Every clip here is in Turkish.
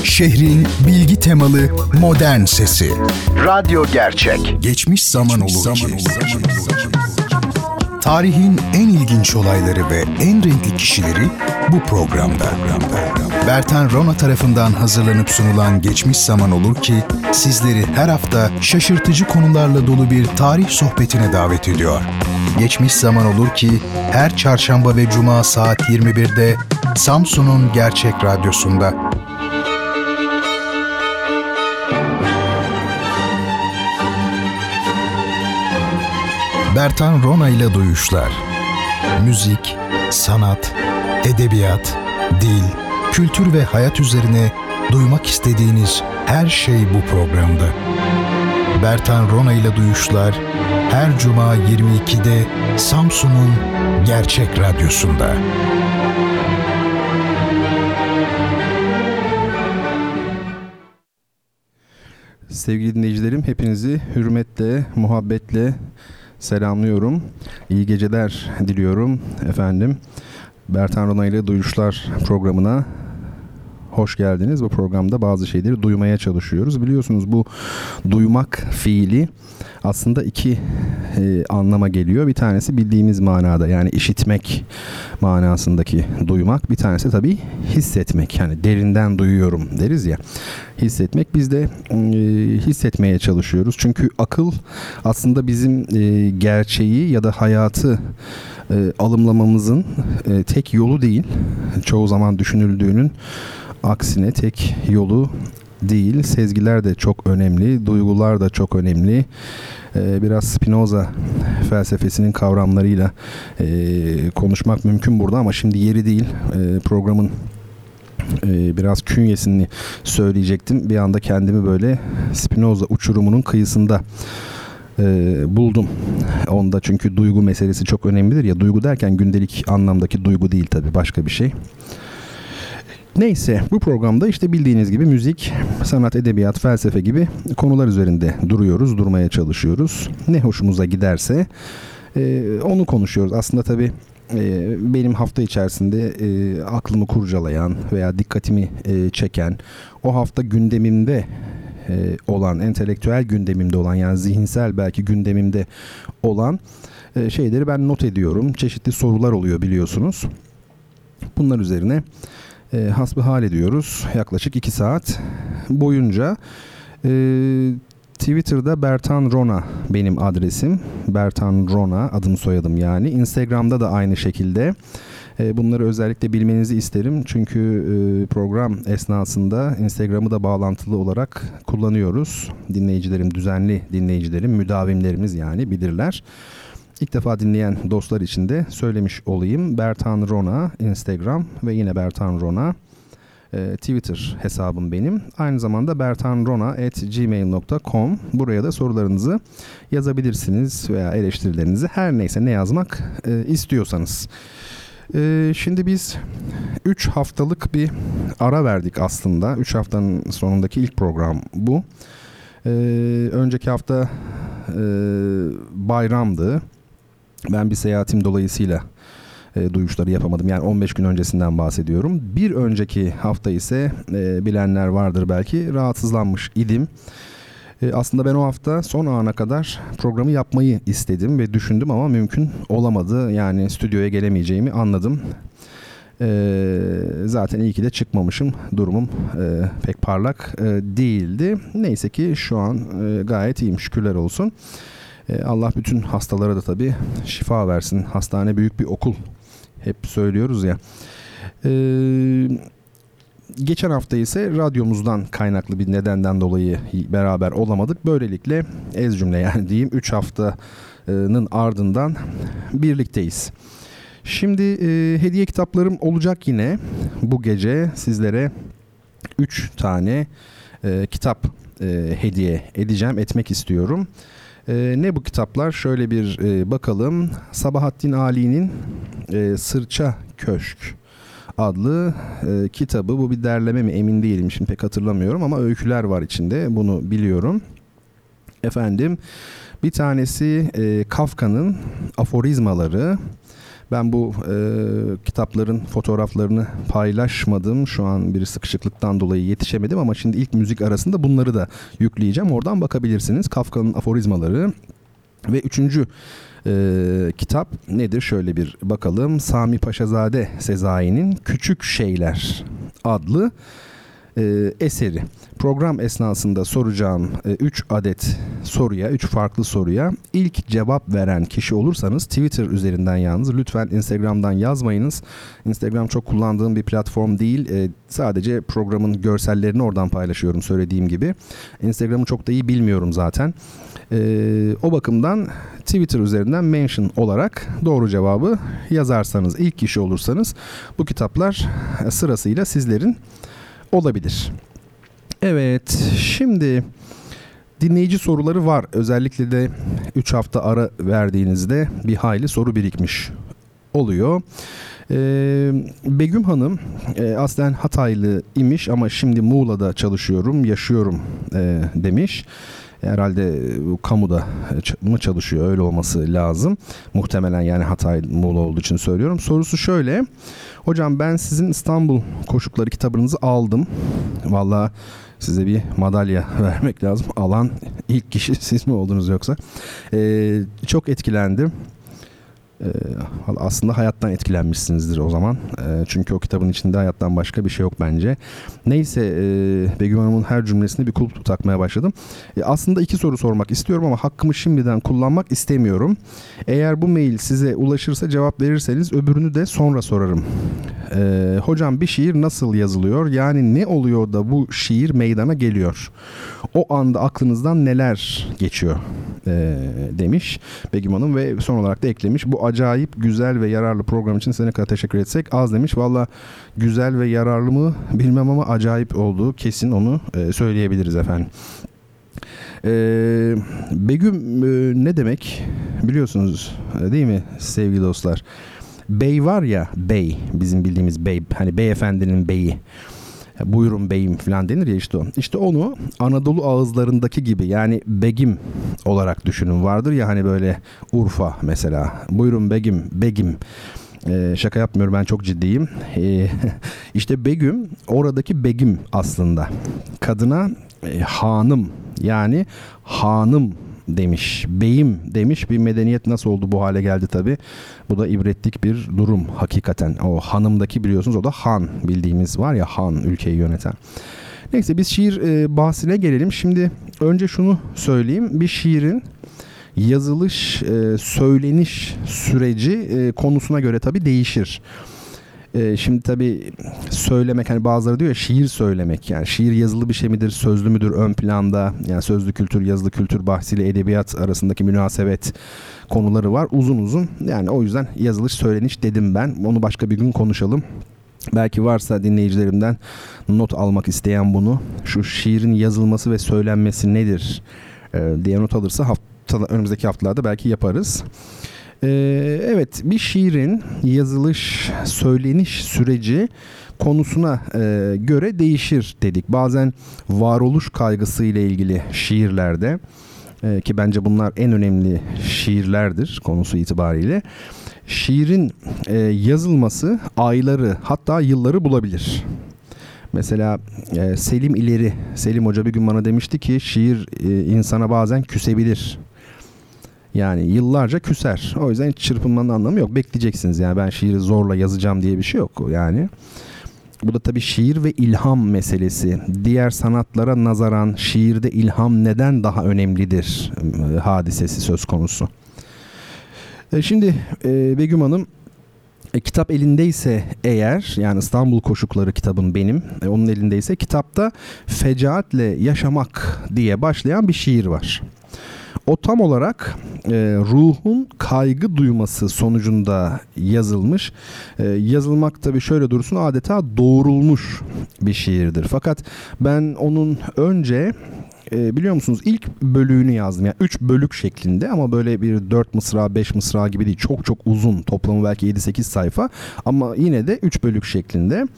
Şehrin bilgi temalı modern sesi. Radyo Gerçek. Geçmiş zaman olur ki. Tarihin en ilginç olayları ve en renkli kişileri bu programda. Bertan Rona tarafından hazırlanıp sunulan Geçmiş Zaman Olur ki sizleri her hafta şaşırtıcı konularla dolu bir tarih sohbetine davet ediyor. Geçmiş Zaman Olur ki her çarşamba ve cuma saat 21'de Samsun'un Gerçek Radyosu'nda. Bertan Rona ile Duyuşlar. Müzik, sanat, edebiyat, dil, kültür ve hayat üzerine duymak istediğiniz her şey bu programda. Bertan Rona ile Duyuşlar her cuma 22'de Samsun'un Gerçek Radyosu'nda. Sevgili dinleyicilerim, hepinizi hürmetle, muhabbetle selamlıyorum. İyi geceler diliyorum efendim. Bertan Rona ile Duyuşlar programına hoş geldiniz. Bu programda bazı şeyleri duymaya çalışıyoruz. Biliyorsunuz bu duymak fiili aslında iki anlama geliyor. Bir tanesi bildiğimiz manada, yani işitmek manasındaki duymak. Bir tanesi tabii hissetmek. Yani derinden duyuyorum deriz ya. Hissetmek. Biz de hissetmeye çalışıyoruz. Çünkü akıl aslında bizim gerçeği ya da hayatı alımlamamızın tek yolu değil. Çoğu zaman düşünüldüğünün aksine tek yolu değil. Sezgiler de çok önemli, duygular da çok önemli. Biraz Spinoza felsefesinin kavramlarıyla konuşmak mümkün burada ama şimdi yeri değil. Programın biraz künyesini söyleyecektim. Bir anda kendimi böyle Spinoza uçurumunun kıyısında buldum. Onda çünkü duygu meselesi çok önemlidir ya. Duygu derken gündelik anlamdaki duygu değil tabii, başka bir şey. Neyse, bu programda işte bildiğiniz gibi müzik, sanat, edebiyat, felsefe gibi konular üzerinde durmaya çalışıyoruz. Ne hoşumuza giderse onu konuşuyoruz. Aslında tabii benim hafta içerisinde aklımı kurcalayan veya dikkatimi çeken, o hafta gündemimde olan, entelektüel gündemimde olan, yani zihinsel belki gündemimde olan şeyleri ben not ediyorum. Çeşitli sorular oluyor biliyorsunuz. Bunlar üzerine hasbihal ediyoruz. Yaklaşık 2 saat boyunca. Twitter'da Bertan Rona benim adresim. Bertan Rona adım soyadım yani. Instagram'da da aynı şekilde. Bunları özellikle bilmenizi isterim. Çünkü program esnasında Instagram'ı da bağlantılı olarak kullanıyoruz. Dinleyicilerim, düzenli dinleyicilerim, müdavimlerimiz yani bilirler. İlk defa dinleyen dostlar için de söylemiş olayım. Bertan Rona Instagram ve yine Bertan Rona Twitter hesabım benim. Aynı zamanda bertanrona@gmail.com. Buraya da sorularınızı yazabilirsiniz veya eleştirilerinizi, her neyse ne yazmak istiyorsanız. Şimdi biz 3 haftalık bir ara verdik aslında. 3 haftanın sonundaki ilk program bu. Önceki hafta bayramdı. Ben bir seyahatim dolayısıyla duyuşları yapamadım. Yani 15 gün öncesinden bahsediyorum. Bir önceki hafta ise bilenler vardır belki, rahatsızlanmış idim. Aslında ben o hafta son ana kadar programı yapmayı istedim ve düşündüm ama mümkün olamadı. Yani stüdyoya gelemeyeceğimi anladım. Zaten iyi ki de çıkmamışım. Durumum pek parlak değildi. Neyse ki şu an gayet iyiyim, şükürler olsun. Allah bütün hastalara da tabii şifa versin. Hastane büyük bir okul. Hep söylüyoruz ya. Geçen hafta ise radyomuzdan kaynaklı bir nedenden dolayı beraber olamadık. Böylelikle ez cümle yani diyeyim 3 haftanın ardından birlikteyiz. Şimdi hediye kitaplarım olacak yine. Bu gece sizlere 3 tane kitap hediye etmek istiyorum. Ne bu kitaplar? Şöyle bir bakalım. Sabahattin Ali'nin Sırça Köşk adlı kitabı. Bu bir derleme mi emin değilim, şimdi pek hatırlamıyorum ama öyküler var içinde, bunu biliyorum. Efendim, bir tanesi Kafka'nın Aforizmaları. Ben bu kitapların fotoğraflarını paylaşmadım. Şu an bir sıkışıklıktan dolayı yetişemedim ama şimdi ilk müzik arasında bunları da yükleyeceğim. Oradan bakabilirsiniz. Kafka'nın Aforizmaları ve üçüncü kitap nedir? Şöyle bir bakalım. Sami Paşazade Sezai'nin Küçük Şeyler adlı eseri. Program esnasında soracağım 3 adet soruya, 3 farklı soruya ilk cevap veren kişi olursanız Twitter üzerinden yalnız, lütfen Instagram'dan yazmayınız. Instagram çok kullandığım bir platform değil. Sadece programın görsellerini oradan paylaşıyorum söylediğim gibi. Instagram'ı çok da iyi bilmiyorum zaten. O bakımdan Twitter üzerinden mention olarak doğru cevabı yazarsanız, ilk kişi olursanız bu kitaplar sırasıyla sizlerin olabilir. Evet, şimdi dinleyici soruları var. Özellikle de 3 hafta ara verdiğinizde bir hayli soru birikmiş oluyor. Begüm Hanım aslen Hataylı imiş ama şimdi Muğla'da çalışıyorum, yaşıyorum demiş. Herhalde kamuda mı çalışıyor, öyle olması lazım. Muhtemelen, yani Hatay Muğla olduğu için söylüyorum. Sorusu şöyle. Hocam, ben sizin İstanbul Koşukları kitabınızı aldım. Vallahi size bir madalya vermek lazım. Alan ilk kişi siz mi oldunuz yoksa? Çok etkilendim. Aslında hayattan etkilenmişsinizdir o zaman. Çünkü o kitabın içinde hayattan başka bir şey yok bence. Neyse, Begüm Hanım'ın her cümlesine bir kulp takmaya başladım. Aslında 2 soru sormak istiyorum ama hakkımı şimdiden kullanmak istemiyorum. Eğer bu mail size ulaşırsa cevap verirseniz öbürünü de sonra sorarım. Hocam, bir şiir nasıl yazılıyor? Yani ne oluyor da bu şiir meydana geliyor? O anda aklınızdan neler geçiyor? Demiş Begüm Hanım ve son olarak da eklemiş. Bu acayip güzel ve yararlı program için size ne kadar teşekkür etsek az demiş. Valla güzel ve yararlı mı bilmem ama acayip olduğu kesin, onu söyleyebiliriz efendim. Begüm ne demek biliyorsunuz değil mi sevgili dostlar? Bey var ya, bey, bizim bildiğimiz bey, hani beyefendinin beyi. Buyurun beyim falan denir ya, işte o. İşte onu Anadolu ağızlarındaki gibi, yani begim olarak düşünün. Vardır ya hani böyle Urfa mesela. Buyurun begim, begim. Şaka yapmıyorum, ben çok ciddiyim. İşte begüm oradaki begim aslında. Kadına hanım, yani hanım demiş, beyim demiş. Bir medeniyet nasıl oldu bu hale geldi tabii. Bu da ibretlik bir durum hakikaten. O hanımdaki biliyorsunuz, o da han, bildiğimiz var ya, han, ülkeyi yöneten. Neyse, biz şiir bahsine gelelim. Şimdi önce şunu söyleyeyim. Bir şiirin yazılış, söyleniş süreci konusuna göre tabii değişir. Şimdi tabii söylemek, hani bazıları diyor ya şiir söylemek, yani şiir yazılı bir şey midir, sözlü müdür ön planda, yani sözlü kültür, yazılı kültür bahsiyle edebiyat arasındaki münasebet konuları var uzun uzun, yani o yüzden yazılış söyleniş dedim ben. Onu başka bir gün konuşalım. Belki varsa dinleyicilerimden not almak isteyen, bunu, şu şiirin yazılması ve söylenmesi nedir diye not alırsa önümüzdeki haftalarda belki yaparız. Evet, bir şiirin yazılış, söyleniş süreci konusuna göre değişir dedik. Bazen varoluş kaygısı ile ilgili şiirlerde, ki bence bunlar en önemli şiirlerdir konusu itibariyle, şiirin yazılması ayları, hatta yılları bulabilir. Mesela Selim Hoca bir gün bana demişti ki şiir insana bazen küsebilir. Yani yıllarca küser. O yüzden hiç çırpınmanın anlamı yok. Bekleyeceksiniz, yani ben şiiri zorla yazacağım diye bir şey yok yani. Bu da tabii şiir ve ilham meselesi. Diğer sanatlara nazaran şiirde ilham neden daha önemlidir hadisesi söz konusu. Şimdi Begüm Hanım, kitap elindeyse eğer, yani İstanbul Koşukları kitabın benim, onun elindeyse, kitapta Fecaatle Yaşamak diye başlayan bir şiir var. O tam olarak ruhun kaygı duyması sonucunda yazılmış. Yazılmak tabii şöyle dursun, adeta doğrulmuş bir şiirdir. Fakat ben onun önce biliyor musunuz ilk bölüğünü yazdım. Yani 3 bölük şeklinde, ama böyle bir 4 mısra 5 mısra gibi değil. Çok çok uzun. Toplamı belki 7-8 sayfa. Ama yine de 3 bölük şeklinde.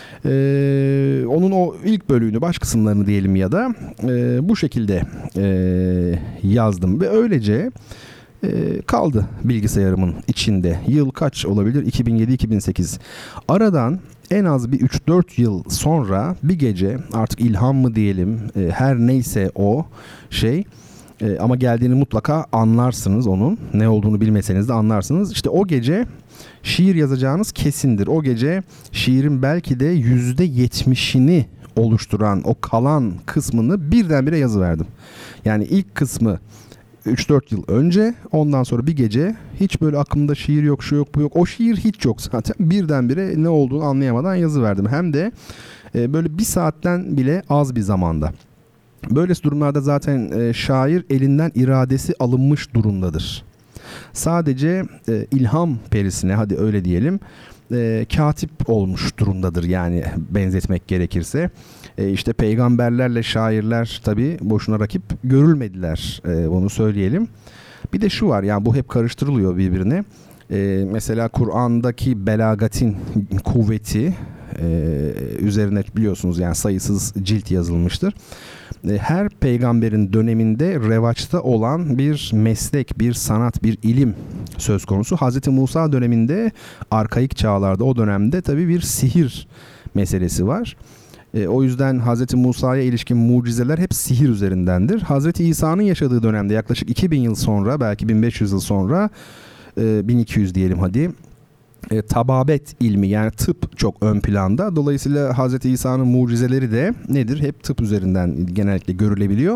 Onun o ilk bölüğünü, baş kısımlarını diyelim ya da bu şekilde yazdım. Ve öylece kaldı bilgisayarımın içinde. Yıl kaç olabilir? 2007-2008. Aradan en az bir 3-4 yıl sonra bir gece, artık ilham mı diyelim, her neyse o şey, ama geldiğini mutlaka anlarsınız onun. Ne olduğunu bilmeseniz de anlarsınız. İşte o gece şiir yazacağınız kesindir. O gece şiirin belki de %70'ini oluşturan o kalan kısmını birdenbire yazıverdim. Yani ilk kısmı 3-4 yıl önce, ondan sonra bir gece hiç böyle aklımda şiir yok, şu yok, bu yok. O şiir hiç yok zaten. Birdenbire ne olduğunu anlayamadan yazıverdim. Hem de böyle bir saatten bile az bir zamanda. Böylesi durumlarda zaten şair elinden iradesi alınmış durumdadır. Sadece ilham perisine, hadi öyle diyelim, katip olmuş durumdadır yani, benzetmek gerekirse. İşte peygamberlerle şairler tabii boşuna rakip görülmediler, onu söyleyelim. Bir de şu var, yani bu hep karıştırılıyor birbirine. Mesela Kur'an'daki belagatin kuvveti üzerine biliyorsunuz yani sayısız cilt yazılmıştır. Her peygamberin döneminde revaçta olan bir meslek, bir sanat, bir ilim söz konusu. Hazreti Musa döneminde, arkaik çağlarda, o dönemde tabii bir sihir meselesi var. O yüzden Hazreti Musa'ya ilişkin mucizeler hep sihir üzerindendir. Hazreti İsa'nın yaşadığı dönemde yaklaşık 2000 yıl sonra, belki 1500 yıl sonra, 1200 diyelim hadi, tababet ilmi, yani tıp çok ön planda. Dolayısıyla Hz. İsa'nın mucizeleri de nedir? Hep tıp üzerinden genellikle görülebiliyor.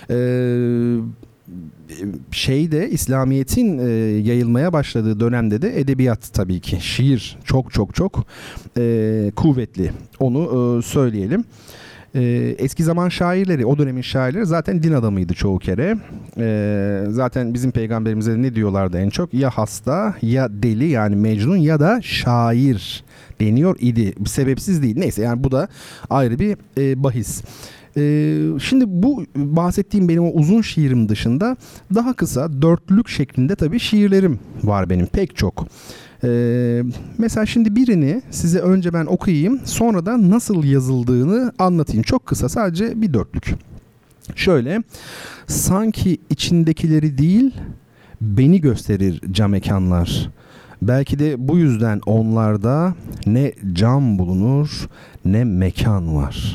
İslamiyet'in yayılmaya başladığı dönemde de edebiyat, tabii ki şiir çok kuvvetli. Onu söyleyelim. Eski zaman şairleri, o dönemin şairleri zaten din adamıydı çoğu kere. Zaten bizim peygamberimize ne diyorlardı en çok? Ya hasta, ya deli, yani Mecnun, ya da şair deniyor idi. Sebepsiz değil. Neyse, yani bu da ayrı bir bahis. Şimdi bu bahsettiğim benim o uzun şiirim dışında daha kısa, dörtlük şeklinde tabii şiirlerim var benim, pek çok. Mesela şimdi birini size önce ben okuyayım, sonra da nasıl yazıldığını anlatayım. Çok kısa, sadece bir dörtlük. Şöyle: sanki içindekileri değil, beni gösterir cam mekanlar. Belki de bu yüzden onlarda ne cam bulunur, ne mekan var.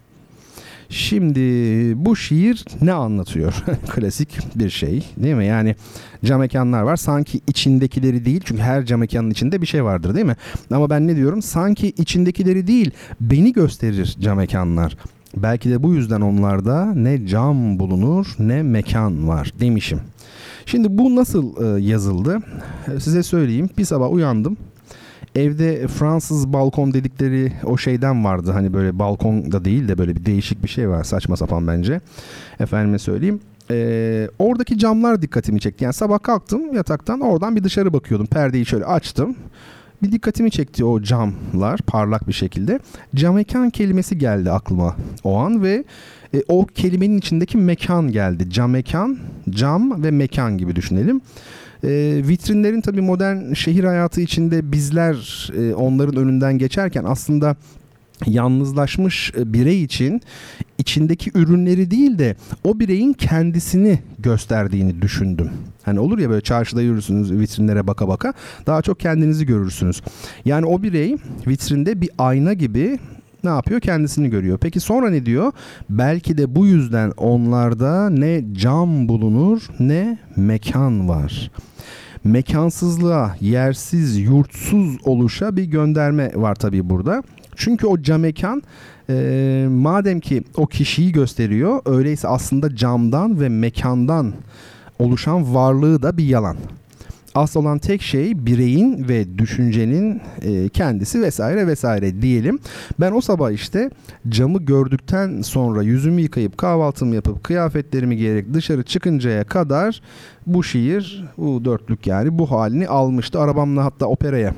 Şimdi bu şiir ne anlatıyor? Klasik bir şey, değil mi? Yani cam mekanlar var. Sanki içindekileri değil. Çünkü her cam mekanın içinde bir şey vardır, değil mi? Ama ben ne diyorum? Sanki içindekileri değil, beni gösterir cam mekanlar. Belki de bu yüzden onlarda ne cam bulunur, ne mekan var demişim. Şimdi bu nasıl yazıldı? Size söyleyeyim. Bir sabah uyandım. Evde Fransız balkon dedikleri o şeyden vardı. Hani böyle balkon da değil de böyle bir değişik bir şey var. Saçma sapan bence. Efendime söyleyeyim. Oradaki camlar dikkatimi çekti. Yani sabah kalktım yataktan, oradan bir dışarı bakıyordum. Perdeyi şöyle açtım. Bir dikkatimi çekti o camlar, parlak bir şekilde. Cam mekan kelimesi geldi aklıma o an ve o kelimenin içindeki mekan geldi. Cam mekan, cam ve mekan gibi düşünelim. Vitrinlerin tabii modern şehir hayatı içinde bizler onların önünden geçerken aslında yalnızlaşmış birey için içindeki ürünleri değil de o bireyin kendisini gösterdiğini düşündüm. Hani olur ya, böyle çarşıda yürürsünüz, vitrinlere baka baka daha çok kendinizi görürsünüz. Yani o birey vitrinde bir ayna gibi ne yapıyor? Kendisini görüyor. Peki sonra ne diyor? Belki de bu yüzden onlarda ne cam bulunur, ne mekan var. Mekansızlığa, yersiz, yurtsuz oluşa bir gönderme var tabii burada. Çünkü o cam mekan madem ki o kişiyi gösteriyor, öyleyse aslında camdan ve mekandan oluşan varlığı da bir yalan. Asıl olan tek şey bireyin ve düşüncenin kendisi vesaire vesaire diyelim. Ben o sabah işte camı gördükten sonra yüzümü yıkayıp kahvaltımı yapıp kıyafetlerimi giyerek dışarı çıkıncaya kadar bu şiir, bu dörtlük yani bu halini almıştı. Arabamla hatta operaya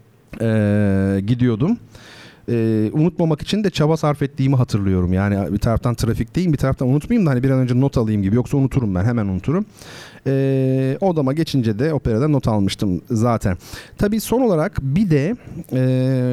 gidiyordum. Unutmamak için de çaba sarf ettiğimi hatırlıyorum. Yani bir taraftan trafikteyim, bir taraftan unutmayayım da hani bir an önce not alayım gibi. Yoksa unuturum ben, hemen unuturum. Odama geçince de operada not almıştım zaten. Tabii son olarak bir de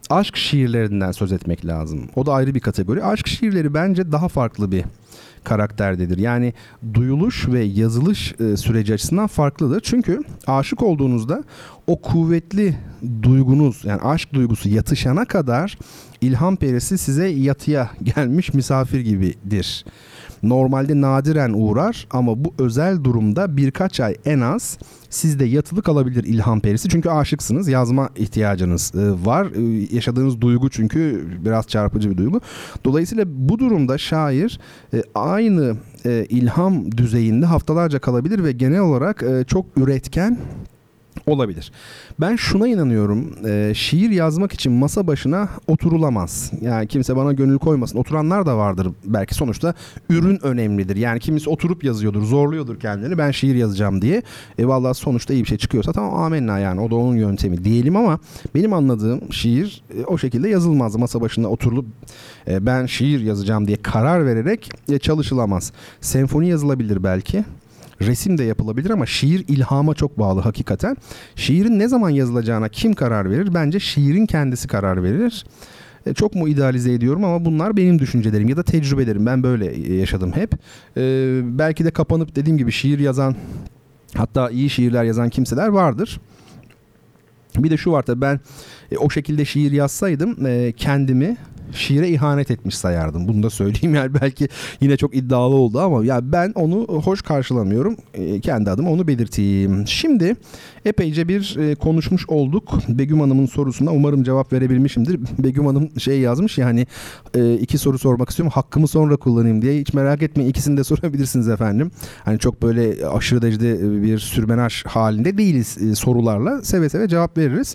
aşk şiirlerinden söz etmek lazım. O da ayrı bir kategori. Aşk şiirleri bence daha farklı bir karakterdedir. Yani duyuluş ve yazılış süreci açısından farklıdır. Çünkü aşık olduğunuzda o kuvvetli duygunuz, yani aşk duygusu yatışana kadar ilham perisi size yatıya gelmiş misafir gibidir. Normalde nadiren uğrar ama bu özel durumda birkaç ay en az sizde yatılı kalabilir ilham perisi. Çünkü aşıksınız, yazma ihtiyacınız var. Yaşadığınız duygu çünkü biraz çarpıcı bir duygu. Dolayısıyla bu durumda şair aynı ilham düzeyinde haftalarca kalabilir ve genel olarak çok üretken olabilir. Ben şuna inanıyorum. Şiir yazmak için masa başına oturulamaz. Yani kimse bana gönül koymasın. Oturanlar da vardır belki, sonuçta ürün önemlidir. Yani kimisi oturup yazıyordur, zorluyordur kendini. Ben şiir yazacağım diye. Vallahi sonuçta iyi bir şey çıkıyorsa tamam, amenna, yani o da onun yöntemi diyelim, ama benim anladığım şiir o şekilde yazılmaz. Masa başında oturulup ben şiir yazacağım diye karar vererek çalışılamaz. Senfoni yazılabilir belki. Resim de yapılabilir ama şiir ilhama çok bağlı hakikaten. Şiirin ne zaman yazılacağına kim karar verir? Bence şiirin kendisi karar verir. Çok mu idealize ediyorum, ama bunlar benim düşüncelerim ya da tecrübelerim. Ben böyle yaşadım hep. Belki de kapanıp dediğim gibi şiir yazan, hatta iyi şiirler yazan kimseler vardır. Bir de şu var tabii, ben o şekilde şiir yazsaydım kendimi şiire ihanet etmiş sayardım. Bunu da söyleyeyim, yani belki yine çok iddialı oldu ama ya ben onu hoş karşılamıyorum. Kendi adıma onu belirteyim. Şimdi epeyce bir konuşmuş olduk. Begüm Hanım'ın sorusuna umarım cevap verebilmişimdir. Begüm Hanım yazmış ya, hani 2 soru sormak istiyorum, hakkımı sonra kullanayım diye. Hiç merak etmeyin, ikisini de sorabilirsiniz efendim. Hani çok böyle aşırı derecede bir sürmenaj halinde değiliz, sorularla seve seve cevap veririz.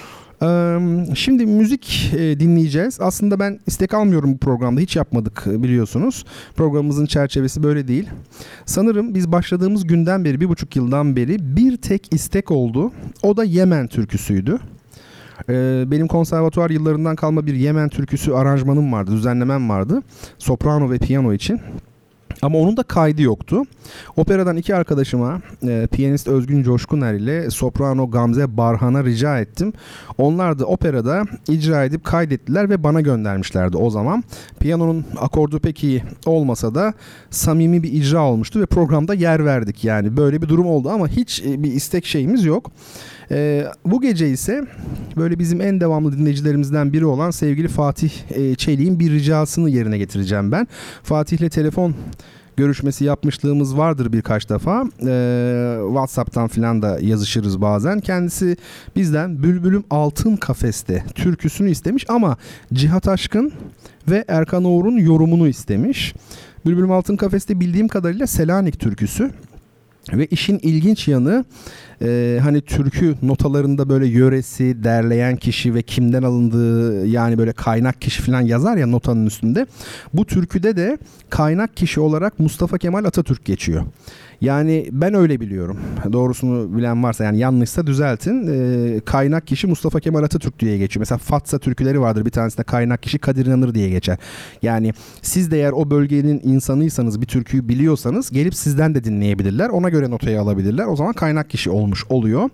Şimdi müzik dinleyeceğiz. Aslında ben istek almıyorum bu programda. Hiç yapmadık biliyorsunuz. Programımızın çerçevesi böyle değil. Sanırım biz başladığımız günden beri, 1,5 yıldan beri bir tek istek oldu. O da Yemen türküsüydü. Benim konservatuvar yıllarından kalma bir Yemen türküsü aranjmanım vardı, düzenlemem vardı. Soprano ve piyano için. Ama onun da kaydı yoktu. Operadan 2 arkadaşıma, piyanist Özgün Coşkuner ile soprano Gamze Barhan'a rica ettim. Onlar da operada icra edip kaydettiler ve bana göndermişlerdi o zaman. Piyanonun akordu pek iyi olmasa da samimi bir icra olmuştu ve programda yer verdik. Yani böyle bir durum oldu ama hiç bir istek şeyimiz yok. Bu gece ise böyle bizim en devamlı dinleyicilerimizden biri olan sevgili Fatih Çelik'in bir ricasını yerine getireceğim ben. Fatih'le telefon görüşmesi yapmışlığımız vardır birkaç defa. WhatsApp'tan filan da yazışırız bazen. Kendisi bizden Bülbülüm Altın Kafeste türküsünü istemiş ama Cihat Aşkın ve Erkan Oğur'un yorumunu istemiş. Bülbülüm Altın Kafeste bildiğim kadarıyla Selanik türküsü. Ve işin ilginç yanı, hani türkü notalarında böyle yöresi, derleyen kişi ve kimden alındığı, yani böyle kaynak kişi falan yazar ya notanın üstünde. Bu türküde de kaynak kişi olarak Mustafa Kemal Atatürk geçiyor. Yani ben öyle biliyorum. Doğrusunu bilen varsa, yani yanlışsa düzeltin. Kaynak kişi Mustafa Kemal Atatürk diye geçiyor. Mesela Fatsa türküleri vardır. Bir tanesinde kaynak kişi Kadir İnanır diye geçer. Yani siz de eğer o bölgenin insanıysanız, bir türküyü biliyorsanız gelip sizden de dinleyebilirler. Ona göre notayı alabilirler. O zaman kaynak kişi olmuş oluyor.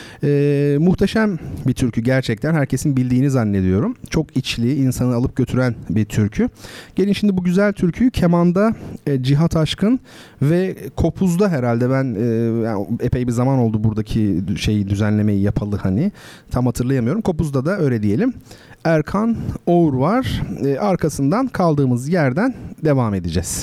Muhteşem bir türkü gerçekten. Herkesin bildiğini zannediyorum. Çok içli, insanı alıp götüren bir türkü. Gelin şimdi bu güzel türküyü kemanda Cihat Aşkın ve kopuzda, herhalde ben yani epey bir zaman oldu buradaki düzenlemeyi yapalı, hani tam hatırlayamıyorum. Kopuzda da öyle diyelim. Erkan Oğur var. Arkasından kaldığımız yerden devam edeceğiz.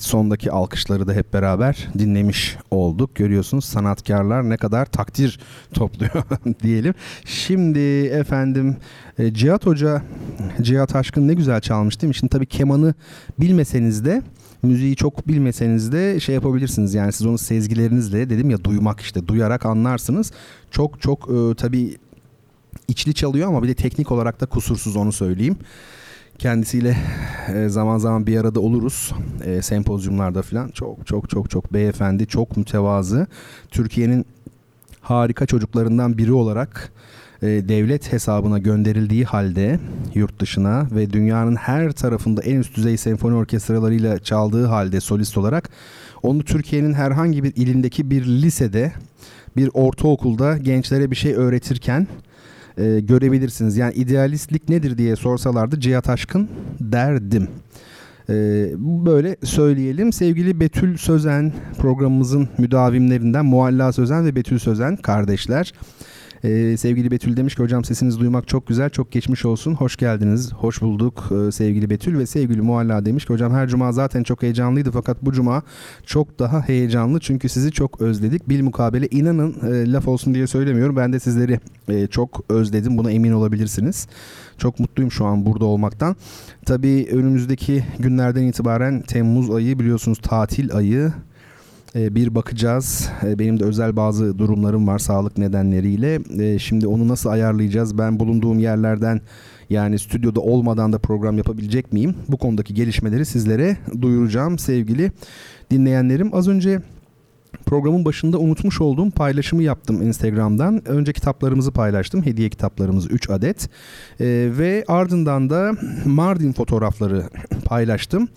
sondaki alkışları da hep beraber dinlemiş olduk. Görüyorsunuz sanatkarlar ne kadar takdir topluyor diyelim. Şimdi efendim Cihat Hoca, Cihat Aşkın ne güzel çalmış değil mi? Şimdi tabii kemanı bilmeseniz de, müziği çok bilmeseniz de şey yapabilirsiniz. Yani siz onu sezgilerinizle, dedim ya, duymak, işte duyarak anlarsınız. Çok tabii içli çalıyor ama bir de teknik olarak da kusursuz, onu söyleyeyim. Kendisiyle zaman zaman bir arada oluruz. Sempozyumlarda falan. Çok beyefendi, çok mütevazı. Türkiye'nin harika çocuklarından biri olarak devlet hesabına gönderildiği halde yurt dışına ve dünyanın her tarafında en üst düzey senfoni orkestralarıyla çaldığı halde solist olarak onu Türkiye'nin herhangi bir ilindeki bir lisede, bir ortaokulda gençlere bir şey öğretirken görebilirsiniz. Yani idealistlik nedir diye sorsalardı Cihat Aşkın derdim. Böyle söyleyelim. Sevgili Betül Sözen, programımızın müdavimlerinden, Mualla Sözen ve Betül Sözen kardeşler. Sevgili Betül demiş ki hocam sesinizi duymak çok güzel, çok geçmiş olsun, hoş geldiniz, hoş bulduk sevgili Betül. Ve sevgili Mualla demiş ki hocam her cuma zaten çok heyecanlıydı fakat bu cuma çok daha heyecanlı çünkü sizi çok özledik. Bilmukabele inanın, laf olsun diye söylemiyorum, ben de sizleri çok özledim, buna emin olabilirsiniz. Çok mutluyum şu an burada olmaktan. Tabii önümüzdeki günlerden itibaren Temmuz ayı, biliyorsunuz tatil ayı. Bir bakacağız. Benim de özel bazı durumlarım var sağlık nedenleriyle. Şimdi onu nasıl ayarlayacağız? Ben bulunduğum yerlerden, yani stüdyoda olmadan da program yapabilecek miyim? Bu konudaki gelişmeleri sizlere duyuracağım sevgili dinleyenlerim. Az önce programın başında unutmuş olduğum paylaşımı yaptım Instagram'dan. Önce kitaplarımızı paylaştım. Hediye kitaplarımızı 3 adet. Ve ardından da Mardin fotoğrafları paylaştım.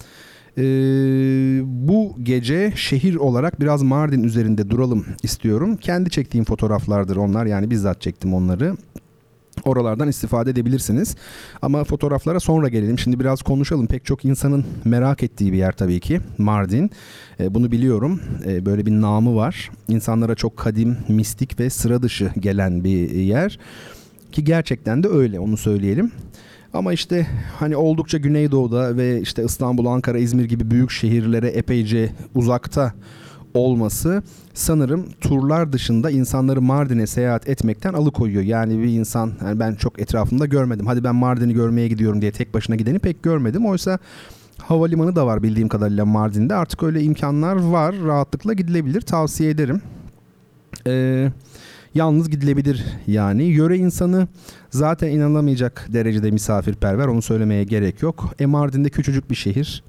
Bu gece şehir olarak biraz Mardin üzerinde duralım istiyorum. Kendi çektiğim fotoğraflardır onlar, yani bizzat çektim onları. Oralardan istifade edebilirsiniz. Ama fotoğraflara sonra gelelim. Şimdi biraz konuşalım. Pek çok insanın merak ettiği bir yer tabii ki Mardin. Bunu biliyorum. Böyle bir namı var. İnsanlara çok kadim, mistik ve sıra dışı gelen bir yer. Ki gerçekten de öyle, onu söyleyelim. Ama işte hani oldukça Güneydoğu'da ve işte İstanbul, Ankara, İzmir gibi büyük şehirlere epeyce uzakta olması sanırım turlar dışında insanları Mardin'e seyahat etmekten alıkoyuyor. Yani bir insan, yani ben çok etrafımda görmedim. Hadi ben Mardin'i görmeye gidiyorum diye tek başına gideni pek görmedim. Oysa havalimanı da var bildiğim kadarıyla Mardin'de. Artık öyle imkanlar var. Rahatlıkla gidilebilir. Tavsiye ederim. Yalnız gidilebilir yani. Yöre insanı zaten inanılamayacak derecede misafirperver. Onu söylemeye gerek yok. Mardin'de küçücük bir şehir.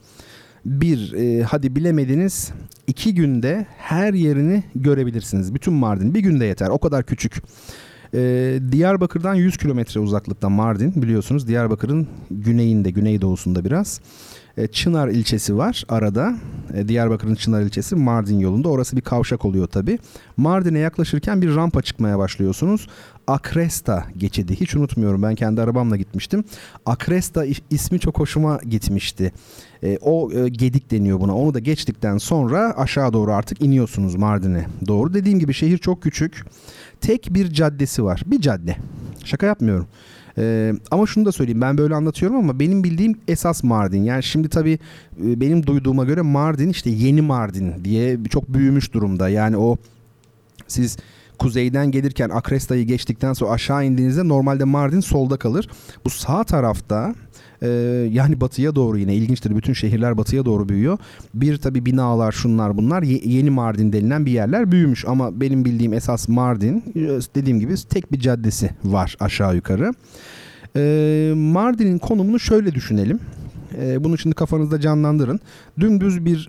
Hadi bilemediniz 2 günde her yerini görebilirsiniz. Bütün Mardin bir günde yeter. O kadar küçük. Diyarbakır'dan 100 kilometre uzaklıkta Mardin, biliyorsunuz. Diyarbakır'ın güneyinde, güneydoğusunda biraz. Çınar ilçesi var arada. Diyarbakır'ın Çınar ilçesi Mardin yolunda. Orası bir kavşak oluyor tabii. Mardin'e yaklaşırken bir rampa çıkmaya başlıyorsunuz. Akresta geçidi. Hiç unutmuyorum. Ben kendi arabamla gitmiştim. Akresta ismi çok hoşuma gitmişti. O Gedik deniyor buna. Onu da geçtikten sonra aşağı doğru artık iniyorsunuz Mardin'e doğru. Dediğim gibi şehir çok küçük. Tek bir caddesi var. Bir cadde. Şaka yapmıyorum. Ama şunu da söyleyeyim, ben böyle anlatıyorum ama benim bildiğim esas Mardin. Yani şimdi tabii benim duyduğuma göre Mardin işte yeni Mardin diye çok büyümüş durumda. Yani o siz kuzeyden gelirken Akresta'yı geçtikten sonra aşağı indiğinizde normalde Mardin solda kalır. Bu sağ tarafta yani batıya doğru, yine ilginçtir, bütün şehirler batıya doğru büyüyor. Bir tabii binalar, şunlar bunlar, yeni Mardin denilen bir yerler büyümüş. Ama benim bildiğim esas Mardin, dediğim gibi tek bir caddesi var aşağı yukarı. Mardin'in konumunu şöyle düşünelim. Bunu şimdi kafanızda canlandırın. Dümdüz bir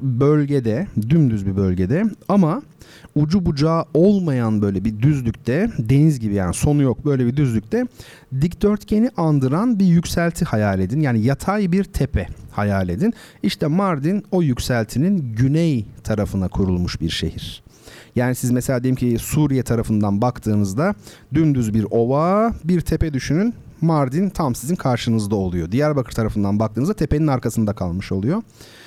bölgede ama ucu bucağı olmayan böyle bir düzlükte, deniz gibi, yani sonu yok böyle bir düzlükte dikdörtgeni andıran bir yükselti hayal edin. Yani yatay bir tepe hayal edin. İşte Mardin o yükseltinin güney tarafına kurulmuş bir şehir. Yani siz mesela diyelim ki Suriye tarafından baktığınızda dümdüz bir ova, bir tepe düşünün. Mardin tam sizin karşınızda oluyor. Diyarbakır tarafından baktığınızda tepenin arkasında kalmış oluyor.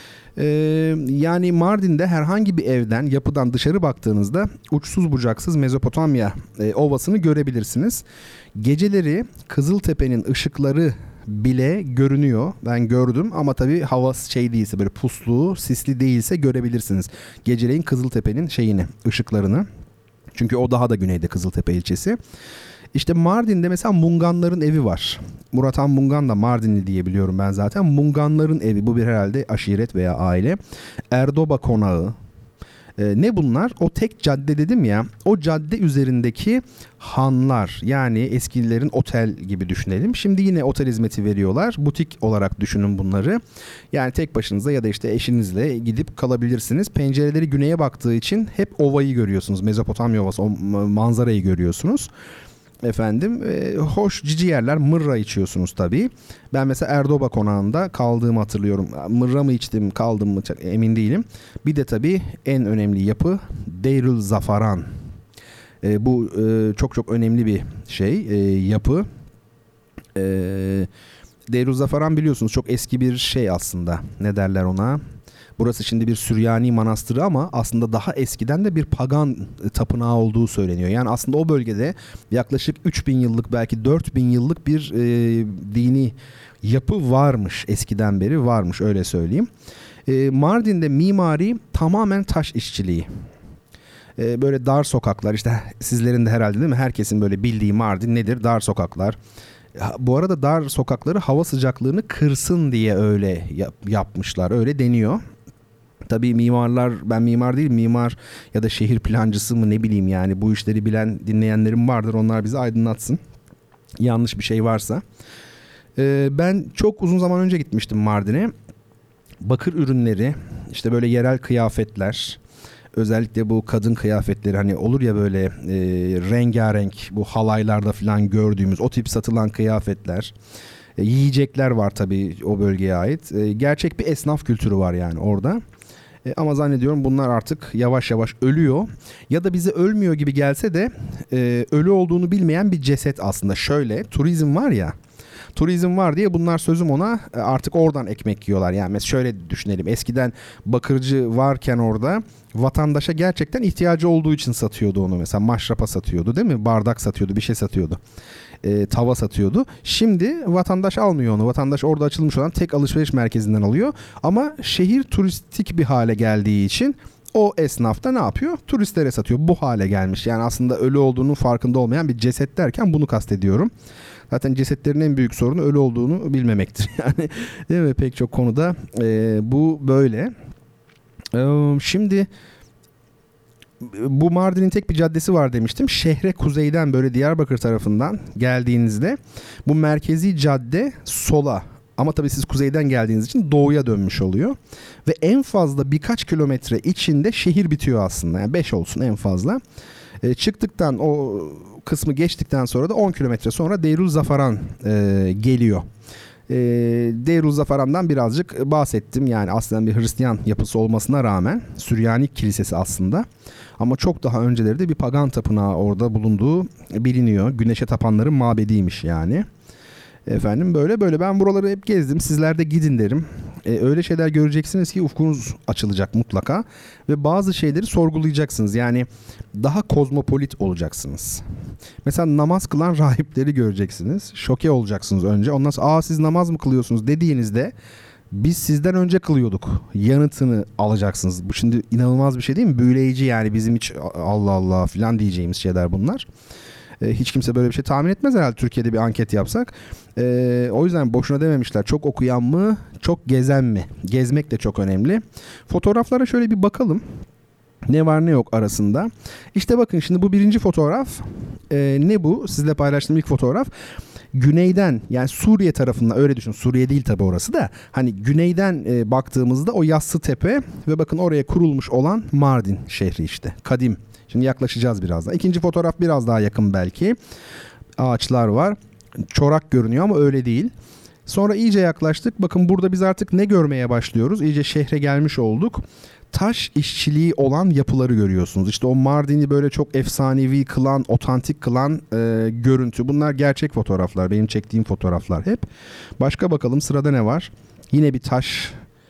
Yani Mardin'de herhangi bir evden, yapıdan dışarı baktığınızda uçsuz bucaksız Mezopotamya ovasını görebilirsiniz. Geceleri Kızıltepe'nin ışıkları bile görünüyor. Ben gördüm ama tabii hava şey değilse, böyle puslu, sisli değilse görebilirsiniz. Geceleyin Kızıltepe'nin ışıklarını. Çünkü o daha da güneyde, Kızıltepe ilçesi. İşte Mardin'de mesela Munganların evi var. Murat Han Mungan da Mardinli diye biliyorum ben zaten. Munganların evi, bu bir herhalde aşiret veya aile. Erdoba Konağı. Ne bunlar? O tek cadde dedim ya, o cadde üzerindeki hanlar, yani eskilerin otel gibi düşünelim. Şimdi yine otel hizmeti veriyorlar. Butik olarak düşünün bunları. Yani tek başınıza ya da işte eşinizle gidip kalabilirsiniz. Pencereleri güneye baktığı için hep ovayı görüyorsunuz. Mezopotamya ovası, o manzarayı görüyorsunuz. Efendim hoş cici yerler, mırra içiyorsunuz tabii. Ben mesela Erdoba Konağı'nda kaldığımı hatırlıyorum. Mırra mı içtim, kaldım mı emin değilim. Bir de tabii en önemli yapı Deirül Zafaran. Bu çok çok önemli bir yapı. Deirül Zafaran biliyorsunuz çok eski bir şey aslında. Ne derler ona? Burası şimdi bir Süryani manastırı ama aslında daha eskiden de bir pagan tapınağı olduğu söyleniyor. Yani aslında o bölgede yaklaşık 3000 yıllık, belki 4000 yıllık bir dini yapı varmış. Eskiden beri varmış, öyle söyleyeyim. Mardin'de mimari tamamen taş işçiliği. Böyle dar sokaklar, işte sizlerin de herhalde değil mi? Herkesin böyle bildiği Mardin nedir? Dar sokaklar. Bu arada dar sokakları hava sıcaklığını kırsın diye öyle yapmışlar. Öyle deniyor. Tabii mimarlar, ben mimar değilim, mimar ya da şehir plancısı mı ne bileyim, yani bu işleri bilen dinleyenlerim vardır, onlar bizi aydınlatsın yanlış bir şey varsa. Ben çok uzun zaman önce gitmiştim Mardin'e. Bakır ürünleri, işte böyle yerel kıyafetler, özellikle bu kadın kıyafetleri, hani olur ya böyle rengarenk, bu halaylarda falan gördüğümüz o tip satılan kıyafetler, yiyecekler var tabii o bölgeye ait. Gerçek bir esnaf kültürü var yani orada. Ama zannediyorum bunlar artık yavaş yavaş ölüyor. Ya da bize ölmüyor gibi gelse de ölü olduğunu bilmeyen bir ceset aslında. Şöyle, turizm var ya. Turizm var diye bunlar sözüm ona artık oradan ekmek yiyorlar. Yani mesela şöyle düşünelim. Eskiden bakırcı varken orada vatandaşa gerçekten ihtiyacı olduğu için satıyordu onu. Mesela maşrapa satıyordu değil mi? Bardak satıyordu, bir şey satıyordu. Tava satıyordu. Şimdi vatandaş almıyor onu. Vatandaş orada açılmış olan tek alışveriş merkezinden alıyor. Ama şehir turistik bir hale geldiği için o esnaf da ne yapıyor? Turistlere satıyor. Bu hale gelmiş. Yani aslında ölü olduğunun farkında olmayan bir ceset derken bunu kastediyorum. Zaten cesetlerin en büyük sorunu ölü olduğunu bilmemektir. Yani değil mi? Pek çok konuda bu böyle. Şimdi bu Mardin'in tek bir caddesi var demiştim. Şehre kuzeyden, böyle Diyarbakır tarafından geldiğinizde bu merkezi cadde sola, ama tabii siz kuzeyden geldiğiniz için doğuya dönmüş oluyor. Ve en fazla birkaç kilometre içinde şehir bitiyor aslında. Yani 5 olsun en fazla. Çıktıktan, o kısmı geçtikten sonra da 10 kilometre sonra Deirül Zafaran geliyor. Deirül Zafaran'dan birazcık bahsettim. Yani aslında bir Hristiyan yapısı olmasına rağmen Süryani kilisesi aslında. Ama çok daha önceleri de bir pagan tapınağı orada bulunduğu biliniyor. Güneşe tapanların mabediymiş yani. Efendim böyle ben buraları hep gezdim. Sizler de gidin derim. Öyle şeyler göreceksiniz ki ufkunuz açılacak mutlaka. Ve bazı şeyleri sorgulayacaksınız. Yani daha kozmopolit olacaksınız. Mesela namaz kılan rahipleri göreceksiniz. Şoke olacaksınız önce. Ondan sonra siz namaz mı kılıyorsunuz dediğinizde biz sizden önce kılıyorduk yanıtını alacaksınız. Bu şimdi inanılmaz bir şey değil mi? Büyüleyici yani, bizim hiç Allah Allah falan diyeceğimiz şeyler bunlar. Hiç kimse böyle bir şey tahmin etmez herhalde Türkiye'de bir anket yapsak. O yüzden boşuna dememişler. Çok okuyan mı, çok gezen mi? Gezmek de çok önemli. Fotoğraflara şöyle bir bakalım. Ne var ne yok arasında. İşte bakın şimdi bu birinci fotoğraf. Ne bu? Sizle paylaştığım ilk fotoğraf. Güneyden, yani Suriye tarafından, öyle düşün. Suriye değil tabii orası da. Hani güneyden baktığımızda o Yassıtepe ve bakın oraya kurulmuş olan Mardin şehri işte. Kadim. Şimdi yaklaşacağız birazdan. İkinci fotoğraf biraz daha yakın belki. Ağaçlar var. Çorak görünüyor ama öyle değil. Sonra iyice yaklaştık. Bakın burada biz artık ne görmeye başlıyoruz? İyice şehre gelmiş olduk. Taş işçiliği olan yapıları görüyorsunuz. İşte o Mardin'i böyle çok efsanevi kılan, otantik kılan görüntü. Bunlar gerçek fotoğraflar. Benim çektiğim fotoğraflar hep. Başka bakalım sırada ne var? Yine bir taş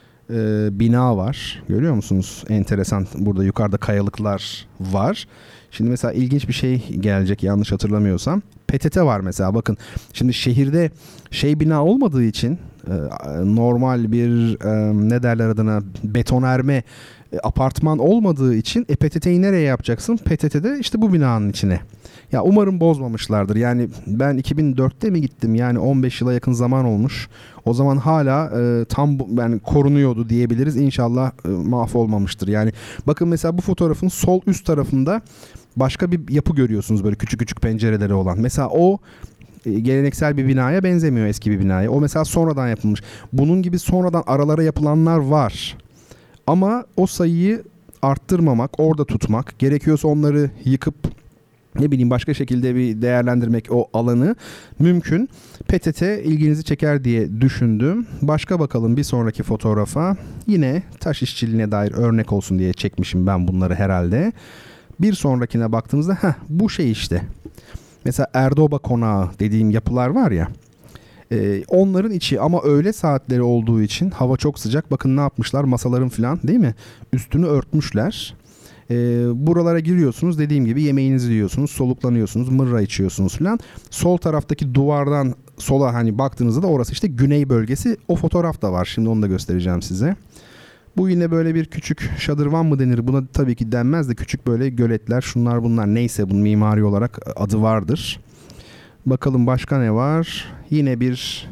bina var. Görüyor musunuz? Enteresan. Burada yukarıda kayalıklar var. Şimdi mesela ilginç bir şey gelecek yanlış hatırlamıyorsam. PTT var mesela, bakın. Şimdi şehirde bina olmadığı için normal bir ne derler adına, betonarme apartman olmadığı için PTT'yi nereye yapacaksın? PTT'de işte bu binanın içine. Ya umarım bozmamışlardır. Yani ben 2004'te mi gittim? Yani 15 yıla yakın zaman olmuş. O zaman hala tam yani korunuyordu diyebiliriz. İnşallah mahvolmamıştır. Yani bakın mesela bu fotoğrafın sol üst tarafında başka bir yapı görüyorsunuz, böyle küçük küçük pencereleri olan. Mesela o geleneksel bir binaya benzemiyor, eski bir binaya. O mesela sonradan yapılmış. Bunun gibi sonradan aralara yapılanlar var. Ama o sayıyı arttırmamak, orada tutmak, gerekiyorsa onları yıkıp ne bileyim başka şekilde bir değerlendirmek o alanı mümkün. PTT ilginizi çeker diye düşündüm. Başka bakalım bir sonraki fotoğrafa. Yine taş işçiliğine dair örnek olsun diye çekmişim ben bunları herhalde. Bir sonrakine baktığımızda bu işte. Mesela Erdoba Konağı dediğim yapılar var ya. Onların içi ama öğle saatleri olduğu için hava çok sıcak. Bakın ne yapmışlar, masaların falan değil mi? Üstünü örtmüşler. Buralara giriyorsunuz, dediğim gibi yemeğinizi yiyorsunuz, soluklanıyorsunuz, mırra içiyorsunuz falan. Sol taraftaki duvardan sola hani baktığınızda da orası işte güney bölgesi. O fotoğraf da var, şimdi onu da göstereceğim size. Bu yine böyle bir küçük şadırvan mı denir? Buna tabii ki denmez de küçük böyle göletler, şunlar bunlar, neyse bunun mimari olarak adı vardır. Bakalım başka ne var? Yine bir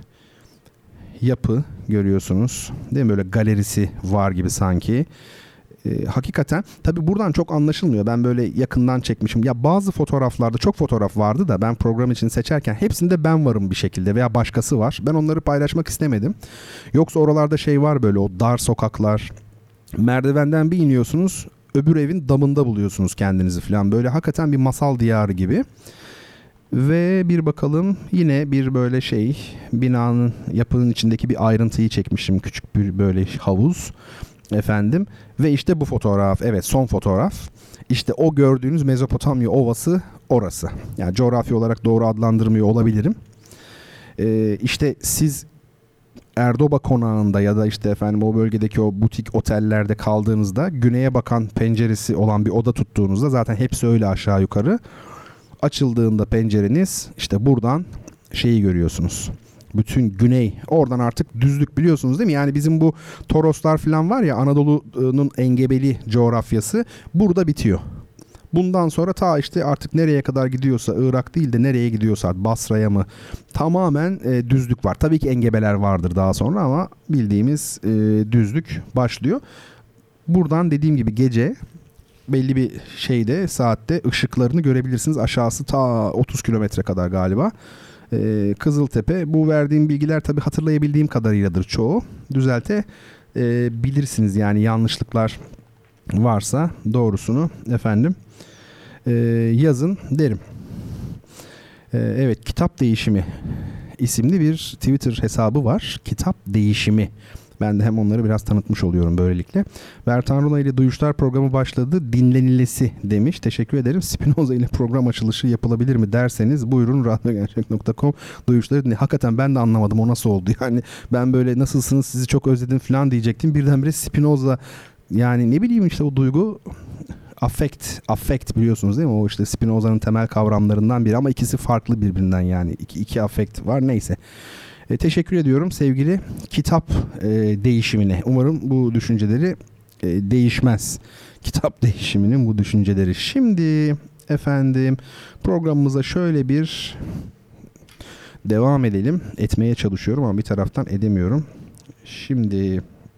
yapı görüyorsunuz. Değil mi? Böyle galerisi var gibi sanki. Hakikaten tabii buradan çok anlaşılmıyor. Ben böyle yakından çekmişim. Ya bazı fotoğraflarda çok fotoğraf vardı da ben program için seçerken hepsinde ben varım bir şekilde veya başkası var. Ben onları paylaşmak istemedim. Yoksa oralarda var böyle, o dar sokaklar. Merdivenden bir iniyorsunuz, öbür evin damında buluyorsunuz kendinizi falan. Böyle hakikaten bir masal diyarı gibi. Ve bir bakalım, yine bir böyle binanın, yapının içindeki bir ayrıntıyı çekmişim. Küçük bir böyle havuz. Efendim, ve işte bu fotoğraf, evet son fotoğraf. İşte o gördüğünüz Mezopotamya Ovası orası. Yani coğrafi olarak doğru adlandırmıyor olabilirim. İşte siz Erdoba Konağı'nda ya da işte efendim o bölgedeki o butik otellerde kaldığınızda güneye bakan penceresi olan bir oda tuttuğunuzda zaten hepsi öyle aşağı yukarı. Açıldığında pencereniz işte buradan görüyorsunuz. Bütün güney, oradan artık düzlük, biliyorsunuz değil mi? Yani bizim bu Toroslar falan var ya, Anadolu'nun engebeli coğrafyası burada bitiyor. Bundan sonra ta işte artık nereye kadar gidiyorsa, Irak değil de nereye gidiyorsa, Basra'ya mı, tamamen düzlük var. Tabii ki engebeler vardır daha sonra ama bildiğimiz düzlük başlıyor. Buradan dediğim gibi gece belli bir saatte ışıklarını görebilirsiniz. Aşağısı ta 30 kilometre kadar galiba. Kızıltepe. Bu verdiğim bilgiler tabii hatırlayabildiğim kadarıyladır çoğu. Bilirsiniz yani, yanlışlıklar varsa doğrusunu efendim yazın derim. Evet, Kitap Değişimi isimli bir Twitter hesabı var. Kitap Değişimi. Ben de hem onları biraz tanıtmış oluyorum böylelikle. Bertan Rona ile Duyuşlar programı başladı, dinlenilesi demiş. Teşekkür ederim. Spinoza ile program açılışı yapılabilir mi derseniz buyurun, radyogercek.com duyuşları. Hakikaten ben de anlamadım o nasıl oldu. Yani ben böyle nasılsınız, sizi çok özledim falan diyecektim. Birdenbire Spinoza, yani ne bileyim işte o duygu, affect biliyorsunuz değil mi? O işte Spinoza'nın temel kavramlarından biri ama ikisi farklı birbirinden, yani iki affect var, neyse. Teşekkür ediyorum sevgili kitap değişimine. Umarım bu düşünceleri değişmez. Kitap değişiminin bu düşünceleri. Şimdi efendim programımıza şöyle bir devam edelim. Etmeye çalışıyorum ama bir taraftan edemiyorum. Şimdi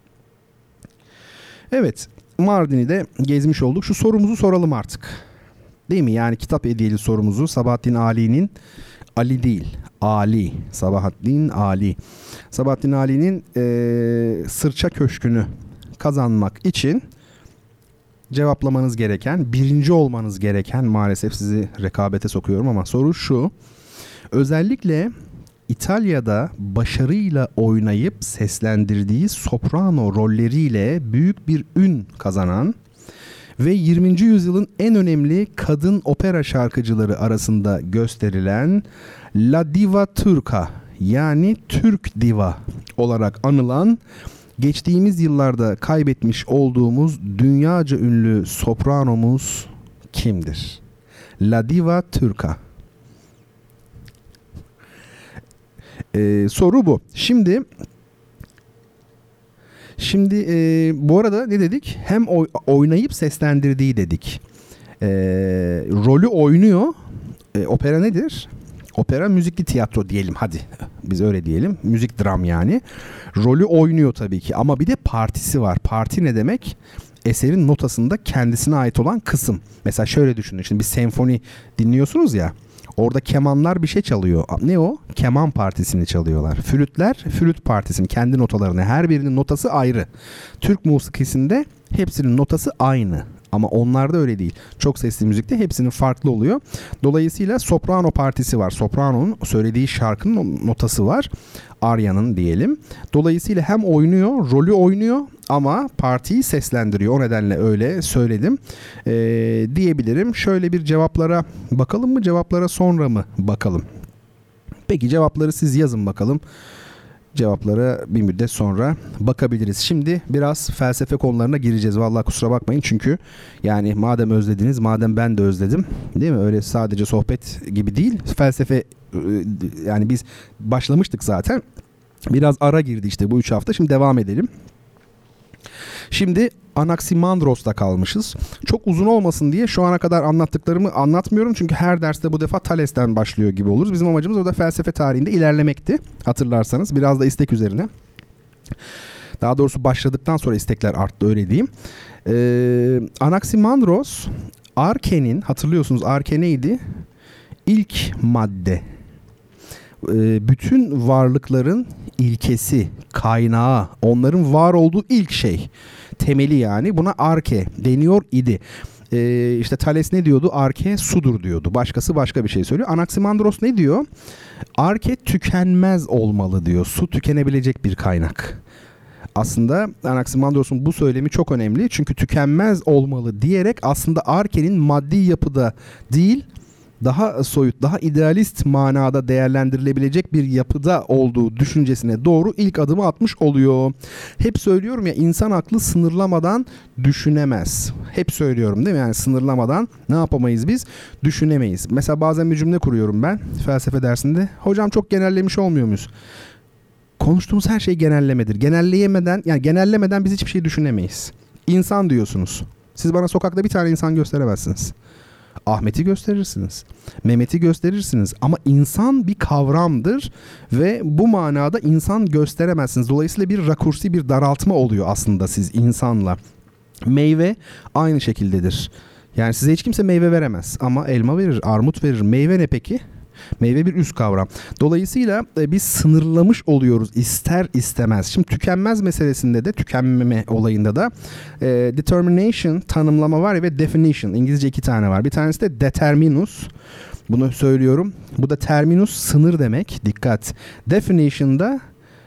evet, Mardin'i de gezmiş olduk. Şu sorumuzu soralım artık. Değil mi? Yani kitap hediyeli sorumuzu Sabahattin Ali'nin, Ali değil, Ali. Sabahattin Ali. Sabahattin Ali'nin Sırça Köşkü'nü kazanmak için cevaplamanız gereken, birinci olmanız gereken, maalesef sizi rekabete sokuyorum ama soru şu. Özellikle İtalya'da başarıyla oynayıp seslendirdiği soprano rolleriyle büyük bir ün kazanan ve 20. yüzyılın en önemli kadın opera şarkıcıları arasında gösterilen La Diva Turca, yani Türk Diva olarak anılan, geçtiğimiz yıllarda kaybetmiş olduğumuz dünyaca ünlü sopranomuz kimdir? La Diva Turca. Soru bu. Şimdi bu arada ne dedik? Hem oynayıp seslendirdiği dedik. Rolü oynuyor. Opera nedir? Opera müzikli tiyatro diyelim, hadi biz öyle diyelim. Müzik dram yani. Rolü oynuyor tabii ki ama bir de partisi var. Parti ne demek? Eserin notasında kendisine ait olan kısım. Mesela şöyle düşünün. Şimdi bir senfoni dinliyorsunuz ya. Orada kemanlar bir şey çalıyor. Ne o? Keman partisini çalıyorlar. Flütler flüt partisini, kendi notalarını. Her birinin notası ayrı. Türk musikisinde hepsinin notası aynı. Ama onlarda öyle değil. Çok sesli müzikte hepsinin farklı oluyor. Dolayısıyla soprano partisi var. Soprano'nun söylediği şarkının notası var. Arya'nın diyelim. Dolayısıyla hem oynuyor, rolü oynuyor ama partiyi seslendiriyor. O nedenle öyle söyledim diyebilirim. Şöyle bir cevaplara bakalım mı? Cevaplara sonra mı bakalım? Peki cevapları siz yazın bakalım. Cevaplara bir müddet sonra bakabiliriz. Şimdi biraz felsefe konularına gireceğiz. Vallahi kusura bakmayın çünkü yani madem özlediniz, madem ben de özledim, değil mi? Öyle sadece sohbet gibi değil. Felsefe, yani biz başlamıştık zaten. Biraz ara girdi işte bu 3 hafta. Şimdi devam edelim. Şimdi Anaximandros'ta kalmışız. Çok uzun olmasın diye şu ana kadar anlattıklarımı anlatmıyorum. Çünkü her derste bu defa Thales'ten başlıyor gibi oluruz. Bizim amacımız orada felsefe tarihinde ilerlemekti. Hatırlarsanız biraz da istek üzerine. Daha doğrusu başladıktan sonra istekler arttı, öyle diyeyim. Anaximandros, Arke'nin, hatırlıyorsunuz Arke neydi? İlk madde. Bütün varlıkların ilkesi, kaynağı, onların var olduğu ilk şey. Temeli yani. Buna arke deniyor idi. İşte Thales ne diyordu? Arke sudur diyordu. Başkası başka bir şey söylüyor. Anaximandros ne diyor? Arke tükenmez olmalı diyor. Su tükenebilecek bir kaynak. Aslında Anaximandros'un bu söylemi çok önemli. Çünkü tükenmez olmalı diyerek aslında arkenin maddi yapıda değil, daha soyut, daha idealist manada değerlendirilebilecek bir yapıda olduğu düşüncesine doğru ilk adımı atmış oluyor. Hep söylüyorum ya, insan aklı sınırlamadan düşünemez. Hep söylüyorum değil mi? Yani sınırlamadan ne yapamayız biz? Düşünemeyiz. Mesela bazen bir cümle kuruyorum ben felsefe dersinde. Hocam çok genellemiş olmuyor muyuz? Konuştuğumuz her şey genellemedir. Genellemeden biz hiçbir şey düşünemeyiz. İnsan diyorsunuz. Siz bana sokakta bir tane insan gösteremezsiniz. Ahmet'i gösterirsiniz. Mehmet'i gösterirsiniz. Ama insan bir kavramdır ve bu manada insan gösteremezsiniz. Dolayısıyla bir rakursi, bir daraltma oluyor aslında siz insanla. Meyve aynı şekildedir. Yani size hiç kimse meyve veremez. Ama elma verir, armut verir. Meyve ne peki? Meyve bir üst kavram. Dolayısıyla biz sınırlamış oluyoruz ister istemez. Şimdi tükenmez meselesinde de, tükenmeme olayında da determination, tanımlama var ve definition. İngilizce 2 tane var. Bir tanesi de determinus. Bunu söylüyorum. Bu da terminus, sınır demek. Dikkat. Definition'da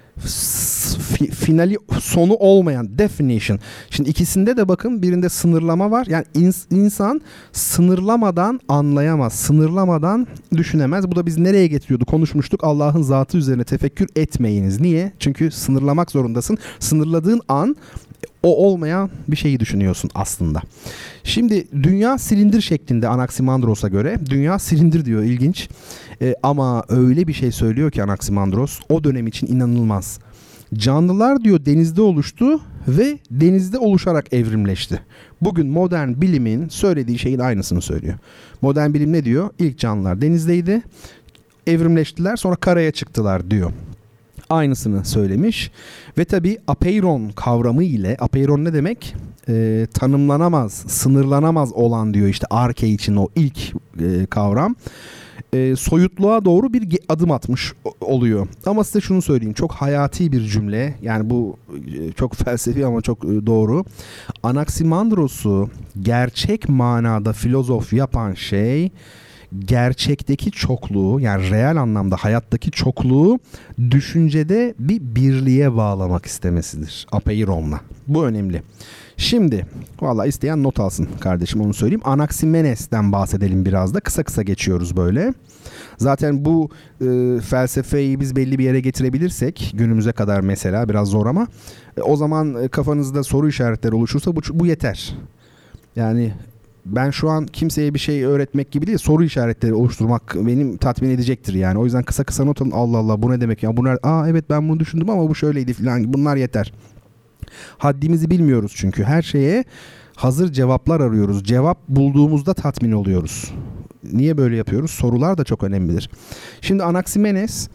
finali, sonu olmayan definition. Şimdi ikisinde de bakın, birinde sınırlama var. Yani insan sınırlamadan anlayamaz. Sınırlamadan düşünemez. Bu da biz nereye getiriyordu? Konuşmuştuk. Allah'ın zatı üzerine tefekkür etmeyiniz. Niye? Çünkü sınırlamak zorundasın. Sınırladığın an o olmayan bir şeyi düşünüyorsun aslında. Şimdi dünya silindir şeklinde Anaximandros'a göre. Dünya silindir diyor, ilginç. Ama öyle bir şey söylüyor ki Anaximandros, o dönem için inanılmaz. Canlılar diyor denizde oluştu ve denizde oluşarak evrimleşti. Bugün modern bilimin söylediği şeyin aynısını söylüyor. Modern bilim ne diyor? İlk canlılar denizdeydi, evrimleştiler, sonra karaya çıktılar diyor. Aynısını söylemiş ve tabi apeiron kavramı ile, apeiron ne demek? Tanımlanamaz, sınırlanamaz olan diyor işte arke için o ilk kavram. Soyutluğa doğru bir adım atmış oluyor. Ama size şunu söyleyeyim, çok hayati bir cümle, yani bu çok felsefi ama çok doğru. Anaximandros'u gerçek manada filozof yapan şey, gerçekteki çokluğu, yani reel anlamda hayattaki çokluğu düşüncede bir birliğe bağlamak istemesidir. Apeiron'la. Bu önemli. Şimdi valla isteyen not alsın kardeşim, onu söyleyeyim. Anaximenes'ten bahsedelim biraz da. Kısa kısa geçiyoruz böyle. Zaten bu felsefeyi biz belli bir yere getirebilirsek günümüze kadar mesela, biraz zor ama o zaman kafanızda soru işaretleri oluşursa bu yeter. Yani ben şu an kimseye bir şey öğretmek gibi değil, soru işaretleri oluşturmak benim tatmin edecektir yani. O yüzden kısa kısa not alın. Allah Allah, bu ne demek ya? Bunlar, evet ben bunu düşündüm ama bu şöyleydi falan. Bunlar yeter. Haddimizi bilmiyoruz çünkü. Her şeye hazır cevaplar arıyoruz. Cevap bulduğumuzda tatmin oluyoruz. Niye böyle yapıyoruz? Sorular da çok önemlidir. Şimdi Anaximenes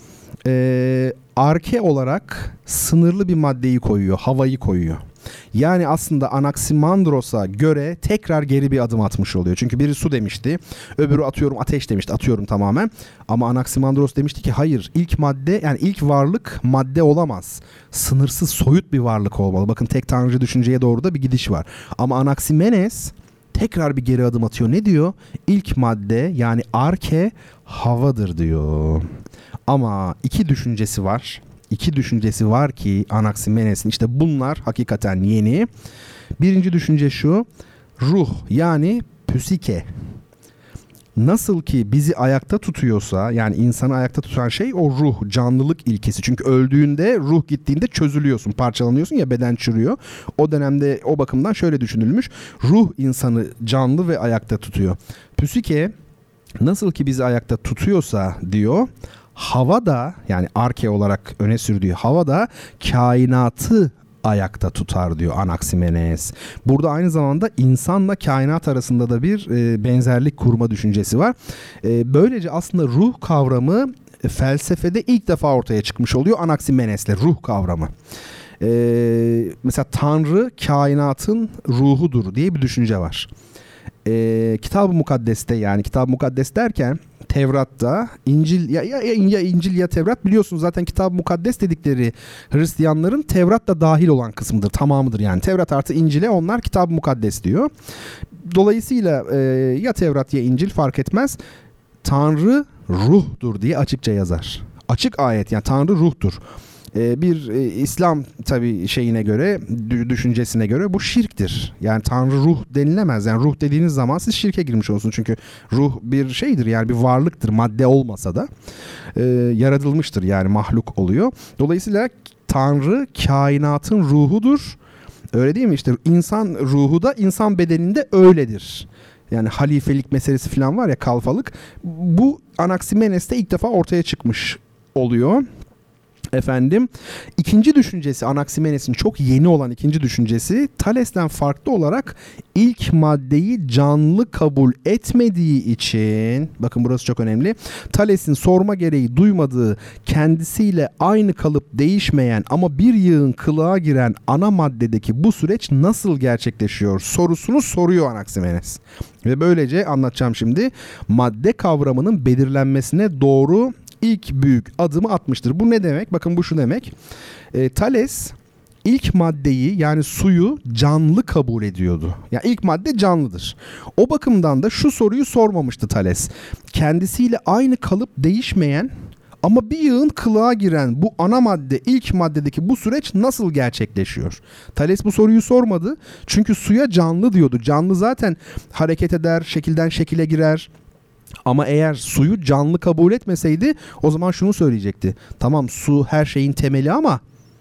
arke olarak sınırlı bir maddeyi koyuyor. Havayı koyuyor. Yani aslında Anaximandros'a göre tekrar geri bir adım atmış oluyor. Çünkü biri su demişti. Öbürü atıyorum ateş demişti. Atıyorum tamamen. Ama Anaximandros demişti ki hayır, ilk madde, yani ilk varlık madde olamaz. Sınırsız soyut bir varlık olmalı. Bakın tek tanrıcı düşünceye doğru da bir gidiş var. Ama Anaximenes tekrar bir geri adım atıyor. Ne diyor? İlk madde, yani arke, havadır diyor. Ama iki düşüncesi var. İki düşüncesi var ki Anaximenes'in, işte bunlar hakikaten yeni. Birinci düşünce şu: ruh, yani psike. Nasıl ki bizi ayakta tutuyorsa, yani insanı ayakta tutan şey o ruh, canlılık ilkesi. Çünkü öldüğünde, ruh gittiğinde çözülüyorsun, parçalanıyorsun ya, beden çürüyor. O dönemde o bakımdan şöyle düşünülmüş: ruh insanı canlı ve ayakta tutuyor. Psike nasıl ki bizi ayakta tutuyorsa diyor, hava da, yani arke olarak öne sürdüğü hava da kainatı ayakta tutar diyor Anaximenes. Burada aynı zamanda insanla kainat arasında da bir benzerlik kurma düşüncesi var. Böylece aslında ruh kavramı felsefede ilk defa ortaya çıkmış oluyor Anaximenes'le, ruh kavramı. Mesela Tanrı kainatın ruhudur diye bir düşünce var. Kitab-ı Mukaddes'te, yani Kitab-ı Mukaddes derken Tevrat'ta, İncil ya İncil ya Tevrat, biliyorsunuz zaten Kitab-ı Mukaddes dedikleri Hristiyanların Tevrat'ta dahil olan kısmıdır, tamamıdır yani. Tevrat artı İncil'e onlar Kitab-ı Mukaddes diyor. Dolayısıyla ya Tevrat ya İncil fark etmez. Tanrı ruhtur diye açıkça yazar. Açık ayet, yani Tanrı ruhtur. Bir İslam tabii şeyine göre, düşüncesine göre bu şirktir. Yani Tanrı ruh denilemez. Yani ruh dediğiniz zaman siz şirke girmiş olursunuz. Çünkü ruh bir şeydir, yani bir varlıktır. Madde olmasa da yaratılmıştır, yani mahluk oluyor. Dolayısıyla Tanrı kainatın ruhudur. Öyle değil mi? İşte insan ruhu da insan bedeninde öyledir. Yani halifelik meselesi falan var ya, kalfalık. Bu Anaximenes'te ilk defa ortaya çıkmış oluyor. Efendim, ikinci düşüncesi, Anaximenes'in çok yeni olan ikinci düşüncesi, Thales'ten farklı olarak ilk maddeyi canlı kabul etmediği için, bakın burası çok önemli, Thales'in sorma gereği duymadığı, kendisiyle aynı kalıp değişmeyen ama bir yığın kılığa giren ana maddedeki bu süreç nasıl gerçekleşiyor sorusunu soruyor Anaximenes. Ve böylece anlatacağım şimdi, madde kavramının belirlenmesine doğru İlk büyük adımı atmıştır. Bu ne demek? Bakın bu şu demek. Thales ilk maddeyi, yani suyu canlı kabul ediyordu. Yani ilk madde canlıdır. O bakımdan da şu soruyu sormamıştı Thales. Kendisiyle aynı kalıp değişmeyen ama bir yığın kılığa giren bu ana madde, ilk maddedeki bu süreç nasıl gerçekleşiyor? Thales bu soruyu sormadı. Çünkü suya canlı diyordu. Canlı zaten hareket eder, şekilden şekile girer. Ama eğer suyu canlı kabul etmeseydi o zaman şunu söyleyecekti: tamam, su her şeyin temeli ama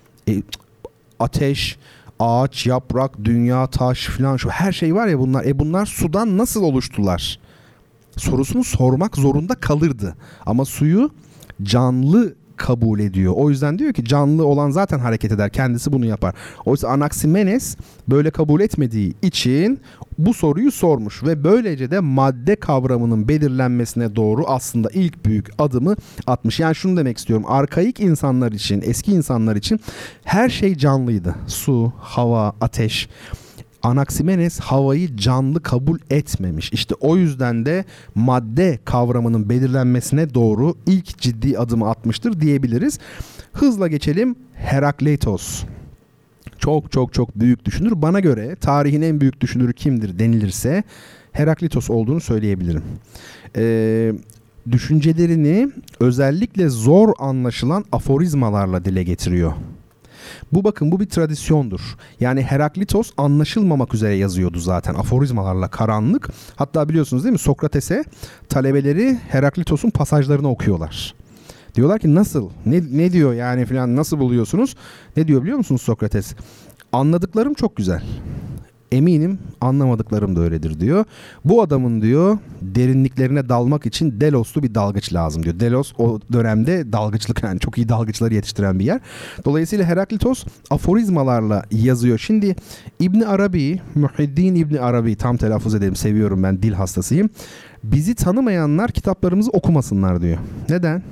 ateş, ağaç, yaprak, dünya, taş falan, şu her şey var ya, bunlar sudan nasıl oluştular sorusunu sormak zorunda kalırdı. Ama suyu canlı kabul ediyor. O yüzden diyor ki canlı olan zaten hareket eder. Kendisi bunu yapar. Oysa Anaximenes böyle kabul etmediği için bu soruyu sormuş ve böylece de madde kavramının belirlenmesine doğru aslında ilk büyük adımı atmış. Yani şunu demek istiyorum. Arkaik insanlar için, eski insanlar için her şey canlıydı. Su, hava, ateş. Anaximenes havayı canlı kabul etmemiş. İşte o yüzden de madde kavramının belirlenmesine doğru ilk ciddi adımı atmıştır diyebiliriz. Hızla geçelim. Herakleitos. Çok çok çok büyük düşünür. Bana göre tarihin en büyük düşünürü kimdir denilirse Herakleitos olduğunu söyleyebilirim. Düşüncelerini özellikle zor anlaşılan aforizmalarla dile getiriyor. Bu bir tradisyondur. Yani Herakleitos anlaşılmamak üzere yazıyordu zaten, aforizmalarla, karanlık. Hatta biliyorsunuz değil mi, Sokrates'e talebeleri Herakleitos'un pasajlarını okuyorlar. Diyorlar ki nasıl, ne diyor yani filan, nasıl buluyorsunuz? Ne diyor biliyor musunuz Sokrates? Anladıklarım çok güzel. Eminim anlamadıklarım da öyledir diyor. Bu adamın diyor derinliklerine dalmak için Delos'lu bir dalgıç lazım diyor. Delos o dönemde dalgıçlık, yani çok iyi dalgıçları yetiştiren bir yer. Dolayısıyla Heraklitos aforizmalarla yazıyor. Şimdi İbn Arabi, Muhiddin İbn Arabi, tam telaffuz edelim, seviyorum, ben dil hastasıyım. Bizi tanımayanlar kitaplarımızı okumasınlar diyor. Neden?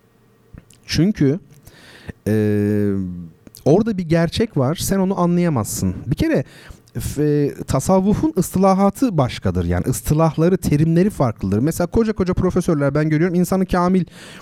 Çünkü orada bir gerçek var. Sen onu anlayamazsın. Bir kere tasavvufun ıstılahatı başkadır. Yani ıstılahları, terimleri farklıdır. Mesela koca profesörler ben görüyorum, insanı kamil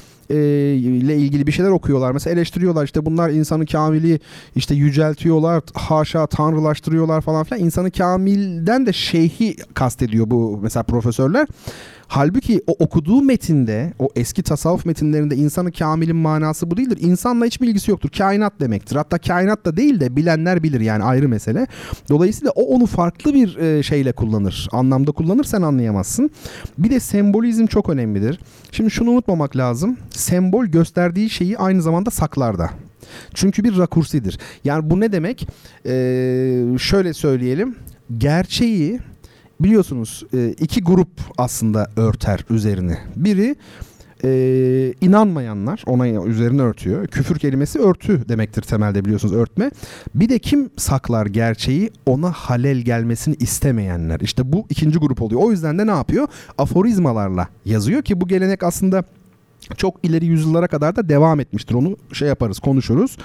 ile ilgili bir şeyler okuyorlar. Mesela eleştiriyorlar, işte bunlar insanı kamili işte yüceltiyorlar, haşa tanrılaştırıyorlar falan filan. İnsanı kamilden de şeyhi kastediyor bu mesela profesörler. Halbuki o okuduğu metinde, o eski tasavvuf metinlerinde insanı kamilin manası bu değildir. İnsanla hiçbir ilgisi yoktur. Kainat demektir. Hatta kainat da değil de bilenler bilir, yani ayrı mesele. Dolayısıyla o onu farklı bir şeyle kullanır. Anlamda kullanır, sen anlayamazsın. Bir de sembolizm çok önemlidir. Şimdi şunu unutmamak lazım. Sembol gösterdiği şeyi aynı zamanda saklar da. Çünkü bir rakursidir. Yani bu ne demek? Şöyle söyleyelim. Gerçeği biliyorsunuz iki grup aslında örter üzerini. Biri inanmayanlar, ona üzerine örtüyor. Küfür kelimesi örtü demektir temelde, biliyorsunuz, örtme. Bir de kim saklar gerçeği? Ona halel gelmesini istemeyenler. İşte bu ikinci grup oluyor. O yüzden de ne yapıyor? Aforizmalarla yazıyor ki bu gelenek aslında çok ileri yüzyıllara kadar da devam etmiştir. Onu yaparız, konuşuruz.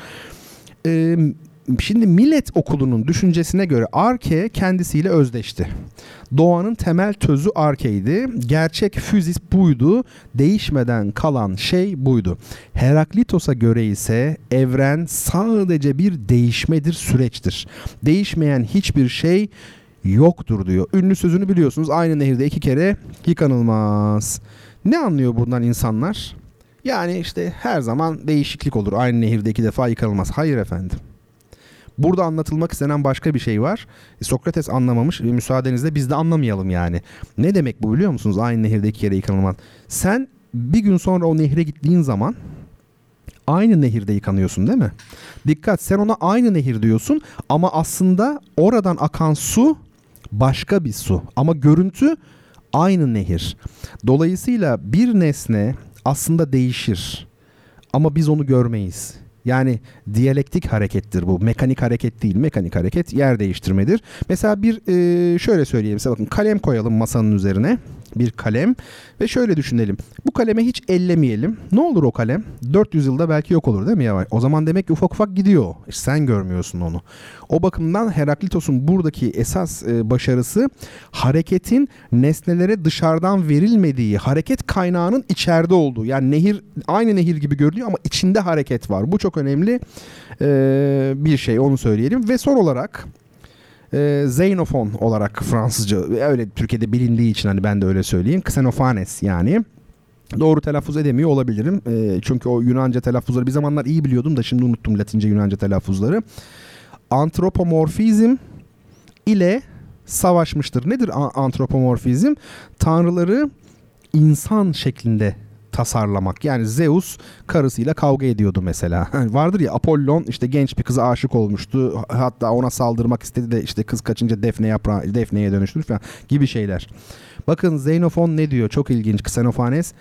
Şimdi Millet Okulu'nun düşüncesine göre arke kendisiyle özdeşti. Doğanın temel tözü arkeydi. Gerçek füzis buydu. Değişmeden kalan şey buydu. Heraklitos'a göre ise evren sadece bir değişmedir, süreçtir. Değişmeyen hiçbir şey yoktur diyor. Ünlü sözünü biliyorsunuz. Aynı nehirde iki kere yıkanılmaz. Ne anlıyor bundan insanlar? Yani işte her zaman değişiklik olur. Aynı nehirde iki defa yıkanılmaz. Hayır efendim. Burada anlatılmak istenen başka bir şey var. Sokrates anlamamış. Müsaadenizle biz de anlamayalım yani. Ne demek bu, biliyor musunuz? Aynı nehirde iki kere yıkanılmaz. Sen bir gün sonra o nehre gittiğin zaman aynı nehirde yıkanıyorsun, değil mi? Dikkat, sen ona aynı nehir diyorsun ama aslında oradan akan su başka bir su. Ama görüntü aynı nehir. Dolayısıyla bir nesne aslında değişir ama biz onu görmeyiz. Yani diyalektik harekettir bu. Mekanik hareket değil. Mekanik hareket yer değiştirmedir. Mesela bir şöyle söyleyeyim. Mesela bakın, kalem koyalım masanın üzerine. Bir kalem ve şöyle düşünelim. Bu kaleme hiç ellemeyelim. Ne olur o kalem? 400 yılda belki yok olur, değil mi yavaş? O zaman demek ki ufak ufak gidiyor. Sen görmüyorsun onu. O bakımdan Heraklitos'un buradaki esas başarısı hareketin nesnelere dışarıdan verilmediği, hareket kaynağının içeride olduğu. Yani nehir aynı nehir gibi görünüyor ama içinde hareket var. Bu çok önemli bir şey, onu söyleyelim. Ve son olarak Xenofon olarak Fransızca, öyle Türkiye'de bilindiği için hani ben de öyle söyleyeyim. Xenophanes yani. Doğru telaffuz edemiyor olabilirim. Çünkü o Yunanca telaffuzları bir zamanlar iyi biliyordum da şimdi unuttum Latince, Yunanca telaffuzları. Antropomorfizm ile savaşmıştır. Nedir antropomorfizm? Tanrıları insan şeklinde tasarlamak. Yani Zeus karısıyla kavga ediyordu mesela. Vardır ya, Apollon işte genç bir kıza aşık olmuştu. Hatta ona saldırmak istedi de işte kız kaçınca Defne'ye dönüştür falan gibi şeyler. Bakın Xenofon ne diyor? Çok ilginç. Xenophanes.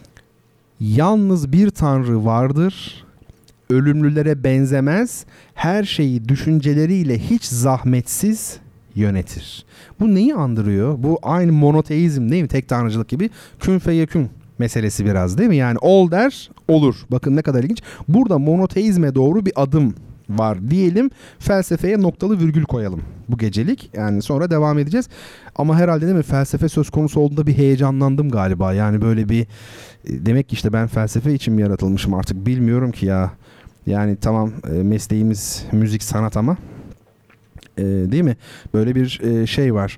Yalnız bir tanrı vardır. Ölümlülere benzemez. Her şeyi düşünceleriyle hiç zahmetsiz yönetir. Bu neyi andırıyor? Bu aynı monoteizm değil mi? Tek tanrıcılık gibi. Kün feyekün meselesi biraz, değil mi? Yani ol der, olur. Bakın ne kadar ilginç. Burada monoteizme doğru bir adım var diyelim. Felsefeye noktalı virgül koyalım bu gecelik. Yani sonra devam edeceğiz. Ama herhalde değil mi, felsefe söz konusu olduğunda bir heyecanlandım galiba. Yani böyle bir, demek ki işte ben felsefe için mi yaratılmışım artık bilmiyorum ki ya. Yani tamam, mesleğimiz müzik, sanat ama değil mi? Böyle bir şey var.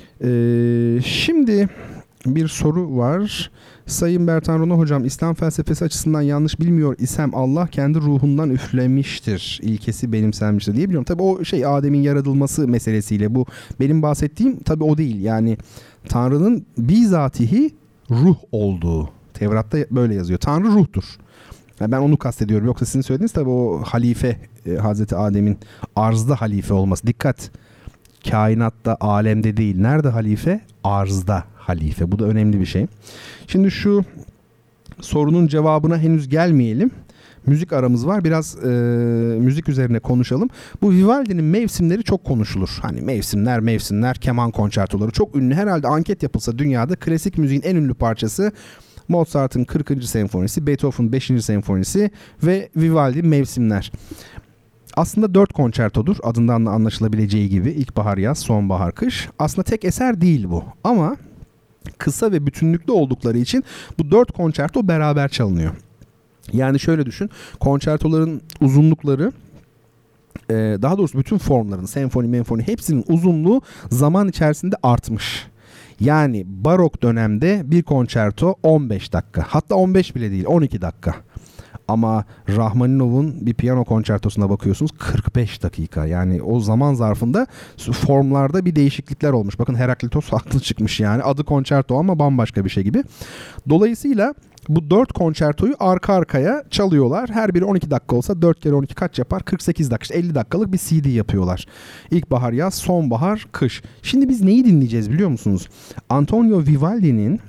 Şimdi bir soru var. Sayın Bertan Rona hocam, İslam felsefesi açısından yanlış bilmiyor isem Allah kendi ruhundan üflemiştir ilkesi benimsenmiştir diye biliyorum. Tabii o şey Adem'in yaratılması meselesiyle, bu benim bahsettiğim tabii o değil. Yani Tanrı'nın bizatihi ruh olduğu. Tevrat'ta böyle yazıyor. Tanrı ruhtur. Yani ben onu kastediyorum. Yoksa sizin söylediğiniz tabii o halife, Hazreti Adem'in arzda halife olması. Dikkat. kainatta, alemde değil. Nerede halife? Arzda halife. Bu da önemli bir şey. Şimdi şu sorunun cevabına henüz gelmeyelim. Müzik aramız var. Biraz müzik üzerine konuşalım. Bu Vivaldi'nin mevsimleri çok konuşulur. Hani mevsimler, keman konçertoları çok ünlü. Herhalde anket yapılsa dünyada klasik müziğin en ünlü parçası Mozart'ın 40. senfonisi, Beethoven'ın 5. senfonisi ve Vivaldi mevsimler. Aslında 4 konçertodur. Adından da anlaşılabileceği gibi ilkbahar, yaz, sonbahar, kış. Aslında tek eser değil bu. Ama kısa ve bütünlüklü oldukları için bu 4 konçerto beraber çalınıyor. Yani şöyle düşün, konçertoların uzunlukları, daha doğrusu bütün formların, senfoni, hepsinin uzunluğu zaman içerisinde artmış. Yani barok dönemde bir konçerto 15 dakika, hatta 15 bile değil, 12 dakika. Ama Rahmaninov'un bir piyano konçertosuna bakıyorsunuz 45 dakika. Yani o zaman zarfında formlarda bir değişiklikler olmuş. Bakın Heraklitos haklı çıkmış yani. Adı konçerto ama bambaşka bir şey gibi. Dolayısıyla bu 4 konçertoyu arka arkaya çalıyorlar. Her biri 12 dakika olsa 4 kere 12 kaç yapar? 48 dakika. 50 dakikalık bir CD yapıyorlar. İlkbahar, yaz, sonbahar, kış. Şimdi biz neyi dinleyeceğiz biliyor musunuz? Antonio Vivaldi'nin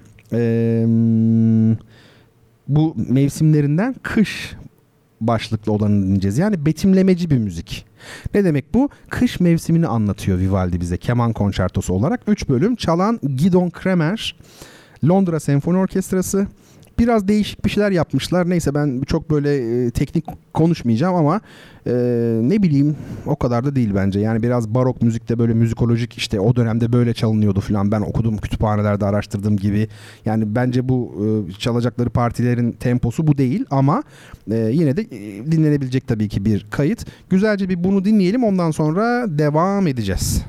bu mevsimlerinden kış başlıklı olanı dinleyeceğiz. Yani betimlemeci bir müzik. Ne demek bu? Kış mevsimini anlatıyor Vivaldi bize keman konçertosu olarak. 3 bölüm çalan Gidon Kremer, Londra Senfoni Orkestrası. Biraz değişik bir şeyler yapmışlar. Neyse ben çok böyle teknik konuşmayacağım ama ne bileyim o kadar da değil bence. Yani biraz barok müzikte böyle müzikolojik işte o dönemde böyle çalınıyordu falan. Ben okudum kütüphanelerde araştırdığım gibi. Yani bence bu çalacakları partilerin temposu bu değil ama yine de dinlenebilecek tabii ki bir kayıt. Güzelce bir bunu dinleyelim ondan sonra devam edeceğiz.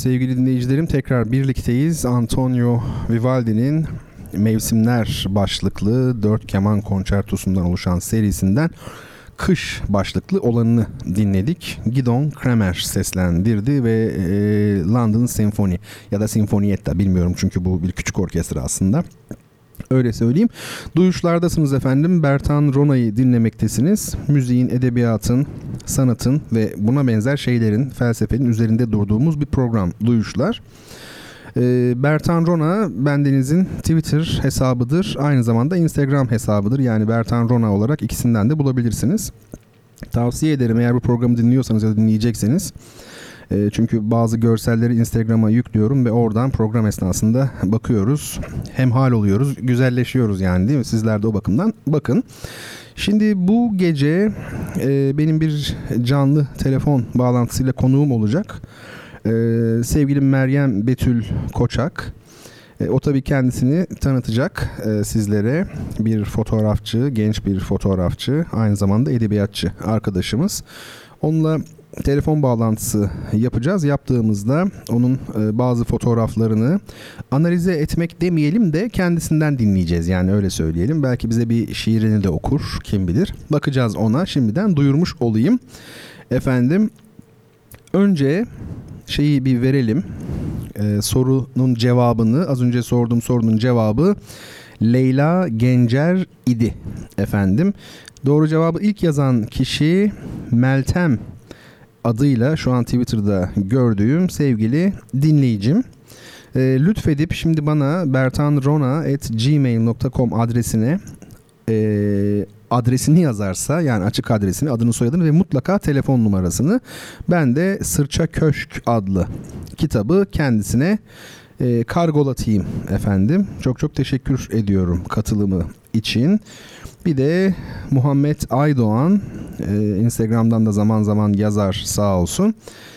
sevgili dinleyicilerim, tekrar birlikteyiz. Antonio Vivaldi'nin Mevsimler başlıklı 4 keman konçertosundan oluşan serisinden Kış başlıklı olanını dinledik. Gidon Kremer seslendirdi ve London Symphony ya da Sinfonietta, bilmiyorum çünkü bu bir küçük orkestra aslında. Öyle söyleyeyim. Duyuşlardasınız efendim. Bertan Rona'yı dinlemektesiniz. Müziğin, edebiyatın, sanatın ve buna benzer şeylerin, felsefenin üzerinde durduğumuz bir program Duyuşlar. Bertan Rona bendenizin Twitter hesabıdır. Aynı zamanda Instagram hesabıdır. Yani Bertan Rona olarak ikisinden de bulabilirsiniz. Tavsiye ederim eğer bu programı dinliyorsanız ya da dinleyecekseniz. Çünkü bazı görselleri Instagram'a yüklüyorum ve oradan program esnasında bakıyoruz. Hemhal oluyoruz, güzelleşiyoruz yani, değil mi? Sizler de o bakımdan bakın. Şimdi bu gece benim bir canlı telefon bağlantısıyla konuğum olacak. Sevgili Meryem Betül Koçak. O tabii kendisini tanıtacak sizlere. Bir fotoğrafçı, genç bir fotoğrafçı, aynı zamanda edebiyatçı arkadaşımız. Onunla telefon bağlantısı yapacağız. Yaptığımızda onun bazı fotoğraflarını analize etmek demeyelim de kendisinden dinleyeceğiz. Yani öyle söyleyelim. Belki bize bir şiirini de okur, kim bilir. Bakacağız ona. Şimdiden duyurmuş olayım. Efendim, önce şeyi bir verelim. Sorunun cevabını, az önce sorduğum sorunun cevabı Leyla Gencer idi efendim. Doğru cevabı ilk yazan kişi Meltem adıyla şu an Twitter'da gördüğüm sevgili dinleyicim. Lütfedip şimdi bana bertanrona@gmail.com adresine adresini yazarsa, yani açık adresini, adını, soyadını ve mutlaka telefon numarasını, ben de Sırça Köşk adlı kitabı kendisine kargolatayım efendim. Çok çok teşekkür ediyorum katılımı için. Bir de Muhammed Aydoğan Instagram'dan da zaman zaman yazar, sağ olsun.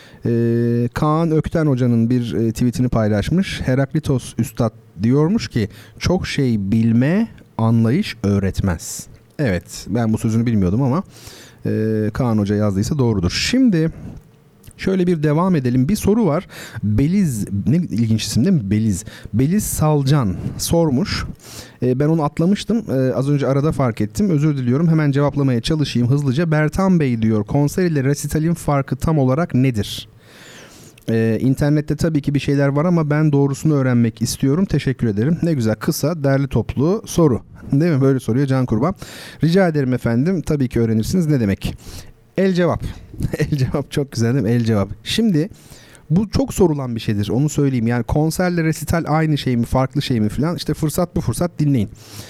Kaan Ökten Hoca'nın bir tweetini paylaşmış. Heraklitos Üstad diyormuş ki çok şey bilme, anlayış öğretmez. Evet, ben bu sözünü bilmiyordum ama Kaan Hoca yazdıysa doğrudur. Şimdi şöyle bir devam edelim. Bir soru var. Beliz, ne ilginç isim değil mi? Beliz Salcan sormuş. Ben onu atlamıştım. Az önce arada fark ettim. Özür diliyorum. Hemen cevaplamaya çalışayım hızlıca. Bertan Bey diyor, konser ile resitalin farkı tam olarak nedir? İnternette tabii ki bir şeyler var ama ben doğrusunu öğrenmek istiyorum. Teşekkür ederim. Ne güzel, kısa, derli toplu soru. Değil mi? Böyle soruyor Can Kurban. Rica ederim efendim. Tabii ki öğrenirsiniz. Ne demek? El cevap. El cevap çok güzel değil mi? El cevap. Şimdi bu çok sorulan bir şeydir. Onu söyleyeyim. Yani konserle resital aynı şey mi? Farklı şey mi filan? İşte fırsat bu fırsat dinleyin.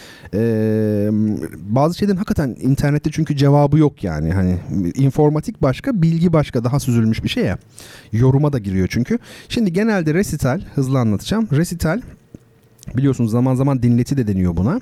Bazı şeylerin hakikaten internette çünkü cevabı yok yani. Hani informatik başka, bilgi başka, daha süzülmüş bir şey ya. Yoruma da giriyor çünkü. Şimdi genelde resital, hızlı anlatacağım. Resital, biliyorsunuz zaman zaman dinleti de deniyor buna.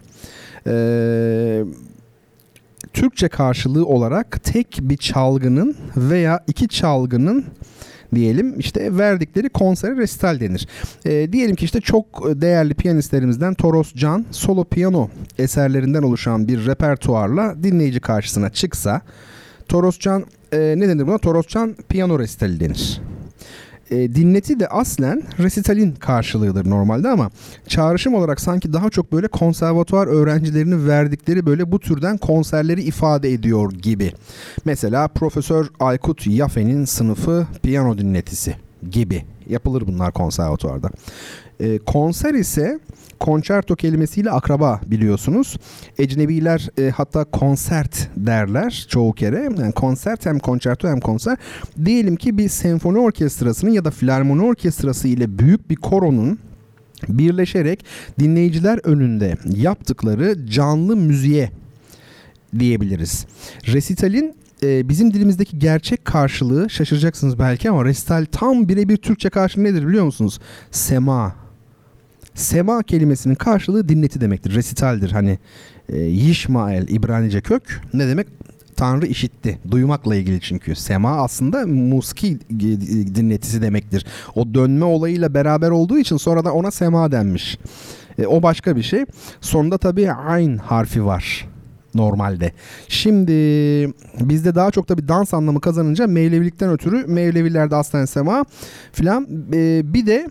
Türkçe karşılığı olarak tek bir çalgının veya iki çalgının diyelim işte verdikleri konsere resital denir. Diyelim ki işte çok değerli piyanistlerimizden Toros Can solo piyano eserlerinden oluşan bir repertuarla dinleyici karşısına çıksa, Toros Can ne denir buna? Toros Can piyano resitali denir. Dinleti de aslen resitalin karşılığıdır normalde ama çağrışım olarak sanki daha çok böyle konservatuvar öğrencilerinin verdikleri böyle bu türden konserleri ifade ediyor gibi. Mesela Profesör Aykut Yafe'nin sınıfı piyano dinletisi gibi yapılır bunlar konservatuvarda. Konser ise konçerto kelimesiyle akraba, biliyorsunuz. Ecnebiler hatta konsert derler çoğu kere. Yani konsert hem konçerto hem konser. Diyelim ki bir senfoni orkestrasının ya da filarmoni orkestrası ile büyük bir koronun birleşerek dinleyiciler önünde yaptıkları canlı müziğe diyebiliriz. Resitalin bizim dilimizdeki gerçek karşılığı, şaşıracaksınız belki ama resital tam birebir Türkçe karşılığı nedir biliyor musunuz? Sema. Sema kelimesinin karşılığı dinleti demektir. Resitaldir. Hani Yishmael İbranice kök ne demek? Tanrı işitti. Duymakla ilgili çünkü. Sema aslında musiki dinletisi demektir. O dönme olayıyla beraber olduğu için sonra da ona sema denmiş. O başka bir şey. Sonunda tabii ayn harfi var. normalde. Şimdi bizde daha çok da bir dans anlamı kazanınca Mevlevilikten ötürü Mevlevilerde aslen sema filan, bir de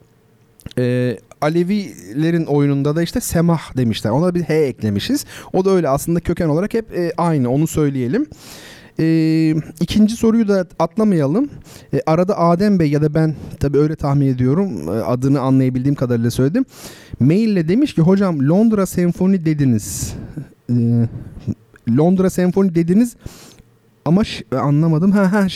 Alevilerin oyununda da işte semah demişler. Ona bir he eklemişiz. O da öyle aslında, köken olarak hep aynı, onu söyleyelim. İkinci soruyu da atlamayalım. Arada Adem Bey ya da ben, tabii öyle tahmin ediyorum, adını anlayabildiğim kadarıyla söyledim. Maille demiş ki hocam Londra Senfoni dediniz. Londra Senfoni dediniz ama anlamadım.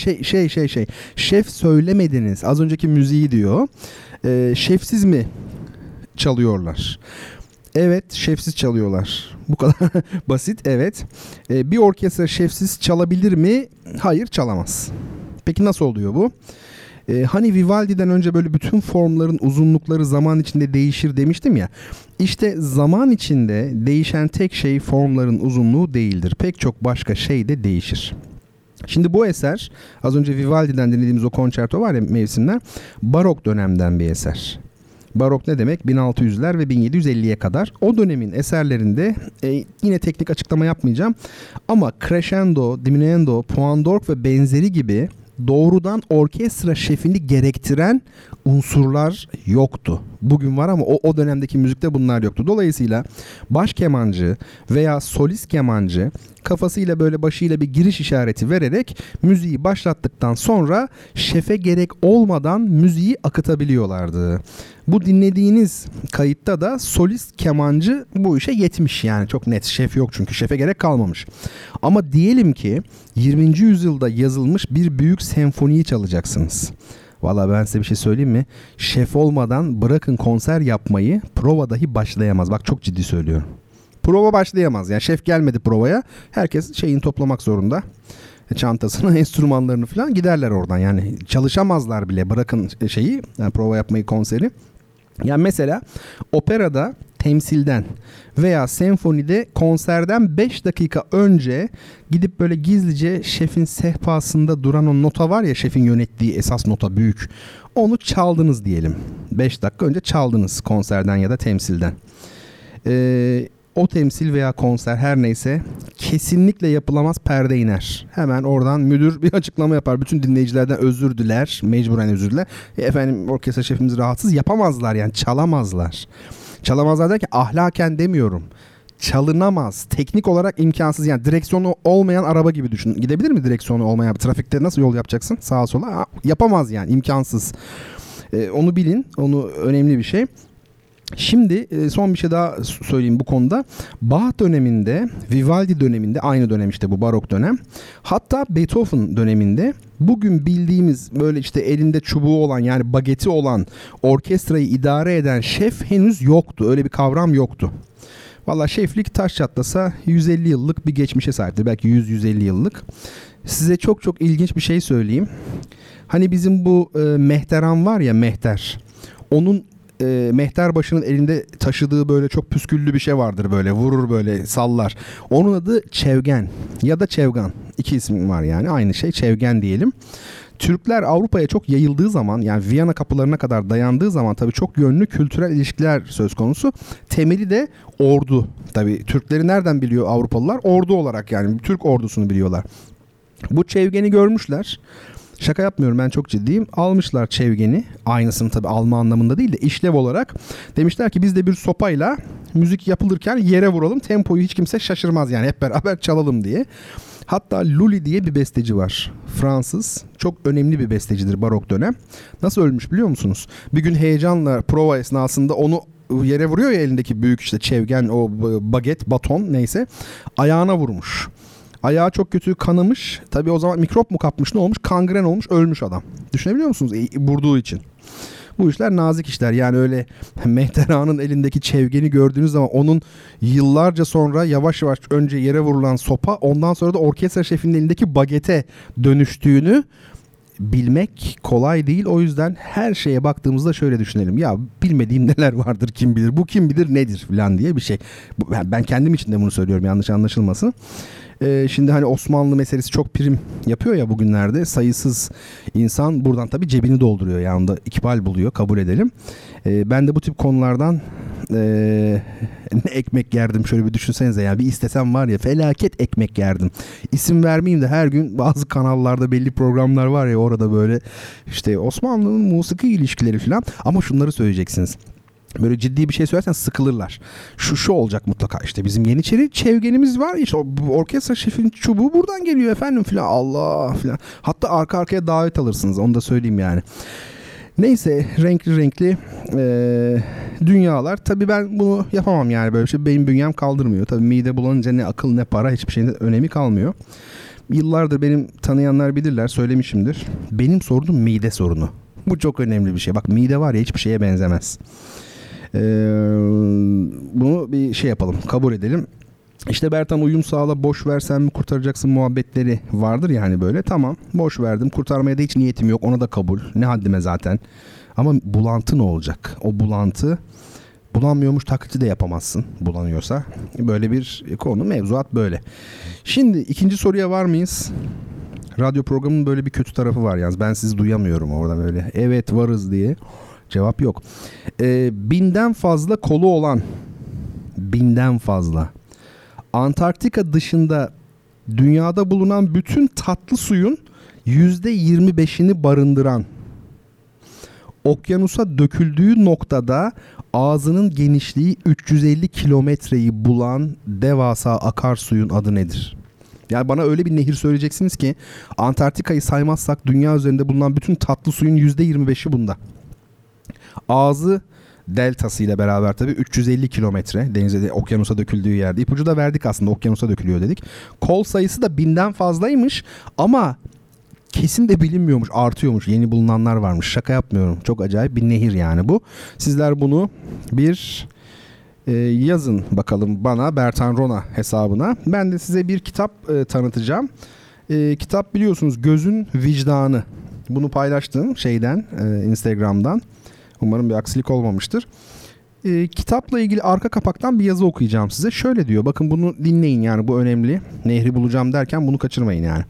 Şef söylemediniz. Az önceki müziği diyor. Şefsiz mi çalıyorlar? Evet, şefsiz çalıyorlar. Bu kadar basit, evet. Bir orkestra şefsiz çalabilir mi? Hayır, çalamaz. Peki nasıl oluyor bu? Hani Vivaldi'den önce böyle bütün formların uzunlukları zaman içinde değişir demiştim ya. İşte zaman içinde değişen tek şey formların uzunluğu değildir. Pek çok başka şey de değişir. Şimdi bu eser, az önce Vivaldi'den dinlediğimiz o konçerto var ya, mevsimler, barok dönemden bir eser. Barok ne demek? 1600'ler ve 1750'ye kadar. O dönemin eserlerinde yine teknik açıklama yapmayacağım ama crescendo, diminuendo, poindorf ve benzeri gibi doğrudan orkestra şefini gerektiren unsurlar yoktu. Bugün var ama o dönemdeki müzikte bunlar yoktu. Dolayısıyla baş kemancı veya solist kemancı kafasıyla böyle başıyla bir giriş işareti vererek müziği başlattıktan sonra şefe gerek olmadan müziği akıtabiliyorlardı. Bu dinlediğiniz kayıtta da solist kemancı bu işe yetmiş, yani çok net, şef yok çünkü şefe gerek kalmamış. Ama diyelim ki 20. yüzyılda yazılmış bir büyük senfoniyi çalacaksınız. Valla ben size bir şey söyleyeyim mi? Şef olmadan bırakın konser yapmayı, prova dahi başlayamaz. Bak çok ciddi söylüyorum. Prova başlayamaz. Yani şef gelmedi provaya. Herkes şeyini toplamak zorunda. Çantasını, enstrümanlarını falan, giderler oradan. Yani çalışamazlar bile. Bırakın şeyi, yani prova yapmayı, konseri. Yani mesela operada temsilden veya senfonide konserden 5 dakika önce gidip böyle gizlice şefin sehpasında duran o nota var ya, şefin yönettiği esas nota büyük. Onu çaldınız diyelim. 5 dakika önce çaldınız konserden ya da temsilden. O temsil veya konser her neyse kesinlikle yapılamaz, perde iner. Hemen oradan müdür bir açıklama yapar. Bütün dinleyicilerden özür diler. Mecburen özür diler. Efendim orkestra şefimiz rahatsız, yapamazlar yani, çalamazlar. Çalamazlar derken ahlaken demiyorum. Çalınamaz. Teknik olarak imkansız, yani direksiyonu olmayan araba gibi düşün. Gidebilir mi direksiyonu olmayan? Trafikte nasıl yol yapacaksın? Sağa sola. Yapamaz yani, imkansız. Onu bilin. Onu önemli bir şey. Şimdi son bir şey daha söyleyeyim bu konuda. Bach döneminde, Vivaldi döneminde, aynı dönem işte bu barok dönem. Hatta Beethoven döneminde bugün bildiğimiz böyle işte elinde çubuğu olan, yani bageti olan, orkestrayı idare eden şef henüz yoktu. Öyle bir kavram yoktu. Valla şeflik taş çatlasa 150 yıllık bir geçmişe sahiptir. Belki 100-150 yıllık. Size çok çok ilginç bir şey söyleyeyim. Hani bizim bu mehteran var ya, mehter. Onun mehter başının elinde taşıdığı böyle çok püsküllü bir şey vardır, böyle vurur, böyle sallar. Onun adı çevgen ya da çevgan. İki isim var yani, aynı şey, çevgen diyelim. Türkler Avrupa'ya çok yayıldığı zaman, yani Viyana kapılarına kadar dayandığı zaman tabii çok yönlü kültürel ilişkiler söz konusu. Temeli de ordu. Tabii Türkleri nereden biliyor Avrupalılar? Ordu olarak, yani Türk ordusunu biliyorlar. Bu çevgeni görmüşler. Şaka yapmıyorum, ben çok ciddiyim. Almışlar çevgeni. Aynısını tabii alma anlamında değil de işlev olarak. Demişler ki biz de bir sopayla müzik yapılırken yere vuralım. Tempoyu hiç kimse şaşırmaz, yani hep beraber çalalım diye. Hatta Lully diye bir besteci var. Fransız. Çok önemli bir bestecidir barok dönem. Nasıl ölmüş biliyor musunuz? Bir gün heyecanla prova esnasında onu yere vuruyor ya, elindeki büyük işte çevgen, o baget, baton neyse. Ayağına vurmuş. Ayağı çok kötü kanamış. Tabii o zaman mikrop mu kapmış, ne olmuş? Kangren olmuş, ölmüş adam. Düşünebiliyor musunuz? Vurduğu için. Bu işler nazik işler. Yani öyle Mehtera'nın elindeki çevgeni gördüğünüz zaman onun yıllarca sonra yavaş yavaş önce yere vurulan sopa, ondan sonra da orkestra şefinin elindeki bagete dönüştüğünü bilmek kolay değil. O yüzden her şeye baktığımızda şöyle düşünelim. Ya bilmediğim neler vardır, kim bilir. Bu kim bilir nedir falan diye bir şey. Ben kendim için de bunu söylüyorum, yanlış anlaşılmasın. Şimdi hani Osmanlı meselesi çok prim yapıyor ya bugünlerde. Sayısız insan buradan tabii cebini dolduruyor. Yani da ikbal buluyor, kabul edelim. Ben de bu tip konulardan ne ekmek yerdim şöyle bir düşünsenize ya. Bir istesem var ya felaket ekmek yerdim. İsim vermeyeyim de her gün bazı kanallarda belli programlar var ya orada böyle işte Osmanlı'nın musiki ilişkileri falan. Ama şunları söyleyeceksiniz. Böyle ciddi bir şey söylersen sıkılırlar. Şu olacak mutlaka işte bizim Yeniçeri çevgenimiz var. İşte orkestra şefinin çubuğu buradan geliyor efendim filan. Allah filan. Hatta arka arkaya davet alırsınız. Onu da söyleyeyim yani. Neyse renkli dünyalar. Tabii ben bunu yapamam yani böyle bir şey. Benim bünyem kaldırmıyor. Tabii mide bulanınca ne akıl ne para hiçbir şeyin önemi kalmıyor. Yıllardır benim tanıyanlar bilirler söylemişimdir. Benim sorunum mide sorunu. Bu çok önemli bir şey. Bak mide var ya hiçbir şeye benzemez. Bunu bir şey yapalım, kabul edelim. İşte Bertan uyum sağla, boş versen mi kurtaracaksın muhabbetleri vardır ya hani böyle. Tamam, boş verdim, kurtarmaya da hiç niyetim yok, ona da kabul. Ne haddime zaten. Ama bulantı ne olacak? O bulantı, bulanmıyormuş taklidi de yapamazsın bulanıyorsa. Böyle bir konu, mevzuat böyle. Şimdi ikinci soruya var mıyız? Radyo programının böyle bir kötü tarafı var yalnız. Ben sizi duyamıyorum orada böyle. Evet varız diye. Cevap yok. 1000'den fazla kolu olan, 1000'den fazla. Antarktika dışında dünyada bulunan bütün tatlı suyun %25'ini barındıran, okyanusa döküldüğü noktada ağzının genişliği 350 kilometreyi bulan devasa akarsuyun adı nedir? Yani bana öyle bir nehir söyleyeceksiniz ki Antarktika'yı saymazsak dünya üzerinde bulunan bütün tatlı suyun %25'i bunda. Ağzı deltası ile beraber tabii 350 kilometre denize, okyanusa döküldüğü yerde. İpucu da verdik aslında, okyanusa dökülüyor dedik. Kol sayısı da 1000'den fazlaymış ama kesin de bilinmiyormuş, artıyormuş. Yeni bulunanlar varmış. Şaka yapmıyorum. Çok acayip bir nehir yani bu. Sizler bunu bir yazın bakalım bana, Bertan Rona hesabına. Ben de size bir kitap tanıtacağım. Kitap biliyorsunuz Gözün Vicdanı. Bunu paylaştım şeyden, Instagram'dan. Umarım bir aksilik olmamıştır. Kitapla ilgili arka kapaktan bir yazı okuyacağım size. Şöyle diyor. Bakın bunu dinleyin yani, bu önemli. Nehri bulacağım derken bunu kaçırmayın yani.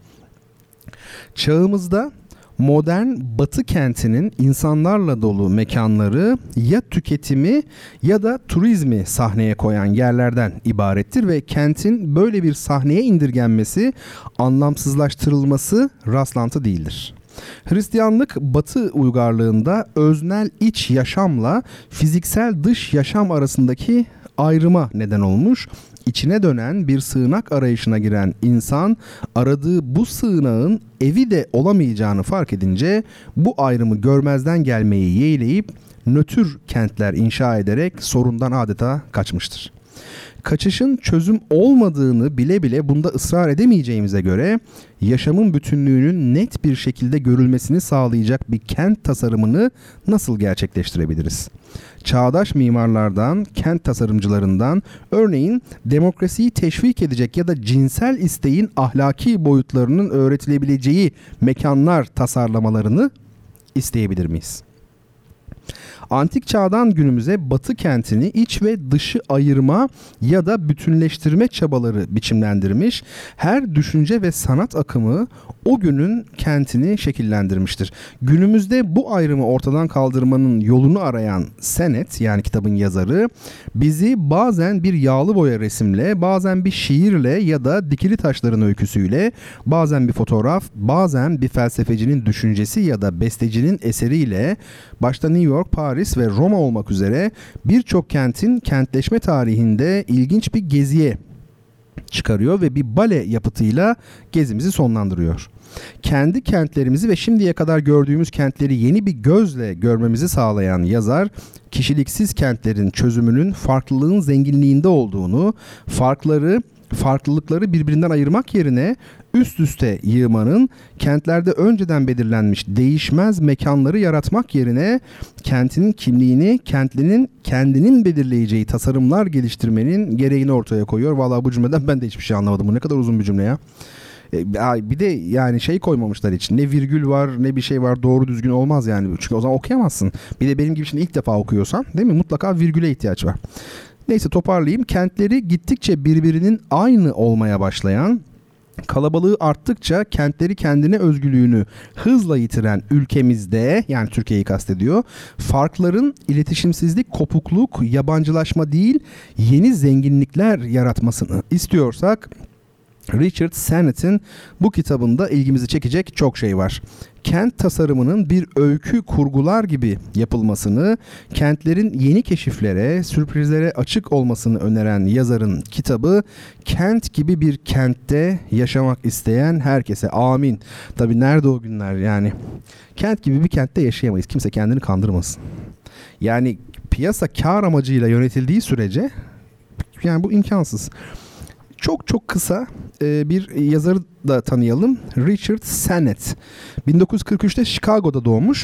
Çağımızda modern Batı kentinin insanlarla dolu mekanları ya tüketimi ya da turizmi sahneye koyan yerlerden ibarettir ve kentin böyle bir sahneye indirgenmesi, anlamsızlaştırılması rastlantı değildir. Hristiyanlık Batı uygarlığında öznel iç yaşamla fiziksel dış yaşam arasındaki ayrıma neden olmuş. İçine dönen bir sığınak arayışına giren insan aradığı bu sığınağın evi de olamayacağını fark edince bu ayrımı görmezden gelmeyi yeğleyip nötr kentler inşa ederek sorundan adeta kaçmıştır. Kaçışın çözüm olmadığını bile bile bunda ısrar edemeyeceğimize göre yaşamın bütünlüğünün net bir şekilde görülmesini sağlayacak bir kent tasarımını nasıl gerçekleştirebiliriz? Çağdaş mimarlardan, kent tasarımcılarından örneğin demokrasiyi teşvik edecek ya da cinsel isteğin ahlaki boyutlarının öğretilebileceği mekanlar tasarlamalarını isteyebilir miyiz? Antik çağdan günümüze Batı kentini iç ve dışı ayırma ya da bütünleştirme çabaları biçimlendirmiş, her düşünce ve sanat akımı o günün kentini şekillendirmiştir. Günümüzde bu ayrımı ortadan kaldırmanın yolunu arayan Sennett, yani kitabın yazarı, bizi bazen bir yağlı boya resimle, bazen bir şiirle ya da dikili taşların öyküsüyle, bazen bir fotoğraf, bazen bir felsefecinin düşüncesi ya da bestecinin eseriyle, başta New York, Paris ve Roma olmak üzere birçok kentin kentleşme tarihinde ilginç bir geziye çıkarıyor ve bir bale yapıtıyla gezimizi sonlandırıyor. Kendi kentlerimizi ve şimdiye kadar gördüğümüz kentleri yeni bir gözle görmemizi sağlayan yazar, kişiliksiz kentlerin çözümünün farklılığın zenginliğinde olduğunu, farklılıkları birbirinden ayırmak yerine üst üste yığmanın, kentlerde önceden belirlenmiş değişmez mekanları yaratmak yerine kentinin kimliğini, kentlinin kendinin belirleyeceği tasarımlar geliştirmenin gereğini ortaya koyuyor. Vallahi bu cümleden ben de hiçbir şey anlamadım. Bu ne kadar uzun bir cümle ya. Bir de yani şey koymamışlar için. Ne virgül var ne bir şey var, doğru düzgün olmaz yani. Çünkü o zaman okuyamazsın. Bir de benim gibi şimdi ilk defa okuyorsan, değil mi? Mutlaka virgüle ihtiyaç var. Neyse toparlayayım. Kentleri gittikçe birbirinin aynı olmaya başlayan, Kalabalığı arttıkça kentleri kendine özgülüğünü hızla yitiren ülkemizde, yani Türkiye'yi kastediyor, farkların iletişimsizlik, kopukluk, yabancılaşma değil yeni zenginlikler yaratmasını istiyorsak Richard Sennett'in bu kitabında ilgimizi çekecek çok şey var. Kent tasarımının bir öykü kurgular gibi yapılmasını, kentlerin yeni keşiflere, sürprizlere açık olmasını öneren yazarın kitabı, kent gibi bir kentte yaşamak isteyen herkese amin. Tabii nerede o günler yani? Kent gibi bir kentte yaşayamayız. Kimse kendini kandırmasın. Yani piyasa kar amacıyla yönetildiği sürece yani bu imkansız. Çok çok kısa bir yazarı da tanıyalım. Richard Sennett. 1943'te Chicago'da doğmuş.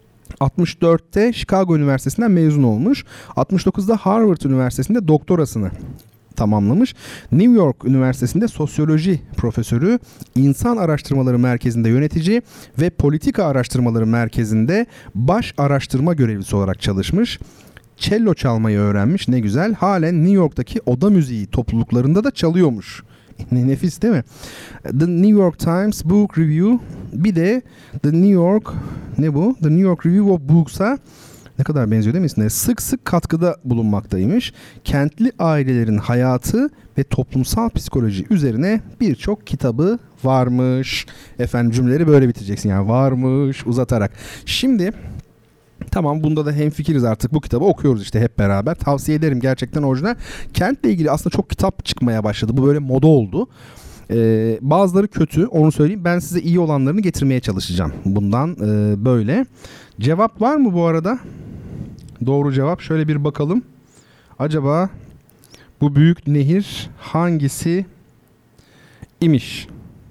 64'te Chicago Üniversitesi'nden mezun olmuş. 69'da Harvard Üniversitesi'nde doktorasını tamamlamış. New York Üniversitesi'nde sosyoloji profesörü, insan araştırmaları merkezinde yönetici ve politika araştırmaları merkezinde baş araştırma görevlisi olarak çalışmış. Cello çalmayı öğrenmiş, ne güzel. Halen New York'taki oda müziği topluluklarında da çalıyormuş. Nefis değil mi? The New York Times Book Review, bir de The New York, ne bu? The New York Review of Books'a ne kadar benziyor değil mi? Sık sık katkıda bulunmaktaymış. Kentli ailelerin hayatı ve toplumsal psikoloji üzerine birçok kitabı varmış. Efendim cümleleri böyle bitireceksin yani, varmış uzatarak. Şimdi tamam, bunda da hemfikiriz artık, bu kitabı okuyoruz işte hep beraber. Tavsiye ederim, gerçekten orijinal. Kentle ilgili aslında çok kitap çıkmaya başladı. Bu böyle moda oldu. Bazıları kötü, onu söyleyeyim. Ben size iyi olanlarını getirmeye çalışacağım bundan böyle. Cevap var mı bu arada? Doğru cevap. Şöyle bir bakalım. Acaba bu büyük nehir hangisi imiş?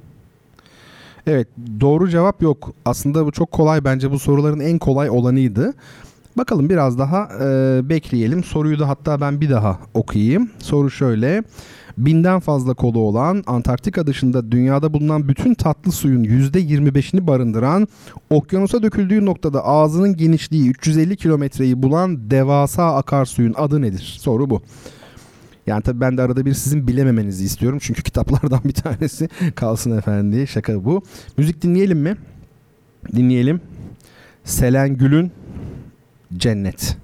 Evet, doğru cevap yok. Aslında bu çok kolay, bence bu soruların en kolay olanıydı. Bakalım, biraz daha bekleyelim. Soruyu da hatta ben bir daha okuyayım. Soru şöyle: 1000'den fazla kolu olan, Antarktika dışında dünyada bulunan bütün tatlı suyun %25'ini barındıran, okyanusa döküldüğü noktada ağzının genişliği 350 kilometreyi bulan devasa akarsuyun adı nedir? Soru bu. Yani tabii ben de arada bir sizin bilememenizi istiyorum. Çünkü kitaplardan bir tanesi kalsın efendi. Şaka bu. Müzik dinleyelim mi? Dinleyelim. Selen Gül'ün Cennet.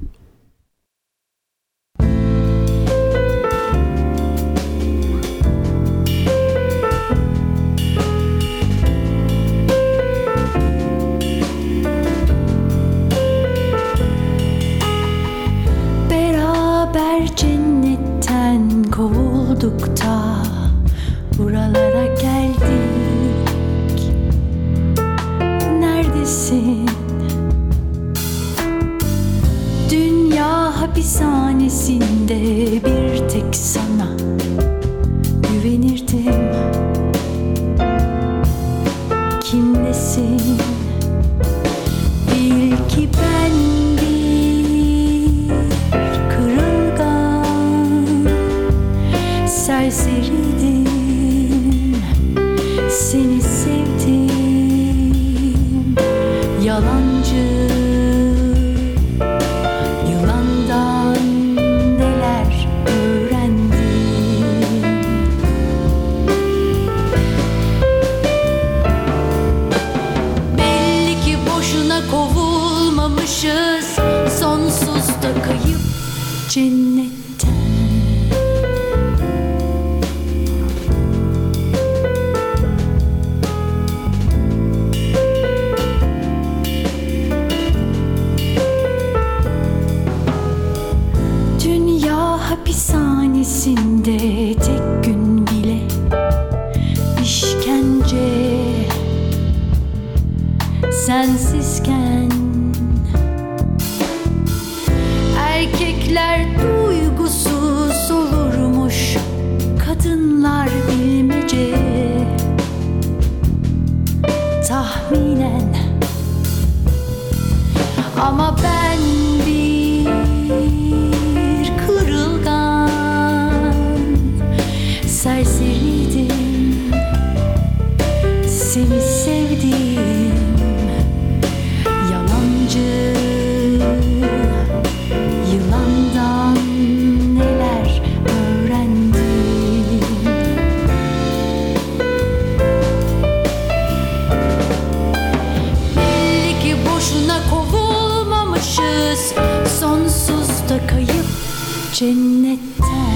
Beraber cennetten kovulduk da buralara geldik. Neredesin? Dünya hapishanesinde bir tek sana güvenirdim. Kimlesin? Bil ki ben serseriydim, seni sevdim, yalancı, yılandan neler öğrendim. Belli ki boşuna kovulmamışız, sonsuzda kayıp cennet. Hapishanesinde tek gün bile işkence, sensizken erkekler duygusuz olurmuş, kadınlar bilmece. Tahminen, ama ben serseriydim, seni sevdim, yalancı, yılandan neler öğrendim. cennetten.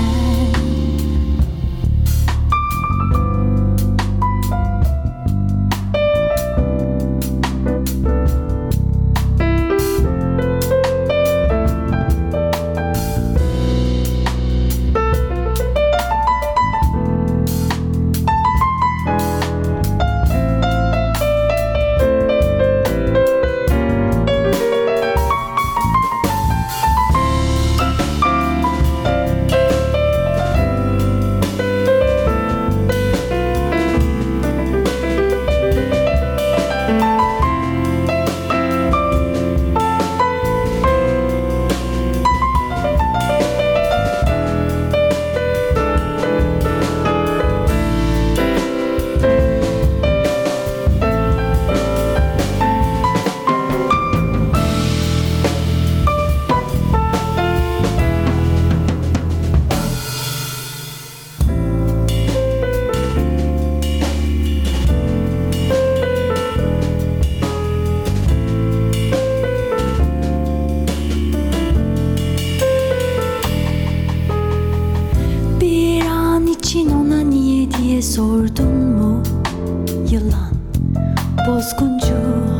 Sordun mu yılan bozguncu?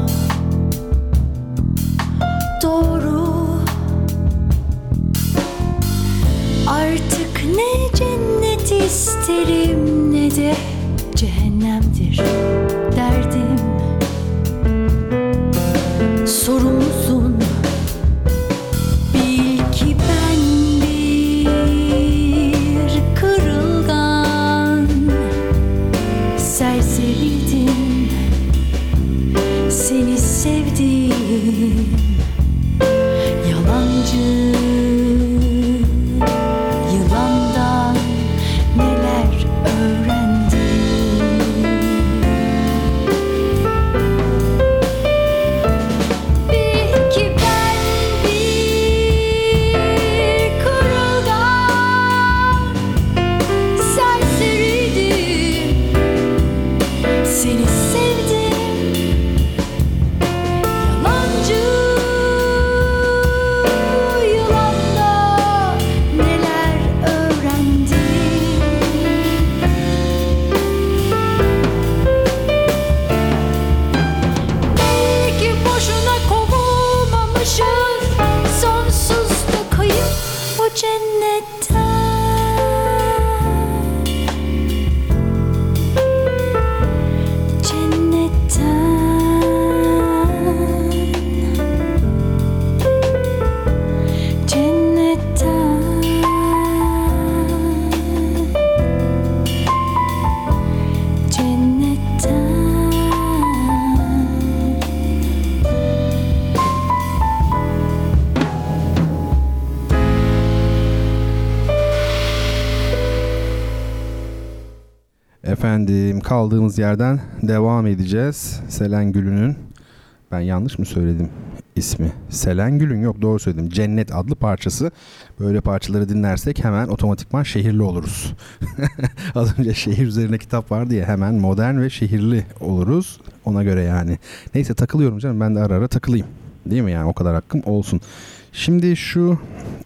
Doğru. Artık ne cennet isterim ne de cehennemdir derdim. Sorumlusun, bil ki ben bir kırılgan serseriydim, seni sevdim, yalancı. Yılandan neler öğrendim. Bil ki ben bir kırılgan serseriydim, seni sevdim, yalancı. Yılanda neler öğrendim. Belki boşuna kovulmamışız, sonsuzda kayıp o cennetten. Efendim, kaldığımız yerden devam edeceğiz. Selen Gül'ünün, ben yanlış mı söyledim ismi? Selen Gül'ün, yok doğru söyledim. Cennet adlı parçası. Böyle parçaları dinlersek hemen otomatikman şehirli oluruz. Az önce şehir üzerine kitap vardı ya, hemen modern ve şehirli oluruz. Ona göre yani. Neyse, takılıyorum canım, ben de ara ara takılayım. Değil mi yani, o kadar hakkım olsun. Şimdi şu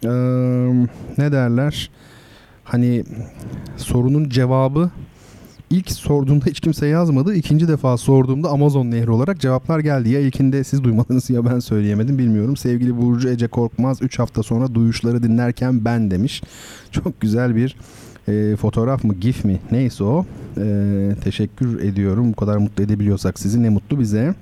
ne derler? Hani sorunun cevabı İlk sorduğumda hiç kimse yazmadı. İkinci defa sorduğumda Amazon Nehri olarak cevaplar geldi. Ya ilkinde siz duymadınız ya ben söyleyemedim, bilmiyorum. Sevgili Burcu Ece Korkmaz 3 hafta sonra duyuşları dinlerken ben demiş. Çok güzel bir fotoğraf mı, gif mi, neyse o. Teşekkür ediyorum. Bu kadar mutlu edebiliyorsak sizi, ne mutlu bize.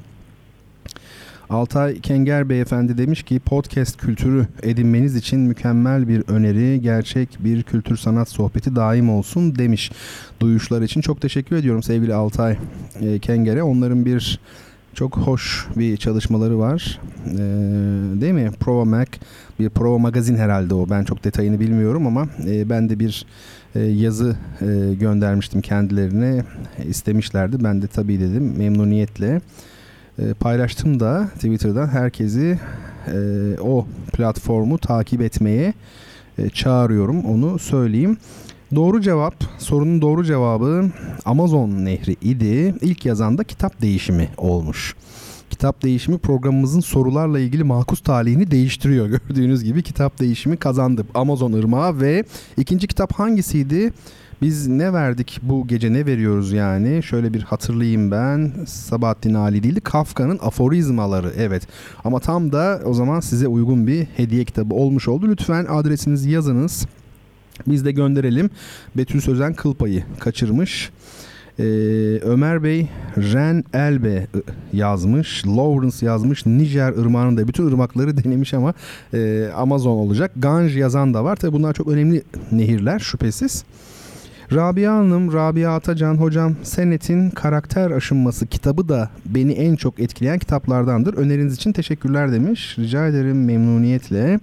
Altay Kenger Beyefendi demiş ki podcast kültürü edinmeniz için mükemmel bir öneri, gerçek bir kültür sanat sohbeti daim olsun demiş. Duyuşlar için çok teşekkür ediyorum sevgili Altay Kenger'e. Onların bir çok hoş bir çalışmaları var, değil mi? Prova Mag, bir Prova Magazin herhalde o, ben çok detayını bilmiyorum ama ben de bir yazı göndermiştim kendilerine, istemişlerdi, ben de tabii dedim memnuniyetle. Paylaştım da Twitter'dan, herkesi o platformu takip etmeye çağırıyorum, onu söyleyeyim. Doğru cevap, sorunun doğru cevabı Amazon Nehri idi. İlk yazan da kitap değişimi olmuş. Kitap değişimi programımızın sorularla ilgili makus talihini değiştiriyor. Gördüğünüz gibi kitap değişimi kazandı. Amazon Irmağı ve ikinci kitap hangisiydi? Biz ne verdik bu gece, ne veriyoruz yani? Şöyle bir hatırlayayım ben. Sabahattin Ali değildi. Kafka'nın Aforizmaları. Evet. Ama tam da o zaman size uygun bir hediye kitabı olmuş oldu. Lütfen adresinizi yazınız. Biz de gönderelim. Betül Sözen kıl payı kaçırmış. Ömer Bey Ren Elbe yazmış. Lawrence yazmış. Nijer ırmağının da bütün ırmakları denemiş ama Amazon olacak. Ganj yazan da var. Tabii bunlar çok önemli nehirler şüphesiz. Rabia Hanım, Rabia Atacan hocam, Senet'in Karakter Aşınması kitabı da beni en çok etkileyen kitaplardandır. Öneriniz için teşekkürler demiş. Rica ederim, memnuniyetle.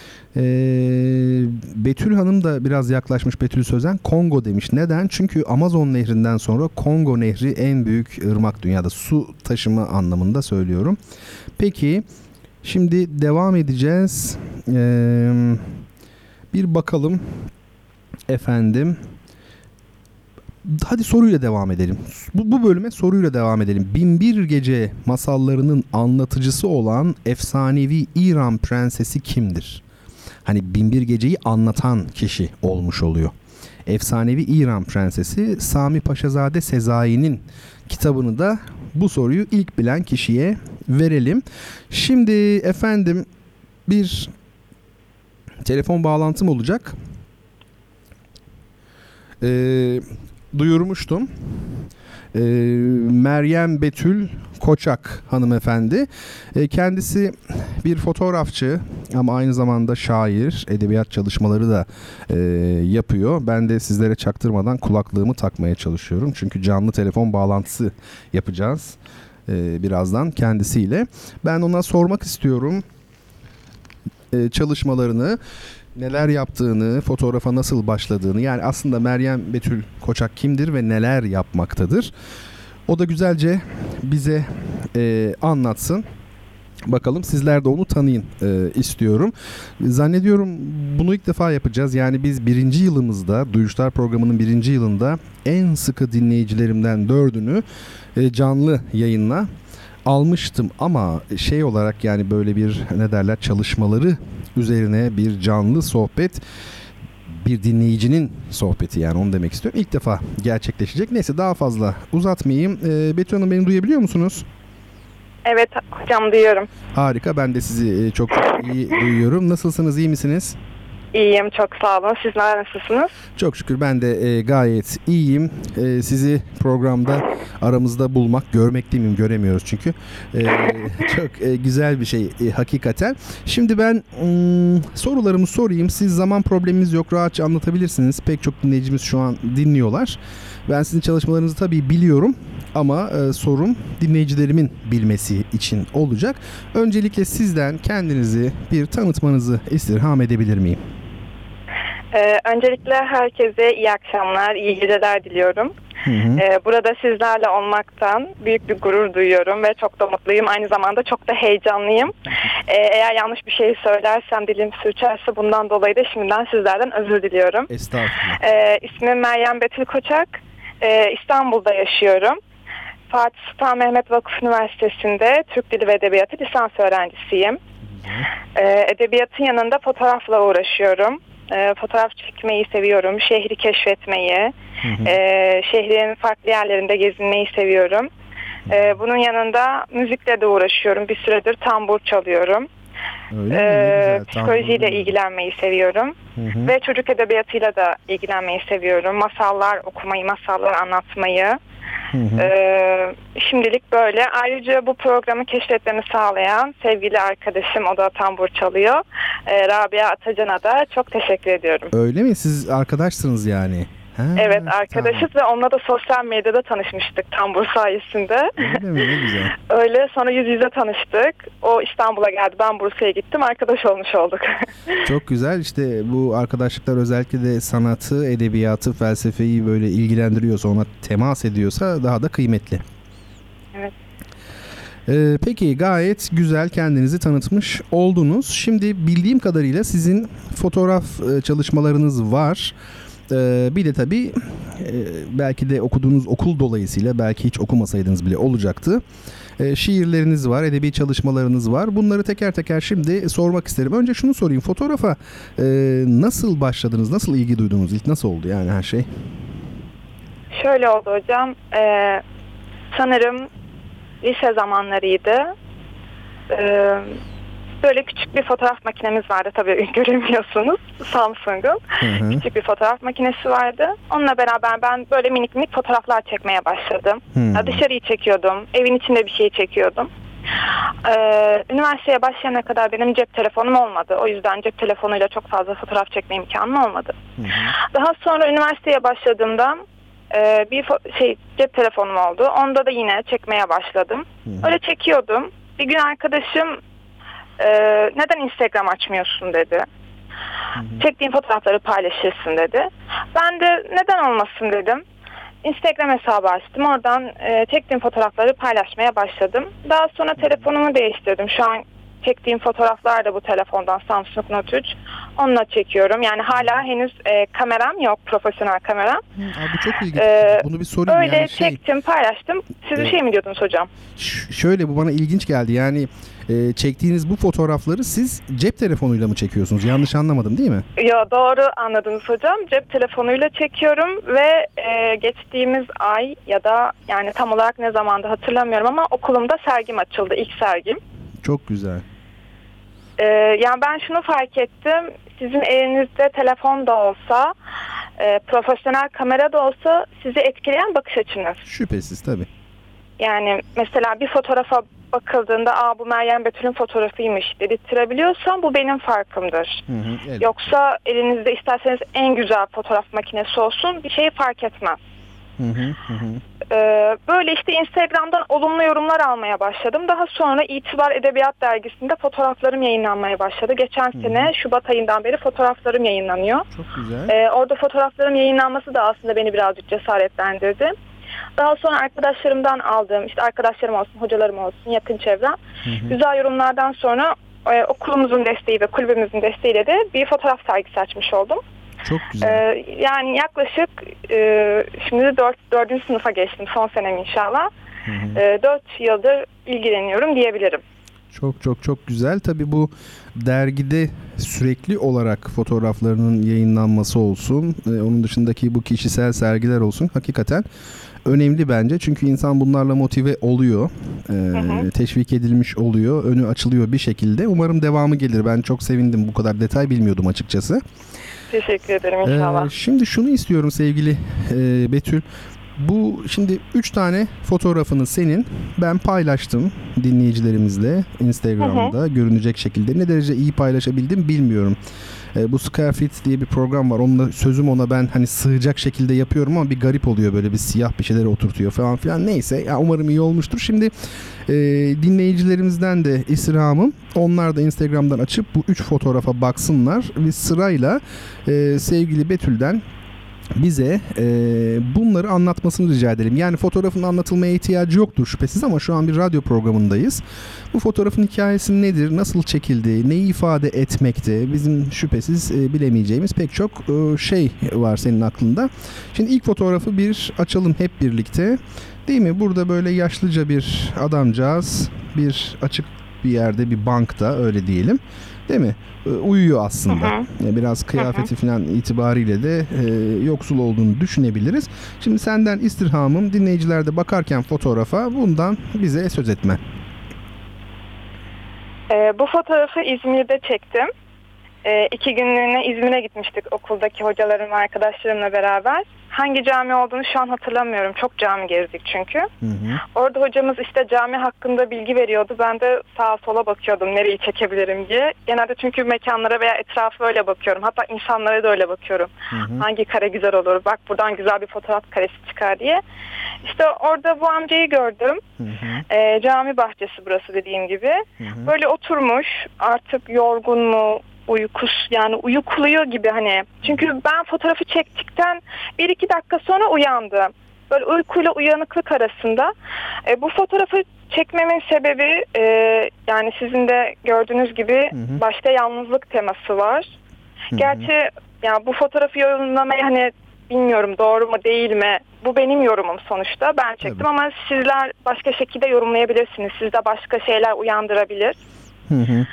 Betül Hanım da biraz yaklaşmış, Betül Sözen. Kongo demiş. Neden? Çünkü Amazon nehrinden sonra Kongo nehri en büyük ırmak dünyada. Su taşıma anlamında söylüyorum. Peki şimdi devam edeceğiz. Bir bakalım efendim. Hadi soruyla devam edelim. Bu bölüme soruyla devam edelim. Binbir Gece masallarının anlatıcısı olan efsanevi İran prensesi kimdir? Hani Binbir Gece'yi anlatan kişi olmuş oluyor. Efsanevi İran prensesi Sami Paşazade Sezai'nin kitabını da bu soruyu ilk bilen kişiye verelim. Şimdi efendim bir telefon bağlantım olacak. Duyurmuştum. Meryem Betül Koçak hanımefendi. Kendisi bir fotoğrafçı ama aynı zamanda şair, edebiyat çalışmaları da yapıyor. Ben de sizlere çaktırmadan kulaklığımı takmaya çalışıyorum. Çünkü canlı telefon bağlantısı yapacağız birazdan kendisiyle. Ben ona sormak istiyorum çalışmalarını, neler yaptığını, fotoğrafa nasıl başladığını. Yani aslında Meryem Betül Koçak kimdir ve neler yapmaktadır? O da güzelce bize anlatsın. Bakalım sizler de onu tanıyın istiyorum. Zannediyorum bunu ilk defa yapacağız. Yani biz 1. yılımızda, Duyuşlar programının 1. yılında en sıkı dinleyicilerimden 4'ünü canlı yayınla almıştım. Ama şey olarak yani böyle bir ne derler çalışmaları üzerine bir canlı sohbet, bir dinleyicinin sohbeti yani onu demek istiyorum. İlk defa gerçekleşecek. Neyse daha fazla uzatmayayım. Betül Hanım beni duyabiliyor musunuz? Evet hocam duyuyorum. Harika, ben de sizi çok iyi duyuyorum. Nasılsınız, iyi misiniz? İyiyim, çok sağ olun. Sizler nasılsınız? Çok şükür ben de gayet iyiyim. Sizi programda aramızda bulmak, görmek değil miyim? Göremiyoruz çünkü. Çok güzel bir şey hakikaten. Şimdi ben sorularımı sorayım. Siz zaman probleminiz yok, rahatça anlatabilirsiniz. Pek çok dinleyicimiz şu an dinliyorlar. Ben sizin çalışmalarınızı tabii biliyorum ama sorum dinleyicilerimin bilmesi için olacak. Öncelikle sizden kendinizi bir tanıtmanızı istirham edebilir miyim? Öncelikle herkese iyi akşamlar, iyi geceler diliyorum. Burada sizlerle olmaktan büyük bir gurur duyuyorum ve çok da mutluyum. Aynı zamanda çok da heyecanlıyım. Eğer yanlış bir şey söylersem, dilim sürçerse bundan dolayı da şimdiden sizlerden özür diliyorum. Estağfurullah. İsmim Meryem Betül Koçak. İstanbul'da yaşıyorum. Fatih Sultan Mehmet Vakıf Üniversitesi'nde Türk Dili ve Edebiyatı lisans öğrencisiyim. Edebiyatın yanında fotoğrafla uğraşıyorum. Fotoğraf çekmeyi seviyorum. Şehri keşfetmeyi, şehrin farklı yerlerinde gezinmeyi seviyorum. Bunun yanında müzikle de uğraşıyorum. Bir süredir tambur çalıyorum. Psikolojiyle ilgilenmeyi seviyorum. Ve çocuk edebiyatıyla da ilgilenmeyi seviyorum. Masallar okumayı, masallar anlatmayı. Şimdilik böyle. Ayrıca bu programı keşfetmemi sağlayan sevgili arkadaşım, o da tambur çalıyor, Rabia Atacan'a da çok teşekkür ediyorum. Öyle mi? Siz arkadaşsınız yani. Ha, evet, arkadaşız tamam. Ve onunla da sosyal medyada tanışmıştık tambur sayesinde. Öyle mi? Ne güzel. Öyle, sonra yüz yüze tanıştık. O İstanbul'a geldi, ben Bursa'ya gittim, arkadaş olmuş olduk. Çok güzel. İşte bu arkadaşlıklar özellikle de sanatı, edebiyatı, felsefeyi böyle ilgilendiriyorsa, ona temas ediyorsa daha da kıymetli. Evet. Peki, gayet güzel kendinizi tanıtmış oldunuz. Şimdi bildiğim kadarıyla sizin fotoğraf çalışmalarınız var. Bir de tabii belki de okuduğunuz okul dolayısıyla, belki hiç okumasaydınız bile olacaktı. şiirleriniz var, edebi çalışmalarınız var. Bunları teker teker şimdi sormak isterim. Önce şunu sorayım. Fotoğrafa nasıl başladınız? Nasıl ilgi duydunuz? İlk nasıl oldu yani her şey? Şöyle oldu hocam. Sanırım lise zamanlarıydı. Böyle küçük bir fotoğraf makinemiz vardı, tabii göremiyorsunuz. Samsung'un küçük bir fotoğraf makinesi vardı. Onunla beraber ben böyle minik minik fotoğraflar çekmeye başladım. Dışarıyı çekiyordum, evin içinde bir şey çekiyordum. Üniversiteye başlayana kadar benim cep telefonum olmadı. O yüzden cep telefonuyla çok fazla fotoğraf çekme imkanım olmadı. Daha sonra üniversiteye başladığımda bir cep telefonum oldu. Onda da yine çekmeye başladım. Öyle çekiyordum. Bir gün arkadaşım neden Instagram açmıyorsun dedi. Çektiğin fotoğrafları paylaşırsın dedi. Ben de neden olmasın dedim. Instagram hesabı açtım. Oradan çektiğim fotoğrafları paylaşmaya başladım. Daha sonra telefonumu değiştirdim. Şu an çektiğim fotoğraflar da bu telefondan, Samsung Note 3. Onunla çekiyorum. Yani hala henüz kameram yok, profesyonel kameram. Abi çok ilginç. Bunu bir sorayım. Öyle yani çektim, paylaştım. Siz bir şey mi diyordunuz hocam? Şöyle, bu bana ilginç geldi. Yani çektiğiniz bu fotoğrafları siz cep telefonuyla mı çekiyorsunuz? Yanlış anlamadım değil mi? Ya doğru anladınız hocam. Cep telefonuyla çekiyorum ve geçtiğimiz ay ya da yani tam olarak ne zamanda hatırlamıyorum ama okulumda sergim açıldı. İlk sergim. Çok güzel. Yani ben şunu fark ettim. Sizin elinizde telefon da olsa, profesyonel kamera da olsa sizi etkileyen bakış açınız. Şüphesiz tabii. Yani mesela bir fotoğrafa bakıldığında bu Meryem Betül'ün fotoğrafıymış dedirtebiliyorsam bu benim farkımdır. Evet. Yoksa elinizde isterseniz en güzel fotoğraf makinesi olsun, bir şey fark etmez. Böyle işte Instagram'dan olumlu yorumlar almaya başladım. Daha sonra İtibar Edebiyat Dergisi'nde fotoğraflarım yayınlanmaya başladı. Geçen sene Şubat ayından beri fotoğraflarım yayınlanıyor. Çok güzel. Orada fotoğraflarım yayınlanması da aslında beni birazcık cesaretlendirdi. Daha sonra arkadaşlarımdan aldığım, işte arkadaşlarım olsun, hocalarım olsun, yakın çevrem, güzel yorumlardan sonra okulumuzun desteği ve kulübümüzün desteğiyle de bir fotoğraf sergisi açmış oldum. Çok güzel. Yani yaklaşık şimdi 4. sınıfa geçtim, son senem inşallah. 4 yıldır ilgileniyorum diyebilirim. Çok çok çok güzel. Tabii bu dergide sürekli olarak fotoğraflarının yayınlanması olsun, onun dışındaki bu kişisel sergiler olsun, hakikaten önemli bence. Çünkü insan bunlarla motive oluyor, teşvik edilmiş oluyor, önü açılıyor bir şekilde. Umarım devamı gelir. Ben çok sevindim. Bu kadar detay bilmiyordum açıkçası. Teşekkür ederim inşallah. Şimdi şunu istiyorum sevgili Betül. Bu şimdi 3 tane fotoğrafını senin ben paylaştım dinleyicilerimizle Instagram'da görünecek şekilde. Ne derece iyi paylaşabildim bilmiyorum. Bu Scarefit diye bir program var. Onunla sözüm ona ben hani sığacak şekilde yapıyorum ama bir garip oluyor, böyle bir siyah bir şeyleri oturtuyor falan filan. Neyse ya, umarım iyi olmuştur. Şimdi dinleyicilerimizden de istirhamım, onlar da Instagram'dan açıp bu 3 fotoğrafa baksınlar ve sırayla sevgili Betül'den bize bunları anlatmasını rica edelim. Yani fotoğrafın anlatılmaya ihtiyacı yoktur şüphesiz ama şu an bir radyo programındayız. Bu fotoğrafın hikayesi nedir, nasıl çekildi, neyi ifade etmekte, bizim şüphesiz bilemeyeceğimiz pek çok şey var senin aklında. Şimdi ilk fotoğrafı bir açalım hep birlikte. Değil mi? Burada böyle yaşlıca bir adamcağız bir açık bir yerde, bir bankta öyle diyelim. Değil mi? Uyuyor aslında. Biraz kıyafeti falan itibariyle de yoksul olduğunu düşünebiliriz. Şimdi senden istirhamım, dinleyiciler de bakarken fotoğrafa bundan bize söz etme. Bu fotoğrafı İzmir'de çektim. 2 günlüğüne İzmir'e gitmiştik okuldaki hocalarım ve arkadaşlarımla beraber. Hangi cami olduğunu şu an hatırlamıyorum. Çok cami gezdik çünkü. Orada hocamız işte cami hakkında bilgi veriyordu. Ben de sağa sola bakıyordum nereyi çekebilirim diye. Genelde çünkü mekanlara veya etrafa öyle bakıyorum. Hatta insanlara da öyle bakıyorum. Hangi kare güzel olur, bak buradan güzel bir fotoğraf karesi çıkar diye. İşte orada bu amcayı gördüm. Cami bahçesi burası dediğim gibi. Böyle oturmuş, artık yorgun mu, yani uyukluyor gibi hani. Çünkü ben fotoğrafı çektikten 1-2 dakika sonra uyandı. Böyle uykuyla uyanıklık arasında. Bu fotoğrafı çekmemin sebebi yani sizin de gördüğünüz gibi başta yalnızlık teması var. Gerçi yani bu fotoğrafı yorumlamaya hani bilmiyorum doğru mu değil mi, bu benim yorumum sonuçta. Ben çektim Tabii. ama sizler başka şekilde yorumlayabilirsiniz. Sizde başka şeyler uyandırabilir. Hı hı.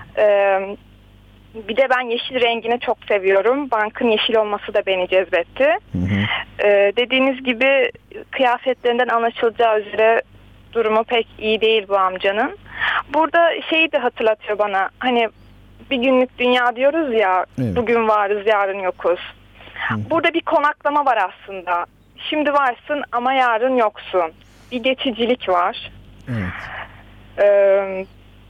Bir de ben yeşil rengini çok seviyorum. Bankın yeşil olması da beni cezbetti. Hı hı. Dediğiniz gibi kıyafetlerinden anlaşılacağı üzere durumu pek iyi değil bu amcanın. Burada şeyi de hatırlatıyor bana. Hani bir günlük dünya diyoruz ya. Evet. Bugün varız, yarın yokuz. Hı. Burada bir konaklama var aslında. Şimdi varsın ama yarın yoksun. Bir geçicilik var. Evet.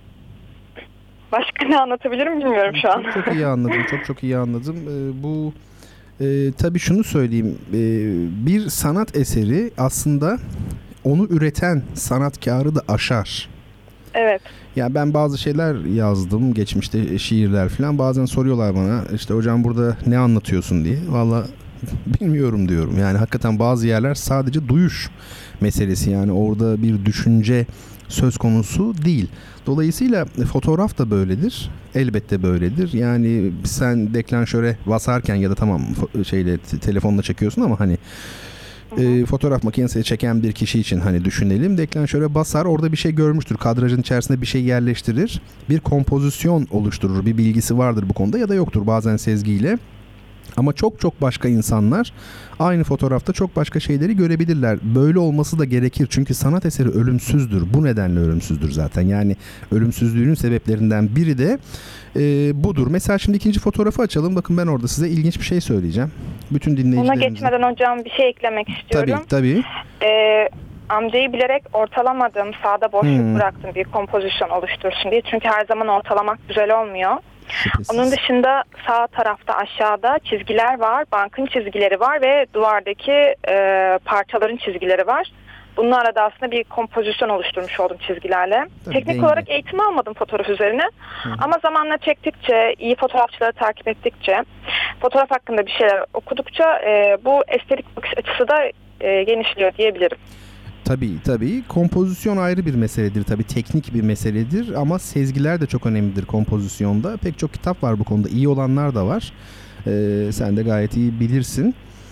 Başka ne anlatabilirim bilmiyorum şu an. Çok iyi anladım. Çok iyi anladım. Bu tabii şunu söyleyeyim. Bir sanat eseri aslında onu üreten sanatkarı da aşar. Evet. Ya ben bazı şeyler yazdım geçmişte, şiirler falan. Bazen soruyorlar bana işte hocam burada ne anlatıyorsun diye. Vallahi bilmiyorum diyorum. Yani hakikaten bazı yerler sadece duyuş meselesi. Yani orada bir düşünce söz konusu değil. Dolayısıyla fotoğraf da böyledir. Elbette böyledir. Yani sen deklanşöre basarken ya da tamam telefonla çekiyorsun ama hani fotoğraf makinesiyle çeken bir kişi için hani düşünelim. Deklanşöre basar, orada bir şey görmüştür. Kadrajın içerisinde bir şey yerleştirir. Bir kompozisyon oluşturur. Bir bilgisi vardır bu konuda ya da yoktur bazen sezgiyle. Ama çok başka insanlar aynı fotoğrafta çok başka şeyleri görebilirler. Böyle olması da gerekir. Çünkü sanat eseri ölümsüzdür. Bu nedenle ölümsüzdür zaten. Yani ölümsüzlüğünün sebeplerinden biri de budur. Mesela şimdi ikinci fotoğrafı açalım. Bakın ben orada size ilginç bir şey söyleyeceğim. Bütün dinleyicilerimize. Ona geçmeden hocam bir şey eklemek istiyorum. Tabii. Amcayı bilerek ortalamadım. Sağda boşluk bıraktım bir kompozisyon oluştursun diye. Çünkü her zaman ortalamak güzel olmuyor. Şüphesiz. Onun dışında sağ tarafta aşağıda çizgiler var. Bankın çizgileri var ve duvardaki parçaların çizgileri var. Bununla arada aslında bir kompozisyon oluşturmuş oldum çizgilerle. Tabii, Teknik denge. olarak eğitim almadım fotoğraf üzerine. Ama zamanla çektikçe, iyi fotoğrafçıları takip ettikçe, fotoğraf hakkında bir şeyler okudukça bu estetik bakış açısı da genişliyor diyebilirim. Tabii. Kompozisyon ayrı bir meseledir. Tabii teknik bir meseledir ama sezgiler de çok önemlidir kompozisyonda. Pek çok kitap var bu konuda. İyi olanlar da var. Sen de gayet iyi bilirsin.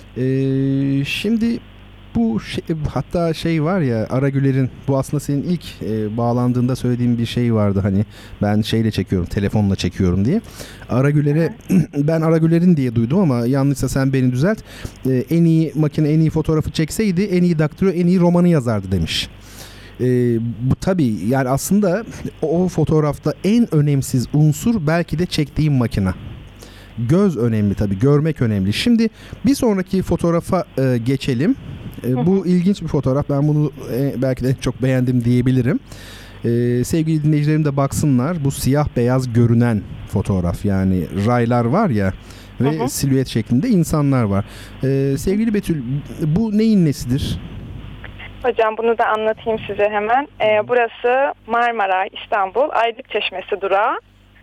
Şimdi bu hatta şey var ya, Aragüler'in, bu aslında senin ilk bağlandığında söylediğin bir şey vardı hani ben şeyle çekiyorum, telefonla çekiyorum diye. Aragüler'e ben Aragüler'in diye duydum ama yanlışsa sen beni düzelt. En iyi makine en iyi fotoğrafı çekseydi en iyi daktilo en iyi romanı yazardı demiş. Bu tabii yani aslında o fotoğrafta en önemsiz unsur belki de çektiğim makine. Göz önemli tabii, görmek önemli. Şimdi bir sonraki fotoğrafa geçelim. Bu ilginç bir fotoğraf. Ben bunu belki de en çok beğendim diyebilirim. Sevgili dinleyicilerim de baksınlar. Bu siyah beyaz görünen fotoğraf. Yani raylar var ya ve silüet şeklinde insanlar var. Sevgili Betül, bu neyin nesidir? Hocam bunu da anlatayım size hemen. Burası Marmaray, İstanbul, Ayrılık Çeşmesi durağı.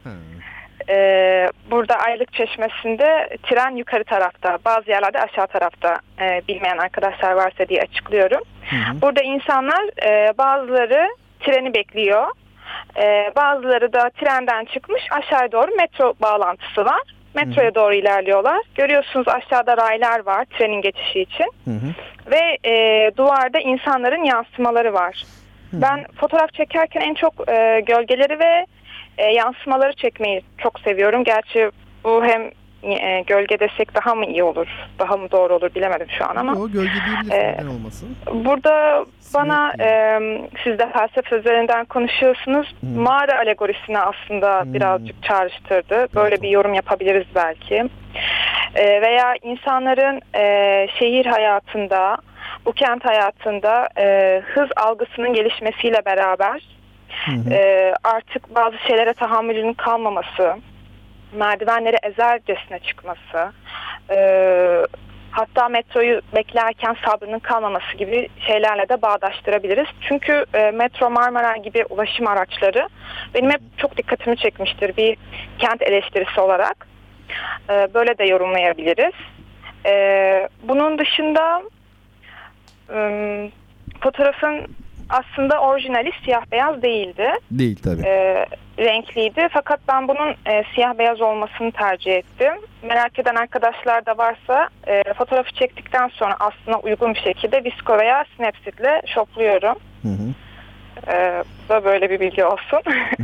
Burada Ayrılık Çeşmesi'nde tren yukarı tarafta, bazı yerlerde aşağı tarafta, bilmeyen arkadaşlar varsa diye açıklıyorum. Burada insanlar bazıları treni bekliyor, bazıları da trenden çıkmış aşağıya doğru metro bağlantısı var. Metroya doğru ilerliyorlar. Görüyorsunuz aşağıda raylar var trenin geçişi için. Ve duvarda insanların yansımaları var. Ben fotoğraf çekerken en çok gölgeleri ve yansımaları çekmeyi çok seviyorum. Gerçi bu hem gölge desek daha mı iyi olur, daha mı doğru olur bilemedim şu an ama. O gölge diyebiliriz, neden olmasın? Burada bana siz de felsefe üzerinden konuşuyorsunuz. Mağara alegorisini aslında birazcık çağrıştırdı. Böyle bir yorum yapabiliriz belki. Veya insanların şehir hayatında, bu kent hayatında hız algısının gelişmesiyle beraber artık bazı şeylere tahammülünün kalmaması, merdivenleri ezercesine çıkması, hatta metroyu beklerken sabrının kalmaması gibi şeylerle de bağdaştırabiliriz. Çünkü metro, Marmara gibi ulaşım araçları benim hep çok dikkatimi çekmiştir bir kent eleştirisi olarak. Böyle de yorumlayabiliriz. Bunun dışında fotoğrafın aslında orijinali siyah beyaz değildi. Değil tabii. Renkliydi. Fakat ben bunun siyah beyaz olmasını tercih ettim. Merak eden arkadaşlar da varsa fotoğrafı çektikten sonra aslında uygun bir şekilde visko veya Snapseed'le şopluyorum. Hı hı. Bu da böyle bir bilgi olsun.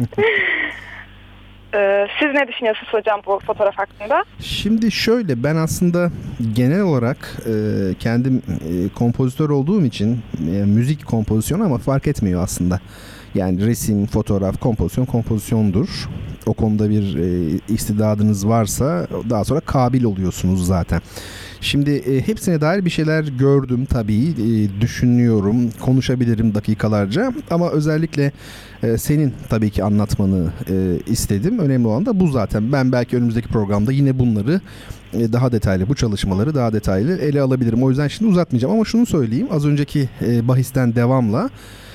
Siz ne düşünüyorsunuz hocam bu fotoğraf hakkında? Şimdi şöyle, ben aslında genel olarak kendim kompozitör olduğum için müzik kompozisyonu ama fark etmiyor aslında. Yani resim, fotoğraf, kompozisyondur. O konuda bir istidadınız varsa daha sonra kabil oluyorsunuz zaten. Şimdi hepsine dair bir şeyler gördüm tabii, düşünüyorum, konuşabilirim dakikalarca ama özellikle senin tabii ki anlatmanı istedim. Önemli olan da bu zaten. Ben belki önümüzdeki programda yine bunları daha detaylı, bu çalışmaları daha detaylı ele alabilirim. O yüzden şimdi uzatmayacağım ama şunu söyleyeyim. Az önceki bahisten devamla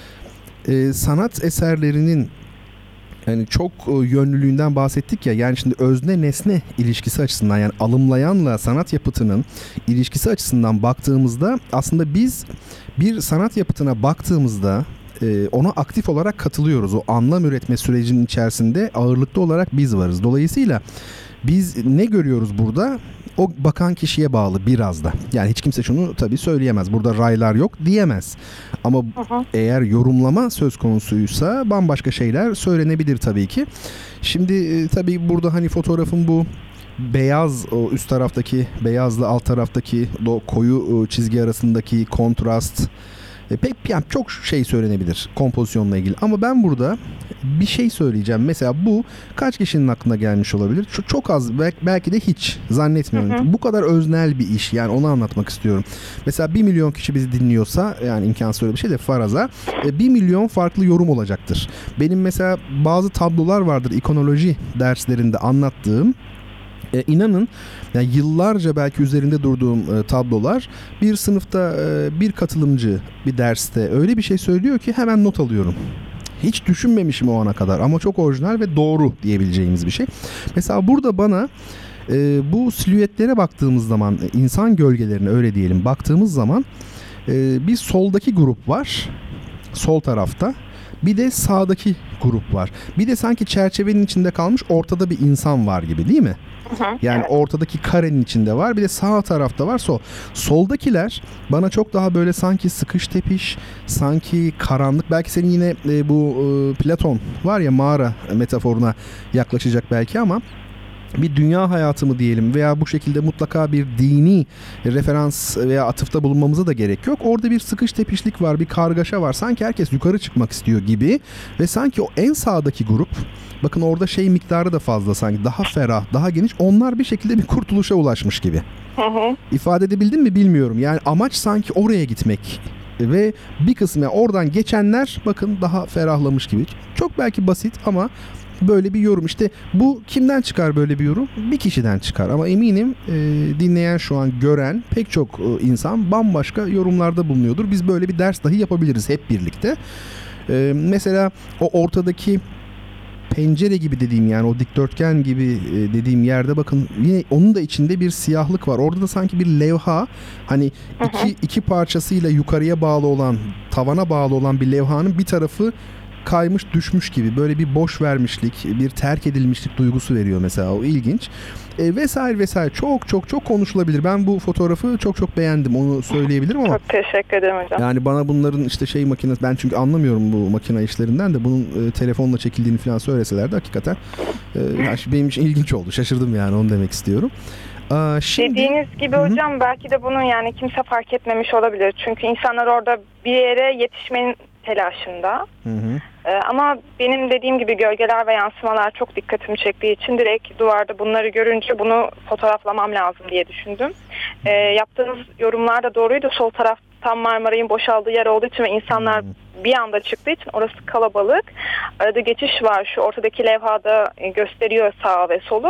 sanat eserlerinin yani çok yönlülüğünden bahsettik ya, yani şimdi özne nesne ilişkisi açısından, yani alımlayanla sanat yapıtının ilişkisi açısından baktığımızda aslında biz bir sanat yapıtına baktığımızda ona aktif olarak katılıyoruz. O anlam üretme sürecinin içerisinde ağırlıklı olarak biz varız. Dolayısıyla biz ne görüyoruz burada? O bakan kişiye bağlı biraz da. Yani hiç kimse şunu tabii söyleyemez. Burada raylar yok diyemez. Ama eğer yorumlama söz konusuysa bambaşka şeyler söylenebilir tabii ki. Şimdi tabii burada hani fotoğrafın bu beyaz, o üst taraftaki beyazla alt taraftaki o koyu çizgi arasındaki kontrast, pek yani çok şey söylenebilir kompozisyonla ilgili. Ama ben burada bir şey söyleyeceğim. Mesela bu kaç kişinin aklına gelmiş olabilir? Çok az, belki de hiç zannetmiyorum. Bu kadar öznel bir iş. Yani onu anlatmak istiyorum. Mesela 1 milyon kişi bizi dinliyorsa, yani imkansız öyle bir şey de faraza, 1 milyon farklı yorum olacaktır. Benim mesela bazı tablolar vardır ikonoloji derslerinde anlattığım. İnanın yani yıllarca belki üzerinde durduğum tablolar, bir sınıfta bir katılımcı bir derste öyle bir şey söylüyor ki hemen not alıyorum. Hiç düşünmemişim o ana kadar ama çok orijinal ve doğru diyebileceğimiz bir şey. Mesela burada bana bu silüetlere baktığımız zaman, insan gölgelerine öyle diyelim baktığımız zaman bir soldaki grup var, sol tarafta. Bir de sağdaki grup var. Bir de sanki çerçevenin içinde kalmış ortada bir insan var gibi, değil mi? Yani ortadaki karenin içinde var. Bir de sağ tarafta var. Soldakiler bana çok daha böyle sanki sıkış tepiş, sanki karanlık. Belki senin yine bu Platon var ya, mağara metaforuna yaklaşacak belki ama bir dünya hayatı mı diyelim veya bu şekilde mutlaka bir dini referans veya atıfta bulunmamıza da gerek yok. Orada bir sıkış tepişlik var, bir kargaşa var. Sanki herkes yukarı çıkmak istiyor gibi ve sanki o en sağdaki grup, bakın orada şey miktarı da fazla, sanki daha ferah, daha geniş. Onlar bir şekilde bir kurtuluşa ulaşmış gibi. İfade edebildim mi bilmiyorum. Yani amaç sanki oraya gitmek ve bir kısmı oradan geçenler bakın daha ferahlamış gibi. Çok belki basit ama böyle bir yorum. İşte bu kimden çıkar böyle bir yorum? Bir kişiden çıkar ama eminim dinleyen, şu an gören pek çok insan bambaşka yorumlarda bulunuyordur. Biz böyle bir ders dahi yapabiliriz hep birlikte. Mesela o ortadaki pencere gibi dediğim, yani o dikdörtgen gibi dediğim yerde bakın yine onun da içinde bir siyahlık var. Orada da sanki bir levha, hani iki parçasıyla yukarıya bağlı olan, tavana bağlı olan bir levhanın bir tarafı kaymış düşmüş gibi, böyle bir boş vermişlik, bir terk edilmişlik duygusu veriyor mesela. O ilginç. Vesaire vesaire, çok konuşulabilir. Ben bu fotoğrafı çok beğendim, onu söyleyebilirim ama. Çok teşekkür ederim hocam. Yani bana bunların işte şey makinesi, ben çünkü anlamıyorum bu makine işlerinden de, bunun telefonla çekildiğini falan söyleselerdi hakikaten benim için ilginç oldu. Şaşırdım yani, onu demek istiyorum. Şimdi, dediğiniz gibi hocam, belki de bunun yani kimse fark etmemiş olabilir. Çünkü insanlar orada bir yere yetişmenin telaşında. Ama benim dediğim gibi gölgeler ve yansımalar çok dikkatimi çektiği için direkt duvarda bunları görünce bunu fotoğraflamam lazım diye düşündüm. Yaptığınız yorumlar da doğruydu. Sol taraf tam Marmaray'ın boşaldığı yer olduğu için ve insanlar bir anda çıktığı için orası kalabalık. Arada geçiş var. Şu ortadaki levhada gösteriyor sağ ve solu.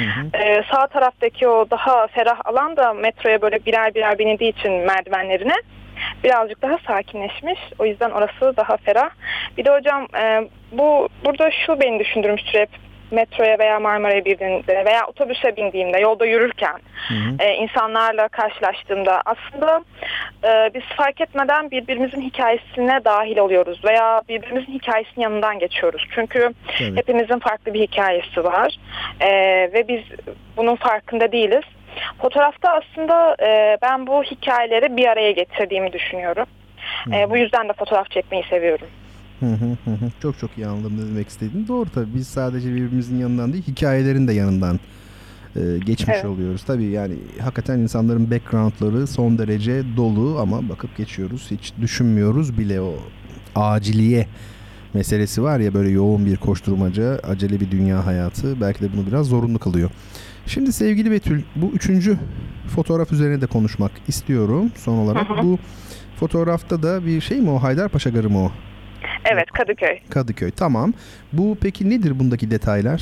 Sağ taraftaki o daha ferah alan da metroya böyle birer birer binildiği için merdivenlerine birazcık daha sakinleşmiş. O yüzden orası daha ferah. Bir de hocam burada şu beni düşündürmüştür hep. metroya veya Marmara'ya bindiğimde veya otobüse bindiğimde, yolda yürürken insanlarla karşılaştığımda aslında biz fark etmeden birbirimizin hikayesine dahil oluyoruz veya birbirimizin hikayesinin yanından geçiyoruz. Çünkü hepimizin farklı bir hikayesi var ve biz bunun farkında değiliz. Fotoğrafta aslında ben bu hikayeleri bir araya getirdiğimi düşünüyorum. Bu yüzden de fotoğraf çekmeyi seviyorum. Çok çok iyi anladım ne demek istediğini. Doğru tabii. Biz sadece birbirimizin yanından değil, hikayelerin de yanından geçmiş oluyoruz. Tabii yani hakikaten insanların backgroundları son derece dolu ama bakıp geçiyoruz. Hiç düşünmüyoruz bile o aciliye meselesi var ya, böyle yoğun bir koşturmaca, acele bir dünya hayatı belki de bunu biraz zorunlu kılıyor. Şimdi sevgili Betül, bu 3. fotoğraf üzerine de konuşmak istiyorum son olarak. Bu fotoğrafta da bir şey mi o? Haydarpaşa Garı mı o? Evet, Kadıköy. Kadıköy, tamam. Bu peki nedir bundaki detaylar?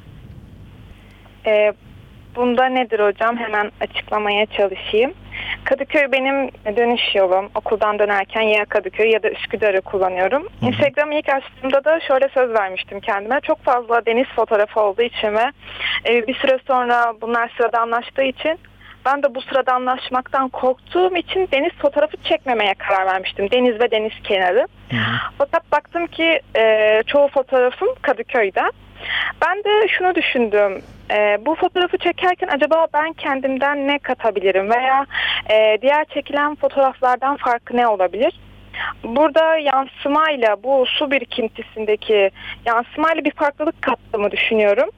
Bunda nedir hocam? Hemen açıklamaya çalışayım. Kadıköy benim dönüş yolum. Okuldan dönerken ya Kadıköy ya da Üsküdar'ı kullanıyorum. Instagram'ı ilk açtığımda da şöyle söz vermiştim kendime. Çok fazla deniz fotoğrafı olduğu için ve bir süre sonra bunlar sıradanlaştığı için ben de bu sıradanlaşmaktan korktuğum için deniz fotoğrafı çekmemeye karar vermiştim. Deniz ve deniz kenarı. Fakat baktım ki çoğu fotoğrafım Kadıköy'den. Ben de şunu düşündüm. Bu fotoğrafı çekerken acaba ben kendimden ne katabilirim veya diğer çekilen fotoğraflardan farkı ne olabilir? Burada yansımayla, bu su birikintisindeki yansımayla bir farklılık kattığımı düşünüyorum.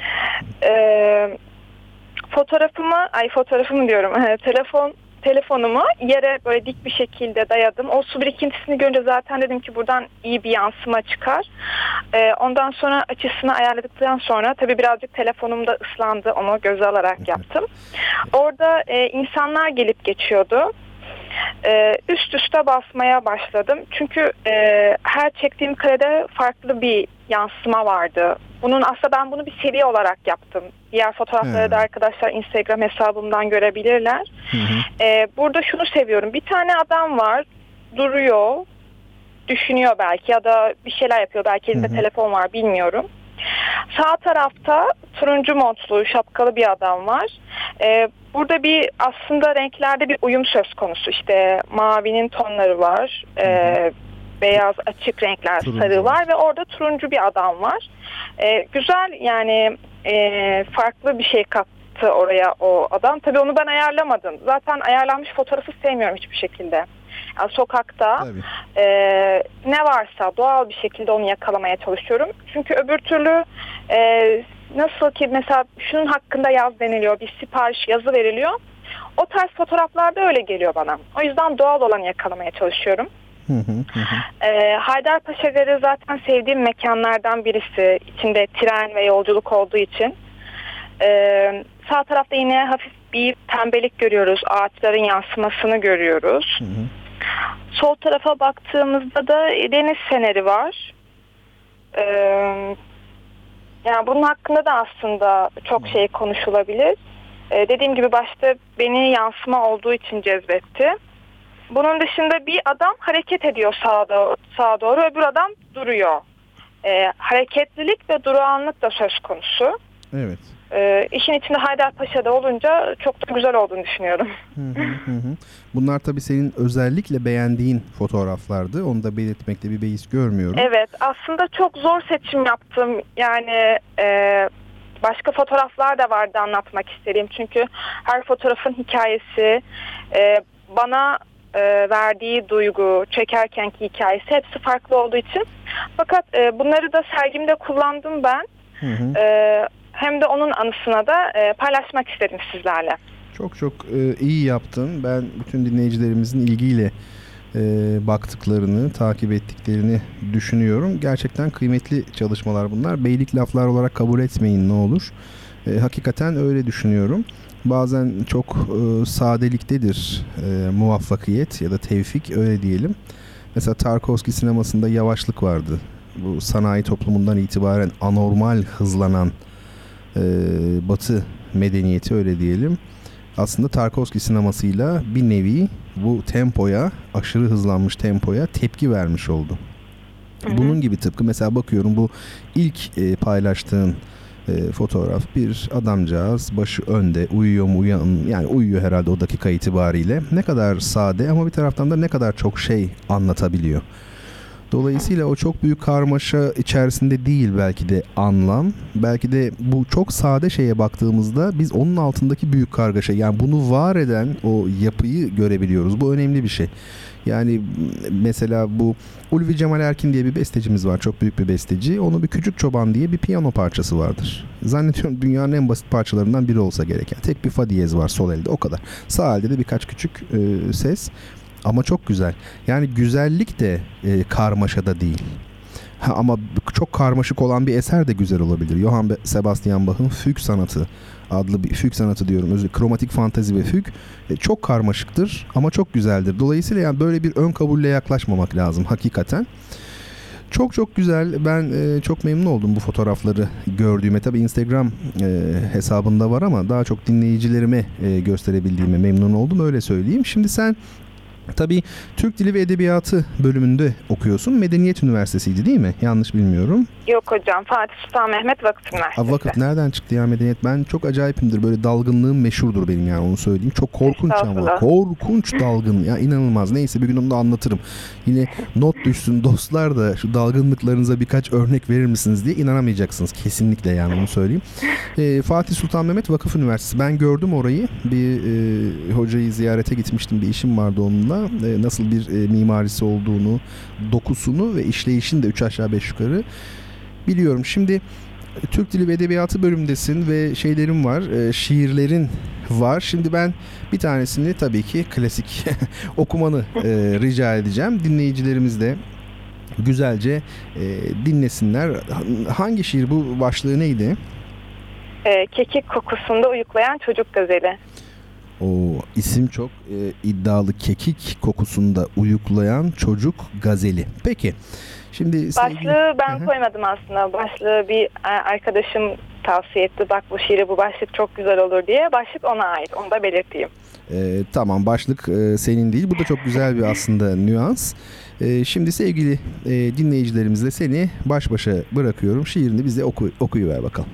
Telefonumu yere böyle dik bir şekilde dayadım. O su birikintisini görünce zaten dedim ki buradan iyi bir yansıma çıkar. Ondan sonra açısını ayarladıktan sonra tabii birazcık telefonum da ıslandı. Onu göze alarak yaptım. Orada insanlar gelip geçiyordu. Üst üste basmaya başladım. Çünkü her çektiğim karede farklı bir yansıma vardı. Aslında ben bunu bir seri olarak yaptım. Diğer fotoğrafları da arkadaşlar Instagram hesabımdan görebilirler. Burada şunu seviyorum. Bir tane adam var, duruyor, düşünüyor belki ya da bir şeyler yapıyor. Belki elinde telefon var, bilmiyorum. Sağ tarafta turuncu montlu, şapkalı bir adam var. Burada bir aslında renklerde bir uyum söz konusu. İşte mavinin tonları var, beyaz açık renkler, sarı var ve orada turuncu bir adam var. Güzel yani, farklı bir şey kattı oraya o adam. Tabii onu ben ayarlamadım. Zaten ayarlanmış fotoğrafı sevmiyorum hiçbir şekilde. Yani sokakta ne varsa doğal bir şekilde onu yakalamaya çalışıyorum. Çünkü öbür türlü nasıl ki mesela şunun hakkında yaz deniliyor, bir sipariş yazı veriliyor. O tarz fotoğraflarda öyle geliyor bana. O yüzden doğal olanı yakalamaya çalışıyorum. Haydarpaşa Garı zaten sevdiğim mekanlardan birisi. İçinde tren ve yolculuk olduğu için. Sağ tarafta yine hafif bir pembelik görüyoruz. Ağaçların yansımasını görüyoruz. Sol tarafa baktığımızda da deniz feneri var. Yani bunun hakkında da aslında çok şey konuşulabilir. Dediğim gibi başta beni yansıma olduğu için cezbetti. Bunun dışında bir adam hareket ediyor sağa doğru, öbür adam duruyor. Hareketlilik ve durağanlık da söz konusu. Evet. İşin içinde Haydarpaşa'da olunca çok da güzel olduğunu düşünüyorum. Bunlar tabii senin özellikle beğendiğin fotoğraflardı. Onu da belirtmekte bir beis görmüyorum. Evet, aslında çok zor seçim yaptım. Yani başka fotoğraflar da vardı anlatmak istediğim. Çünkü her fotoğrafın hikayesi, bana verdiği duygu, çekerkenki hikayesi hepsi farklı olduğu için. Fakat bunları da sergimde kullandım ben. Hem de onun anısına da paylaşmak istedim sizlerle. Çok çok iyi yaptın. Ben bütün dinleyicilerimizin ilgiyle baktıklarını, takip ettiklerini düşünüyorum. Gerçekten kıymetli çalışmalar bunlar. Beylik laflar olarak kabul etmeyin ne olur. Hakikaten öyle düşünüyorum. Bazen çok sadeliktedir muvaffakiyet ya da tevfik, öyle diyelim. Mesela Tarkovski sinemasında yavaşlık vardı. Bu sanayi toplumundan itibaren anormal hızlanan Batı medeniyeti, öyle diyelim. Aslında Tarkovski sinemasıyla bir nevi bu tempoya, aşırı hızlanmış tempoya tepki vermiş oldu. Bunun gibi tıpkı mesela bakıyorum bu ilk paylaştığın fotoğraf. Bir adamcağız başı önde, uyuyor mu yani uyuyor herhalde o dakika itibariyle. Ne kadar sade ama bir taraftan da ne kadar çok şey anlatabiliyor. Dolayısıyla o çok büyük karmaşa içerisinde değil belki de anlam. Belki de bu çok sade şeye baktığımızda biz onun altındaki büyük kargaşa, yani bunu var eden o yapıyı görebiliyoruz. Bu önemli bir şey. Yani mesela bu Ulvi Cemal Erkin diye bir bestecimiz var. Çok büyük bir besteci. Onun bir Küçük Çoban diye bir piyano parçası vardır. Zannediyorum dünyanın en basit parçalarından biri olsa gereken. Tek bir fa diyez var sol elde, o kadar. Sağ elde de birkaç küçük ses. Ama çok güzel. Yani güzellik de karmaşada değil. Ama çok karmaşık olan bir eser de güzel olabilir. Johann Sebastian Bach'ın Füg sanatı adlı bir Füg sanatı diyorum. Kromatik fantezi ve Füg çok karmaşıktır ama çok güzeldir. Dolayısıyla yani böyle bir ön kabulle yaklaşmamak lazım hakikaten. Çok çok güzel. Ben çok memnun oldum bu fotoğrafları gördüğüme. Tabii Instagram hesabında var ama daha çok dinleyicilerime gösterebildiğime memnun oldum, öyle söyleyeyim. Şimdi sen tabii Türk Dili ve Edebiyatı bölümünde okuyorsun. Medeniyet Üniversitesi'ydi değil mi? Yanlış bilmiyorum. Yok hocam, Fatih Sultan Mehmet Vakıf Üniversitesi. Vakıf nereden çıktı ya medeniyet? Ben çok acayipimdir. Böyle dalgınlığım meşhurdur benim, yani onu söyleyeyim. Çok korkunç ama. Korkunç dalgın. Ya inanılmaz. Neyse bir gün onu da anlatırım. Yine not düşsün dostlar da şu dalgınlıklarınıza birkaç örnek verir misiniz diye inanamayacaksınız. Kesinlikle, yani onu söyleyeyim. Fatih Sultan Mehmet Vakıf Üniversitesi. Ben gördüm orayı. Bir hocayı ziyarete gitmiştim. Bir işim vardı onunla. Nasıl bir mimarisi olduğunu, dokusunu ve işleyişini de 3 aşağı 5 yukarı biliyorum. Şimdi Türk Dili ve Edebiyatı bölümündesin ve şeylerin var, şiirlerin var. Şimdi ben bir tanesini tabii ki klasik okumanı rica edeceğim. Dinleyicilerimiz de güzelce dinlesinler. Hangi şiir bu? Başlığı neydi? Kekik kokusunda uyuklayan çocuk gazeli. O isim çok iddialı. Kekik kokusunda uyuklayan çocuk gazeli. Peki. Şimdi başlığı ben koymadım aslında. Başlığı bir arkadaşım tavsiye etti. Bak bu şiiri, bu başlık çok güzel olur diye. Başlık ona ait. Onu da belirteyim. Tamam, başlık senin değil. Bu da çok güzel bir aslında nüans. Şimdi sevgili dinleyicilerimizle seni baş başa bırakıyorum. Şiirini bize okuyuver bakalım.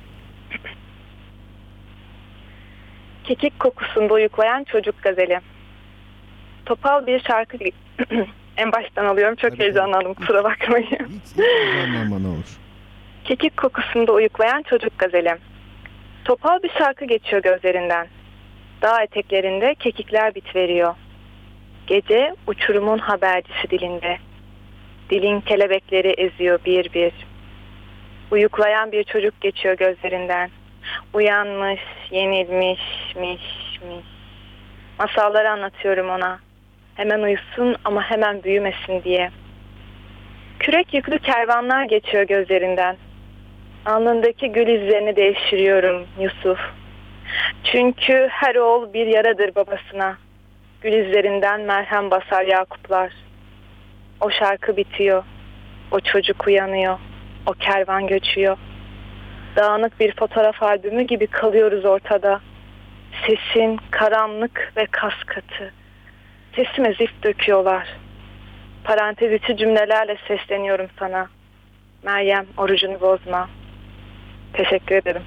Kekik kokusunda uyuklayan çocuk gazeli. Topal bir şarkı... En baştan alıyorum. Çok heyecanlandım. Kusura bakmayın. Hiç heyecanlanma, ne olur. Kekik kokusunda uyuklayan çocuk gazeli. Topal bir şarkı geçiyor gözlerinden. Dağ eteklerinde kekikler bitveriyor. Gece uçurumun habercisi dilinde. Dilin kelebekleri eziyor bir bir. Uyuklayan bir çocuk geçiyor gözlerinden. Uyanmış, yenilmiş, miş. Masalları anlatıyorum ona. Hemen uyusun ama hemen büyümesin diye. Kürek yüklü kervanlar geçiyor gözlerinden. Alnındaki gül izlerini devşiriyorum Yusuf. Çünkü her oğul bir yaradır babasına. Gül izlerinden merhem basar Yakuplar. O şarkı bitiyor. O çocuk uyanıyor. O kervan göçüyor. Dağınık bir fotoğraf albümü gibi kalıyoruz ortada. Sesin karanlık ve kas katı. Sesime zift döküyorlar. Parantez içi cümlelerle sesleniyorum sana. Meryem, orucunu bozma. Teşekkür ederim.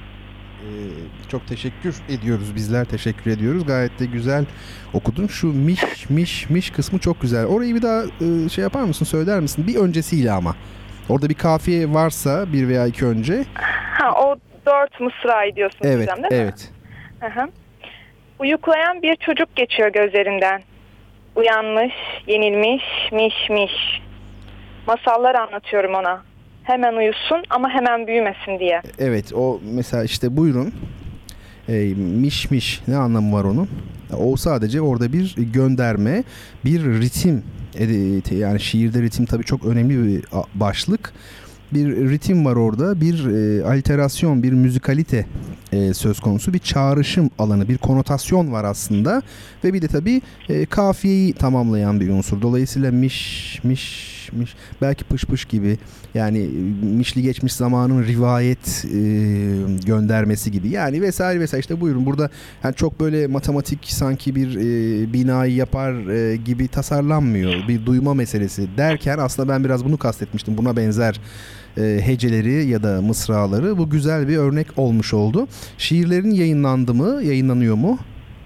Çok teşekkür ediyoruz. Bizler teşekkür ediyoruz. Gayet de güzel okudun. Şu miş kısmı çok güzel. Orayı bir daha şey yapar mısın? Söyler misin? Bir öncesiyle ama. Orada bir kafiye varsa bir veya iki önce. O 4 mısrayı diyorsunuz evet, hocam, değil mi? Evet. Hı. Uyuklayan bir çocuk geçiyor gözlerinden. Uyanmış, yenilmiş, miş. Masallar anlatıyorum ona. Hemen uyusun ama hemen büyümesin diye. Evet, o mesela işte buyurun. Miş ne anlamı var onun? O sadece orada bir gönderme, bir ritim. Yani şiirde ritim tabii çok önemli bir başlık. Bir ritim var orada, bir alterasyon, bir müzikalite söz konusu, bir çağrışım alanı, bir konotasyon var aslında ve bir de tabii kafiyeyi tamamlayan bir unsur. Dolayısıyla miş belki pış gibi, yani mişli geçmiş zamanın rivayet göndermesi gibi, yani vesaire işte buyurun burada yani çok böyle matematik sanki bir binayı yapar gibi tasarlanmıyor, bir duyma meselesi derken aslında ben biraz bunu kastetmiştim, buna benzer heceleri ya da mısraları. Bu güzel bir örnek olmuş oldu. Şiirlerin yayınlandı mı? Yayınlanıyor mu?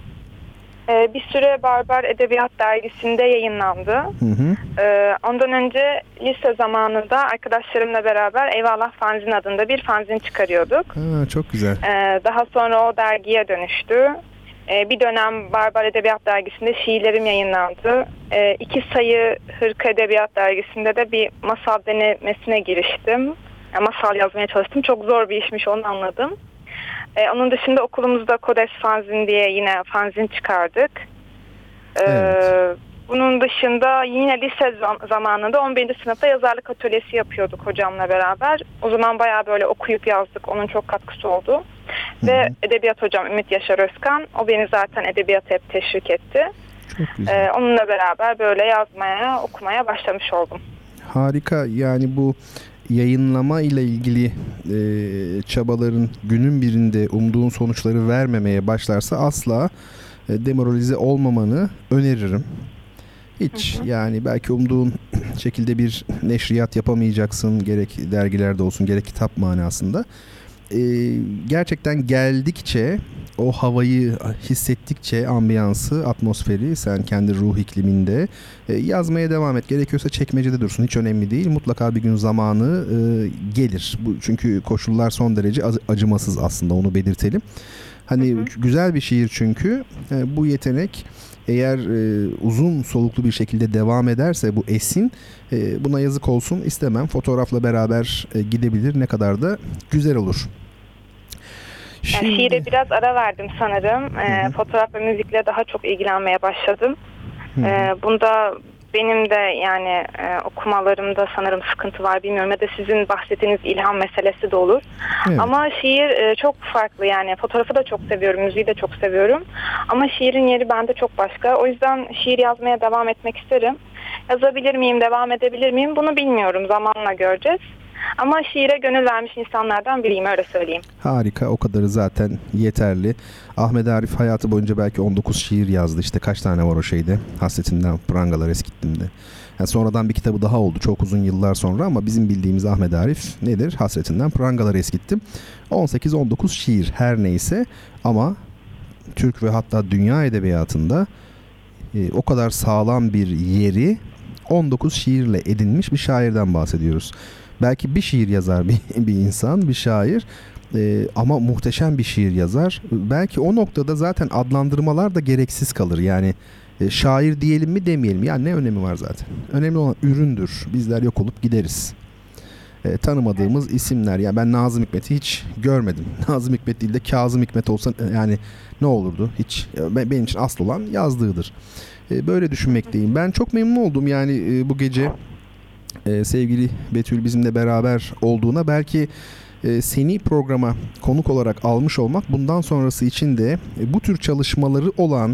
Bir süre Barbar Edebiyat Dergisi'nde yayınlandı. Hı hı. Ondan önce lise zamanında arkadaşlarımla beraber Eyvallah Fanzin adında bir fanzin çıkarıyorduk. Ha, çok güzel. Daha sonra o dergiye dönüştü. Bir dönem Barbar Edebiyat Dergisi'nde şiirlerim yayınlandı. 2 sayı Hırka Edebiyat Dergisi'nde de bir masal denemesine giriştim. Yani masal yazmaya çalıştım. Çok zor bir işmiş, onu anladım. Onun dışında okulumuzda Kodes Fanzin diye yine fanzin çıkardık. Evet. Bunun dışında yine lise zamanında 11. sınıfta yazarlık atölyesi yapıyorduk hocamla beraber. O zaman bayağı böyle okuyup yazdık. Onun çok katkısı oldu. Hı-hı. Ve edebiyat hocam Ümit Yaşar Özkan, o beni zaten edebiyata hep teşvik etti. Çok güzel. Onunla beraber böyle yazmaya, okumaya başlamış oldum. Harika. Yani bu yayınlama ile ilgili çabaların günün birinde umduğun sonuçları vermemeye başlarsa asla demoralize olmamanı öneririm. Hiç, yani belki umduğun şekilde bir neşriyat yapamayacaksın, gerek dergilerde olsun gerek kitap manasında. Gerçekten geldikçe, o havayı hissettikçe, ambiyansı, atmosferi sen kendi ruh ikliminde yazmaya devam et. Gerekiyorsa çekmecede dursun, hiç önemli değil. Mutlaka bir gün zamanı gelir. Çünkü koşullar son derece acımasız aslında, onu belirtelim. Hani güzel bir şiir çünkü. Bu yetenek eğer uzun soluklu bir şekilde devam ederse bu esin, buna yazık olsun istemem. Fotoğrafla beraber gidebilir, ne kadar da güzel olur. Yani şiire biraz ara verdim sanırım. Fotoğraf ve müzikle daha çok ilgilenmeye başladım. Bunda benim de yani okumalarımda sanırım sıkıntı var, bilmiyorum. Ya da sizin bahsettiğiniz ilham meselesi de olur. Evet. Ama şiir çok farklı yani. Fotoğrafı da çok seviyorum, müziği de çok seviyorum. Ama şiirin yeri bende çok başka. O yüzden şiir yazmaya devam etmek isterim. Yazabilir miyim, devam edebilir miyim bunu bilmiyorum. Zamanla göreceğiz. Ama şiire gönül vermiş insanlardan biriyim, öyle söyleyeyim. Harika, o kadarı zaten yeterli. Ahmet Arif hayatı boyunca belki 19 şiir yazdı. İşte kaç tane var o şeyde? Hasretinden prangalar eskittimde. Yani sonradan bir kitabı daha oldu çok uzun yıllar sonra, ama bizim bildiğimiz Ahmet Arif nedir? Hasretinden prangalar eskittim. 18-19 şiir her neyse, ama Türk ve hatta dünya edebiyatında o kadar sağlam bir yeri 19 şiirle edinmiş bir şairden bahsediyoruz. Belki bir şiir yazar bir insan, bir şair, ama muhteşem bir şiir yazar. Belki o noktada zaten adlandırmalar da gereksiz kalır. Yani şair diyelim mi demeyelim, yani ne önemi var zaten. Önemli olan üründür. Bizler yok olup gideriz. Tanımadığımız isimler. Yani ben Nazım Hikmet'i hiç görmedim. Nazım Hikmet değil de Kazım Hikmet olsa yani ne olurdu? Hiç. Benim için asıl olan yazdığıdır. Böyle düşünmekteyim. Ben çok memnun oldum yani bu gece. Sevgili Betül bizimle beraber olduğuna, belki seni programa konuk olarak almış olmak bundan sonrası için de bu tür çalışmaları olan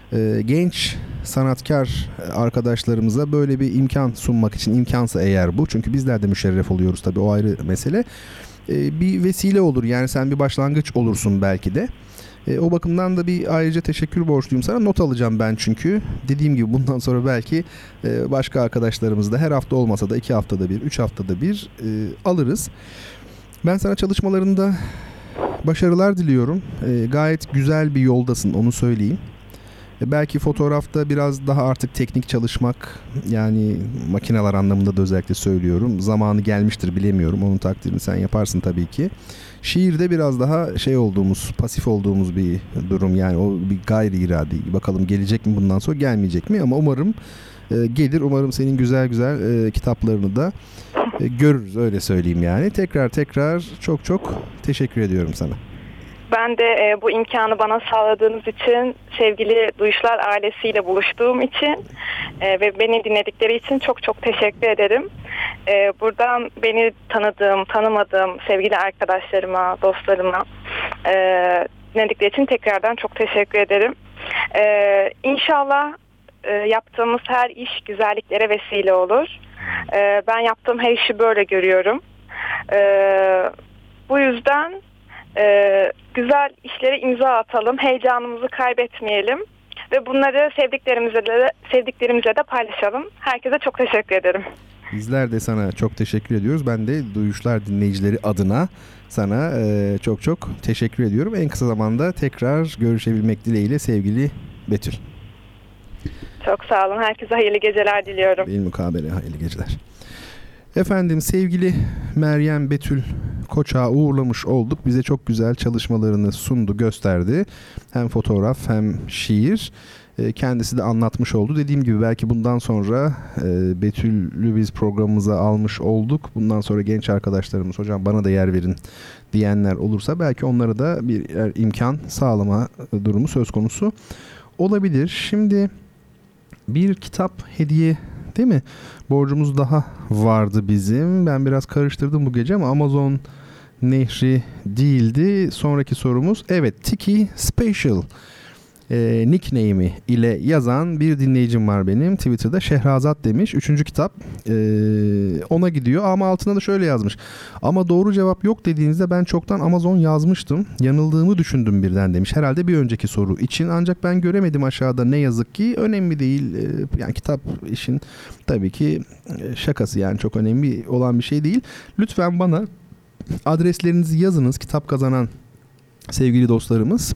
genç sanatkar arkadaşlarımıza böyle bir imkan sunmak için, imkansa eğer bu, çünkü bizler de müşerref oluyoruz tabii, o ayrı mesele, bir vesile olur. Yani sen bir başlangıç olursun belki de. O bakımdan da bir ayrıca teşekkür borçluyum sana. Not alacağım ben çünkü. Dediğim gibi bundan sonra belki başka arkadaşlarımız da her hafta olmasa da 2 haftada bir, 3 haftada bir alırız. Ben sana çalışmalarında başarılar diliyorum. Gayet güzel bir yoldasın, onu söyleyeyim. Belki fotoğrafta biraz daha artık teknik çalışmak, yani makineler anlamında da özellikle söylüyorum, zamanı gelmiştir, bilemiyorum. Onun takdirini sen yaparsın tabii ki. Şiirde biraz daha şey olduğumuz, pasif olduğumuz bir durum, yani o bir gayri iradi. Bakalım gelecek mi bundan sonra, gelmeyecek mi, ama umarım gelir. Umarım senin güzel güzel kitaplarını da görürüz, öyle söyleyeyim yani. Tekrar çok teşekkür ediyorum sana. Ben de bu imkanı bana sağladığınız için, sevgili Duyuşlar ailesiyle buluştuğum için ve beni dinledikleri için çok teşekkür ederim. Buradan beni tanımadığım sevgili arkadaşlarıma, dostlarıma dinledikleri için tekrardan çok teşekkür ederim. İnşallah yaptığımız her iş güzelliklere vesile olur. Ben yaptığım her işi böyle görüyorum. Bu yüzden güzel işlere imza atalım, heyecanımızı kaybetmeyelim ve bunları sevdiklerimize de paylaşalım. Herkese çok teşekkür ederim. Bizler de sana çok teşekkür ediyoruz. Ben de Duyuşlar dinleyicileri adına sana çok çok teşekkür ediyorum. En kısa zamanda tekrar görüşebilmek dileğiyle sevgili Betül. Çok sağ olun. Herkese hayırlı geceler diliyorum. Bilmukabele hayırlı geceler. Efendim sevgili Meryem Betül Koçak'ı uğurlamış olduk. Bize çok güzel çalışmalarını sundu, gösterdi. Hem fotoğraf hem şiir. Kendisi de anlatmış oldu. Dediğim gibi belki bundan sonra Betül'ü biz programımıza almış olduk. Bundan sonra genç arkadaşlarımız hocam bana da yer verin diyenler olursa belki onlara da bir imkan sağlama durumu söz konusu olabilir. Şimdi bir kitap hediye değil mi? Borcumuz daha vardı bizim. Ben biraz karıştırdım bu gece ama Amazon Nehri değildi. Sonraki sorumuz evet Tiki Special nickname'i ile yazan bir dinleyicim var benim. Twitter'da Şehrazat demiş. 3. kitap ona gidiyor ama altına da şöyle yazmış. Ama doğru cevap yok dediğinizde ben çoktan Amazon yazmıştım. Yanıldığımı düşündüm birden demiş. Herhalde bir önceki soru için. Ancak ben göremedim aşağıda ne yazık ki. Önemli değil. Yani kitap işin tabii ki şakası yani çok önemli olan bir şey değil. Lütfen bana adreslerinizi yazınız. Kitap kazanan sevgili dostlarımız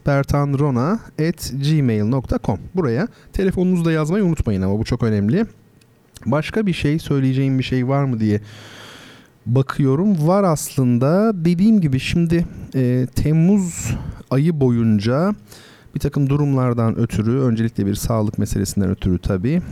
bertanrona@gmail.com. Buraya telefonunuzu da yazmayı unutmayın ama bu çok önemli. Başka bir şey söyleyeceğim bir şey var mı diye bakıyorum. Var aslında. Dediğim gibi şimdi Temmuz ayı boyunca bir takım durumlardan ötürü, öncelikle bir sağlık meselesinden ötürü tabii,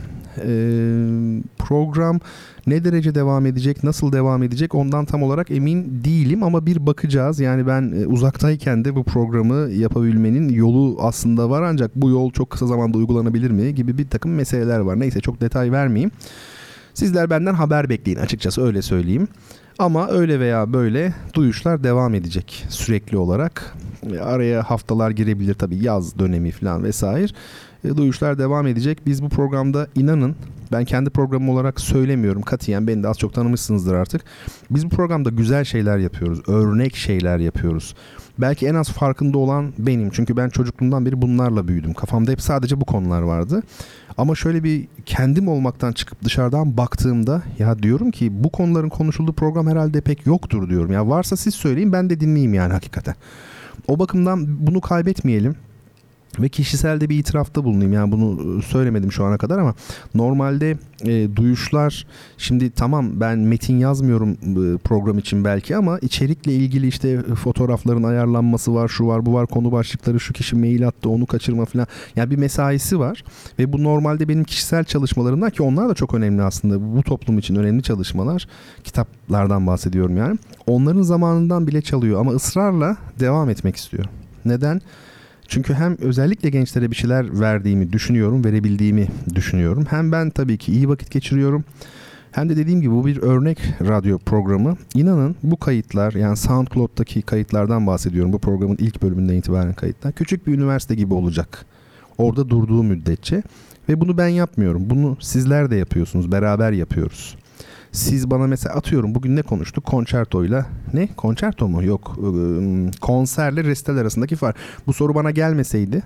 program ne derece devam edecek, nasıl devam edecek ondan tam olarak emin değilim ama bir bakacağız. Yani ben uzaktayken de bu programı yapabilmenin yolu aslında var ancak bu yol çok kısa zamanda uygulanabilir mi gibi bir takım meseleler var. Neyse çok detay vermeyeyim. Sizler benden haber bekleyin açıkçası öyle söyleyeyim. Ama öyle veya böyle duyuşlar devam edecek sürekli olarak. Araya haftalar girebilir tabii yaz dönemi falan vesaire. Duyuşlar devam edecek. Biz bu programda inanın ben kendi programım olarak söylemiyorum katiyen beni de az çok tanımışsınızdır artık. Biz bu programda güzel şeyler yapıyoruz. Örnek şeyler yapıyoruz. Belki en az farkında olan benim. Çünkü ben çocukluğumdan beri bunlarla büyüdüm. Kafamda hep sadece bu konular vardı. Ama şöyle bir kendim olmaktan çıkıp dışarıdan baktığımda ya diyorum ki bu konuların konuşulduğu program herhalde pek yoktur diyorum. Ya varsa siz söyleyin ben de dinleyeyim yani hakikaten. O bakımdan bunu kaybetmeyelim. Ve kişisel de bir itirafta bulunayım. Yani bunu söylemedim şu ana kadar ama normalde duyuşlar şimdi tamam ben metin yazmıyorum program için belki ama içerikle ilgili işte fotoğrafların ayarlanması var, şu var, bu var, konu başlıkları, şu kişi mail attı, onu kaçırma falan. Yani bir mesaisi var ve bu normalde benim kişisel çalışmalarımdan ki onlar da çok önemli aslında. Bu toplum için önemli çalışmalar. Kitaplardan bahsediyorum yani. Onların zamanından bile çalıyor ama ısrarla devam etmek istiyor. Neden? Çünkü hem özellikle gençlere bir şeyler verdiğimi düşünüyorum, verebildiğimi düşünüyorum. Hem ben tabii ki iyi vakit geçiriyorum. Hem de dediğim gibi bu bir örnek radyo programı. İnanın bu kayıtlar yani SoundCloud'daki kayıtlardan bahsediyorum. Bu programın ilk bölümünden itibaren kayıtlar. Küçük bir üniversite gibi olacak. Orada durduğu müddetçe. Ve bunu ben yapmıyorum. Bunu sizler de yapıyorsunuz. Beraber yapıyoruz. Siz bana mesela atıyorum bugün ne konuştuk? Konçertoyla ne? Konçerto mu? Yok. Konserle resital arasındaki fark. Bu soru bana gelmeseydi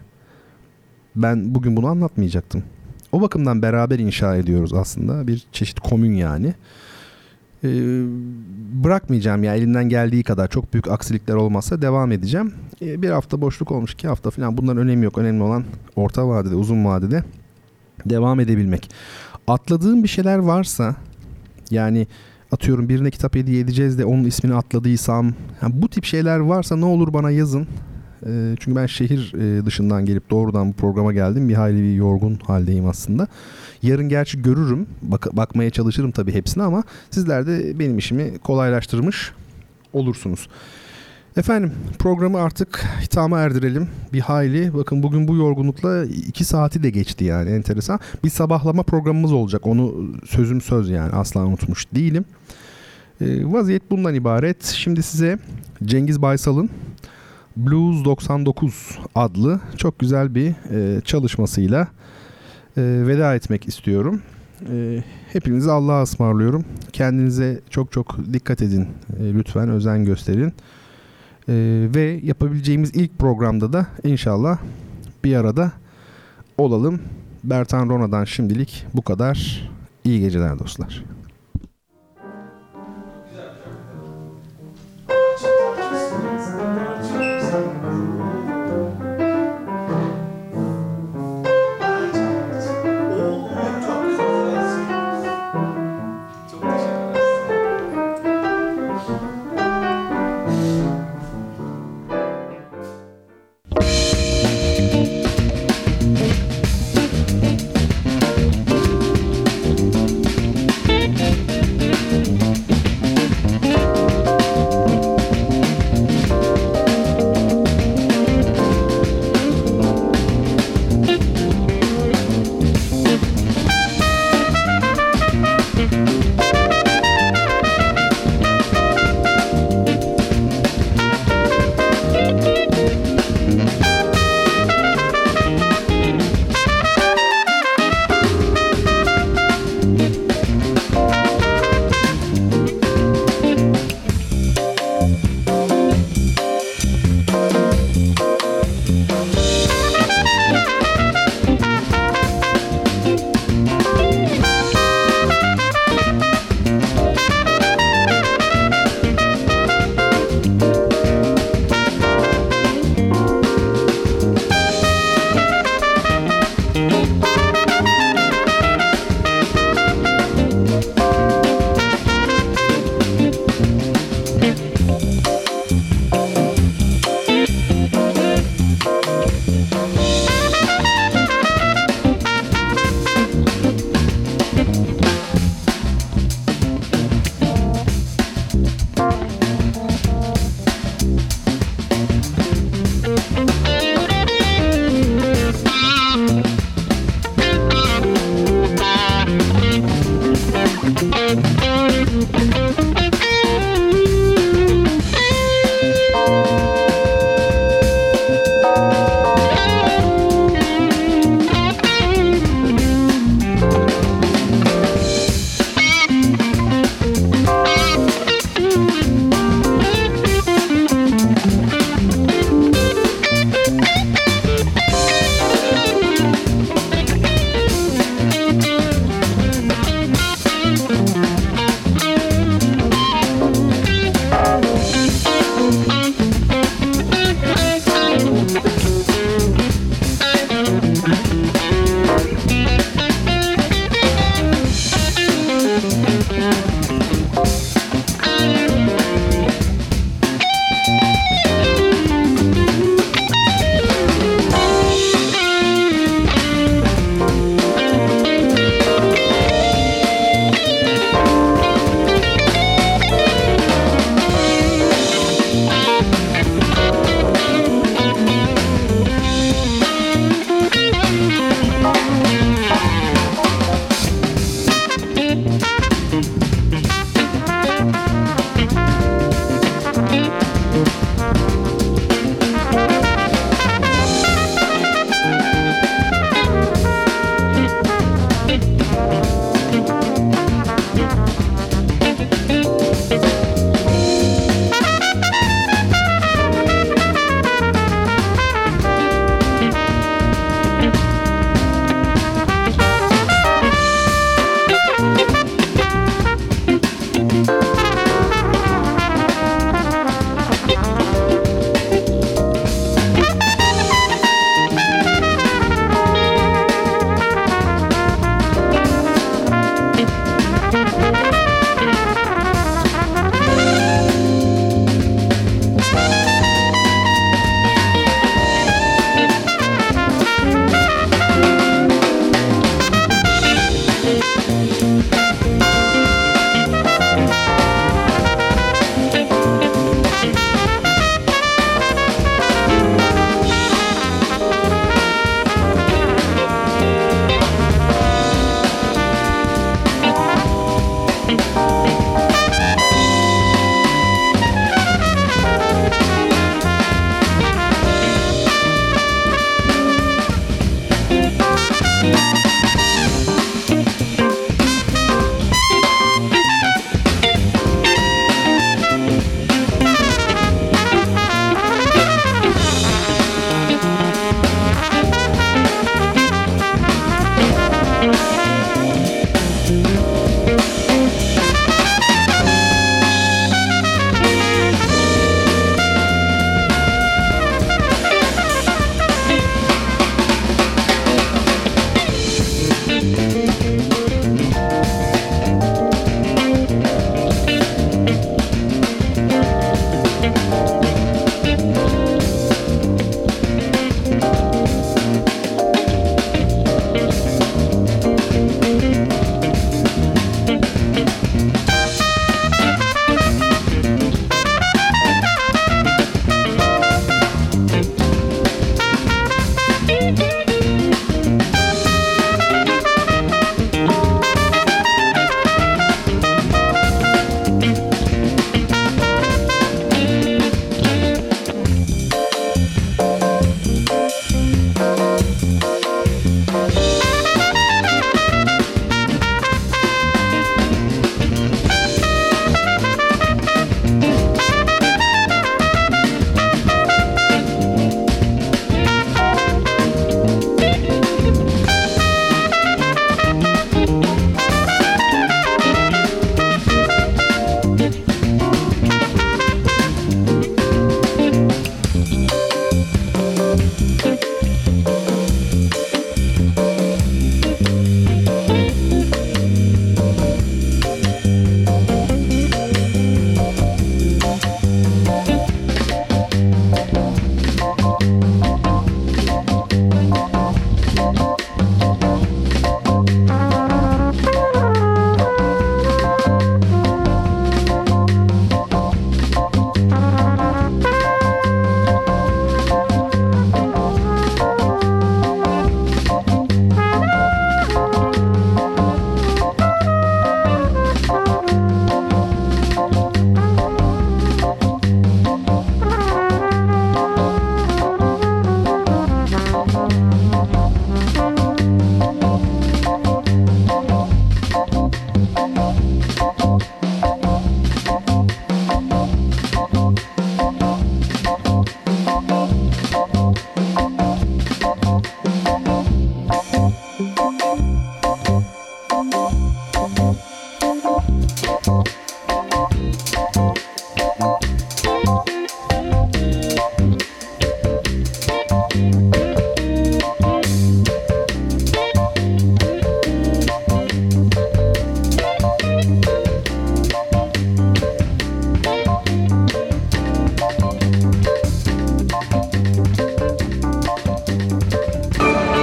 ben bugün bunu anlatmayacaktım. O bakımdan beraber inşa ediyoruz aslında. Bir çeşit komün yani. Bırakmayacağım ya elimden geldiği kadar çok büyük aksilikler olmazsa devam edeceğim. Bir hafta boşluk olmuş 2 hafta falan bunların önemi yok. Önemli olan orta vadede uzun vadede devam edebilmek. Atladığım bir şeyler varsa yani atıyorum birine kitap hediye edeceğiz de onun ismini atladıysam yani bu tip şeyler varsa ne olur bana yazın. Çünkü ben şehir dışından gelip doğrudan bu programa geldim. Bir hayli bir yorgun haldeyim aslında. Yarın gerçi görürüm. Bakmaya çalışırım tabii hepsine ama sizler de benim işimi kolaylaştırmış olursunuz. Efendim programı artık hitama erdirelim. Bir hayli bakın bugün bu yorgunlukla 2 saati de geçti yani enteresan. Bir sabahlama programımız olacak. Onu sözüm söz yani asla unutmuş değilim. Vaziyet bundan ibaret. Şimdi size Cengiz Baysal'ın Blues 99 adlı çok güzel bir çalışmasıyla veda etmek istiyorum. Hepinizi Allah'a ısmarlıyorum. Kendinize çok çok dikkat edin. Lütfen özen gösterin. Ve yapabileceğimiz ilk programda da inşallah bir arada olalım. Bertan Rona'dan şimdilik bu kadar. İyi geceler dostlar.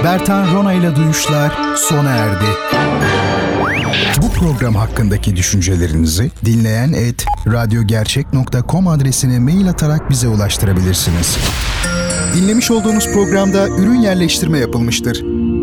Bertan Rona ile Duyuşlar sona erdi. Bu program hakkındaki düşüncelerinizi dinleyen@radyogercek.com adresine mail atarak bize ulaştırabilirsiniz. Dinlemiş olduğunuz programda ürün yerleştirme yapılmıştır.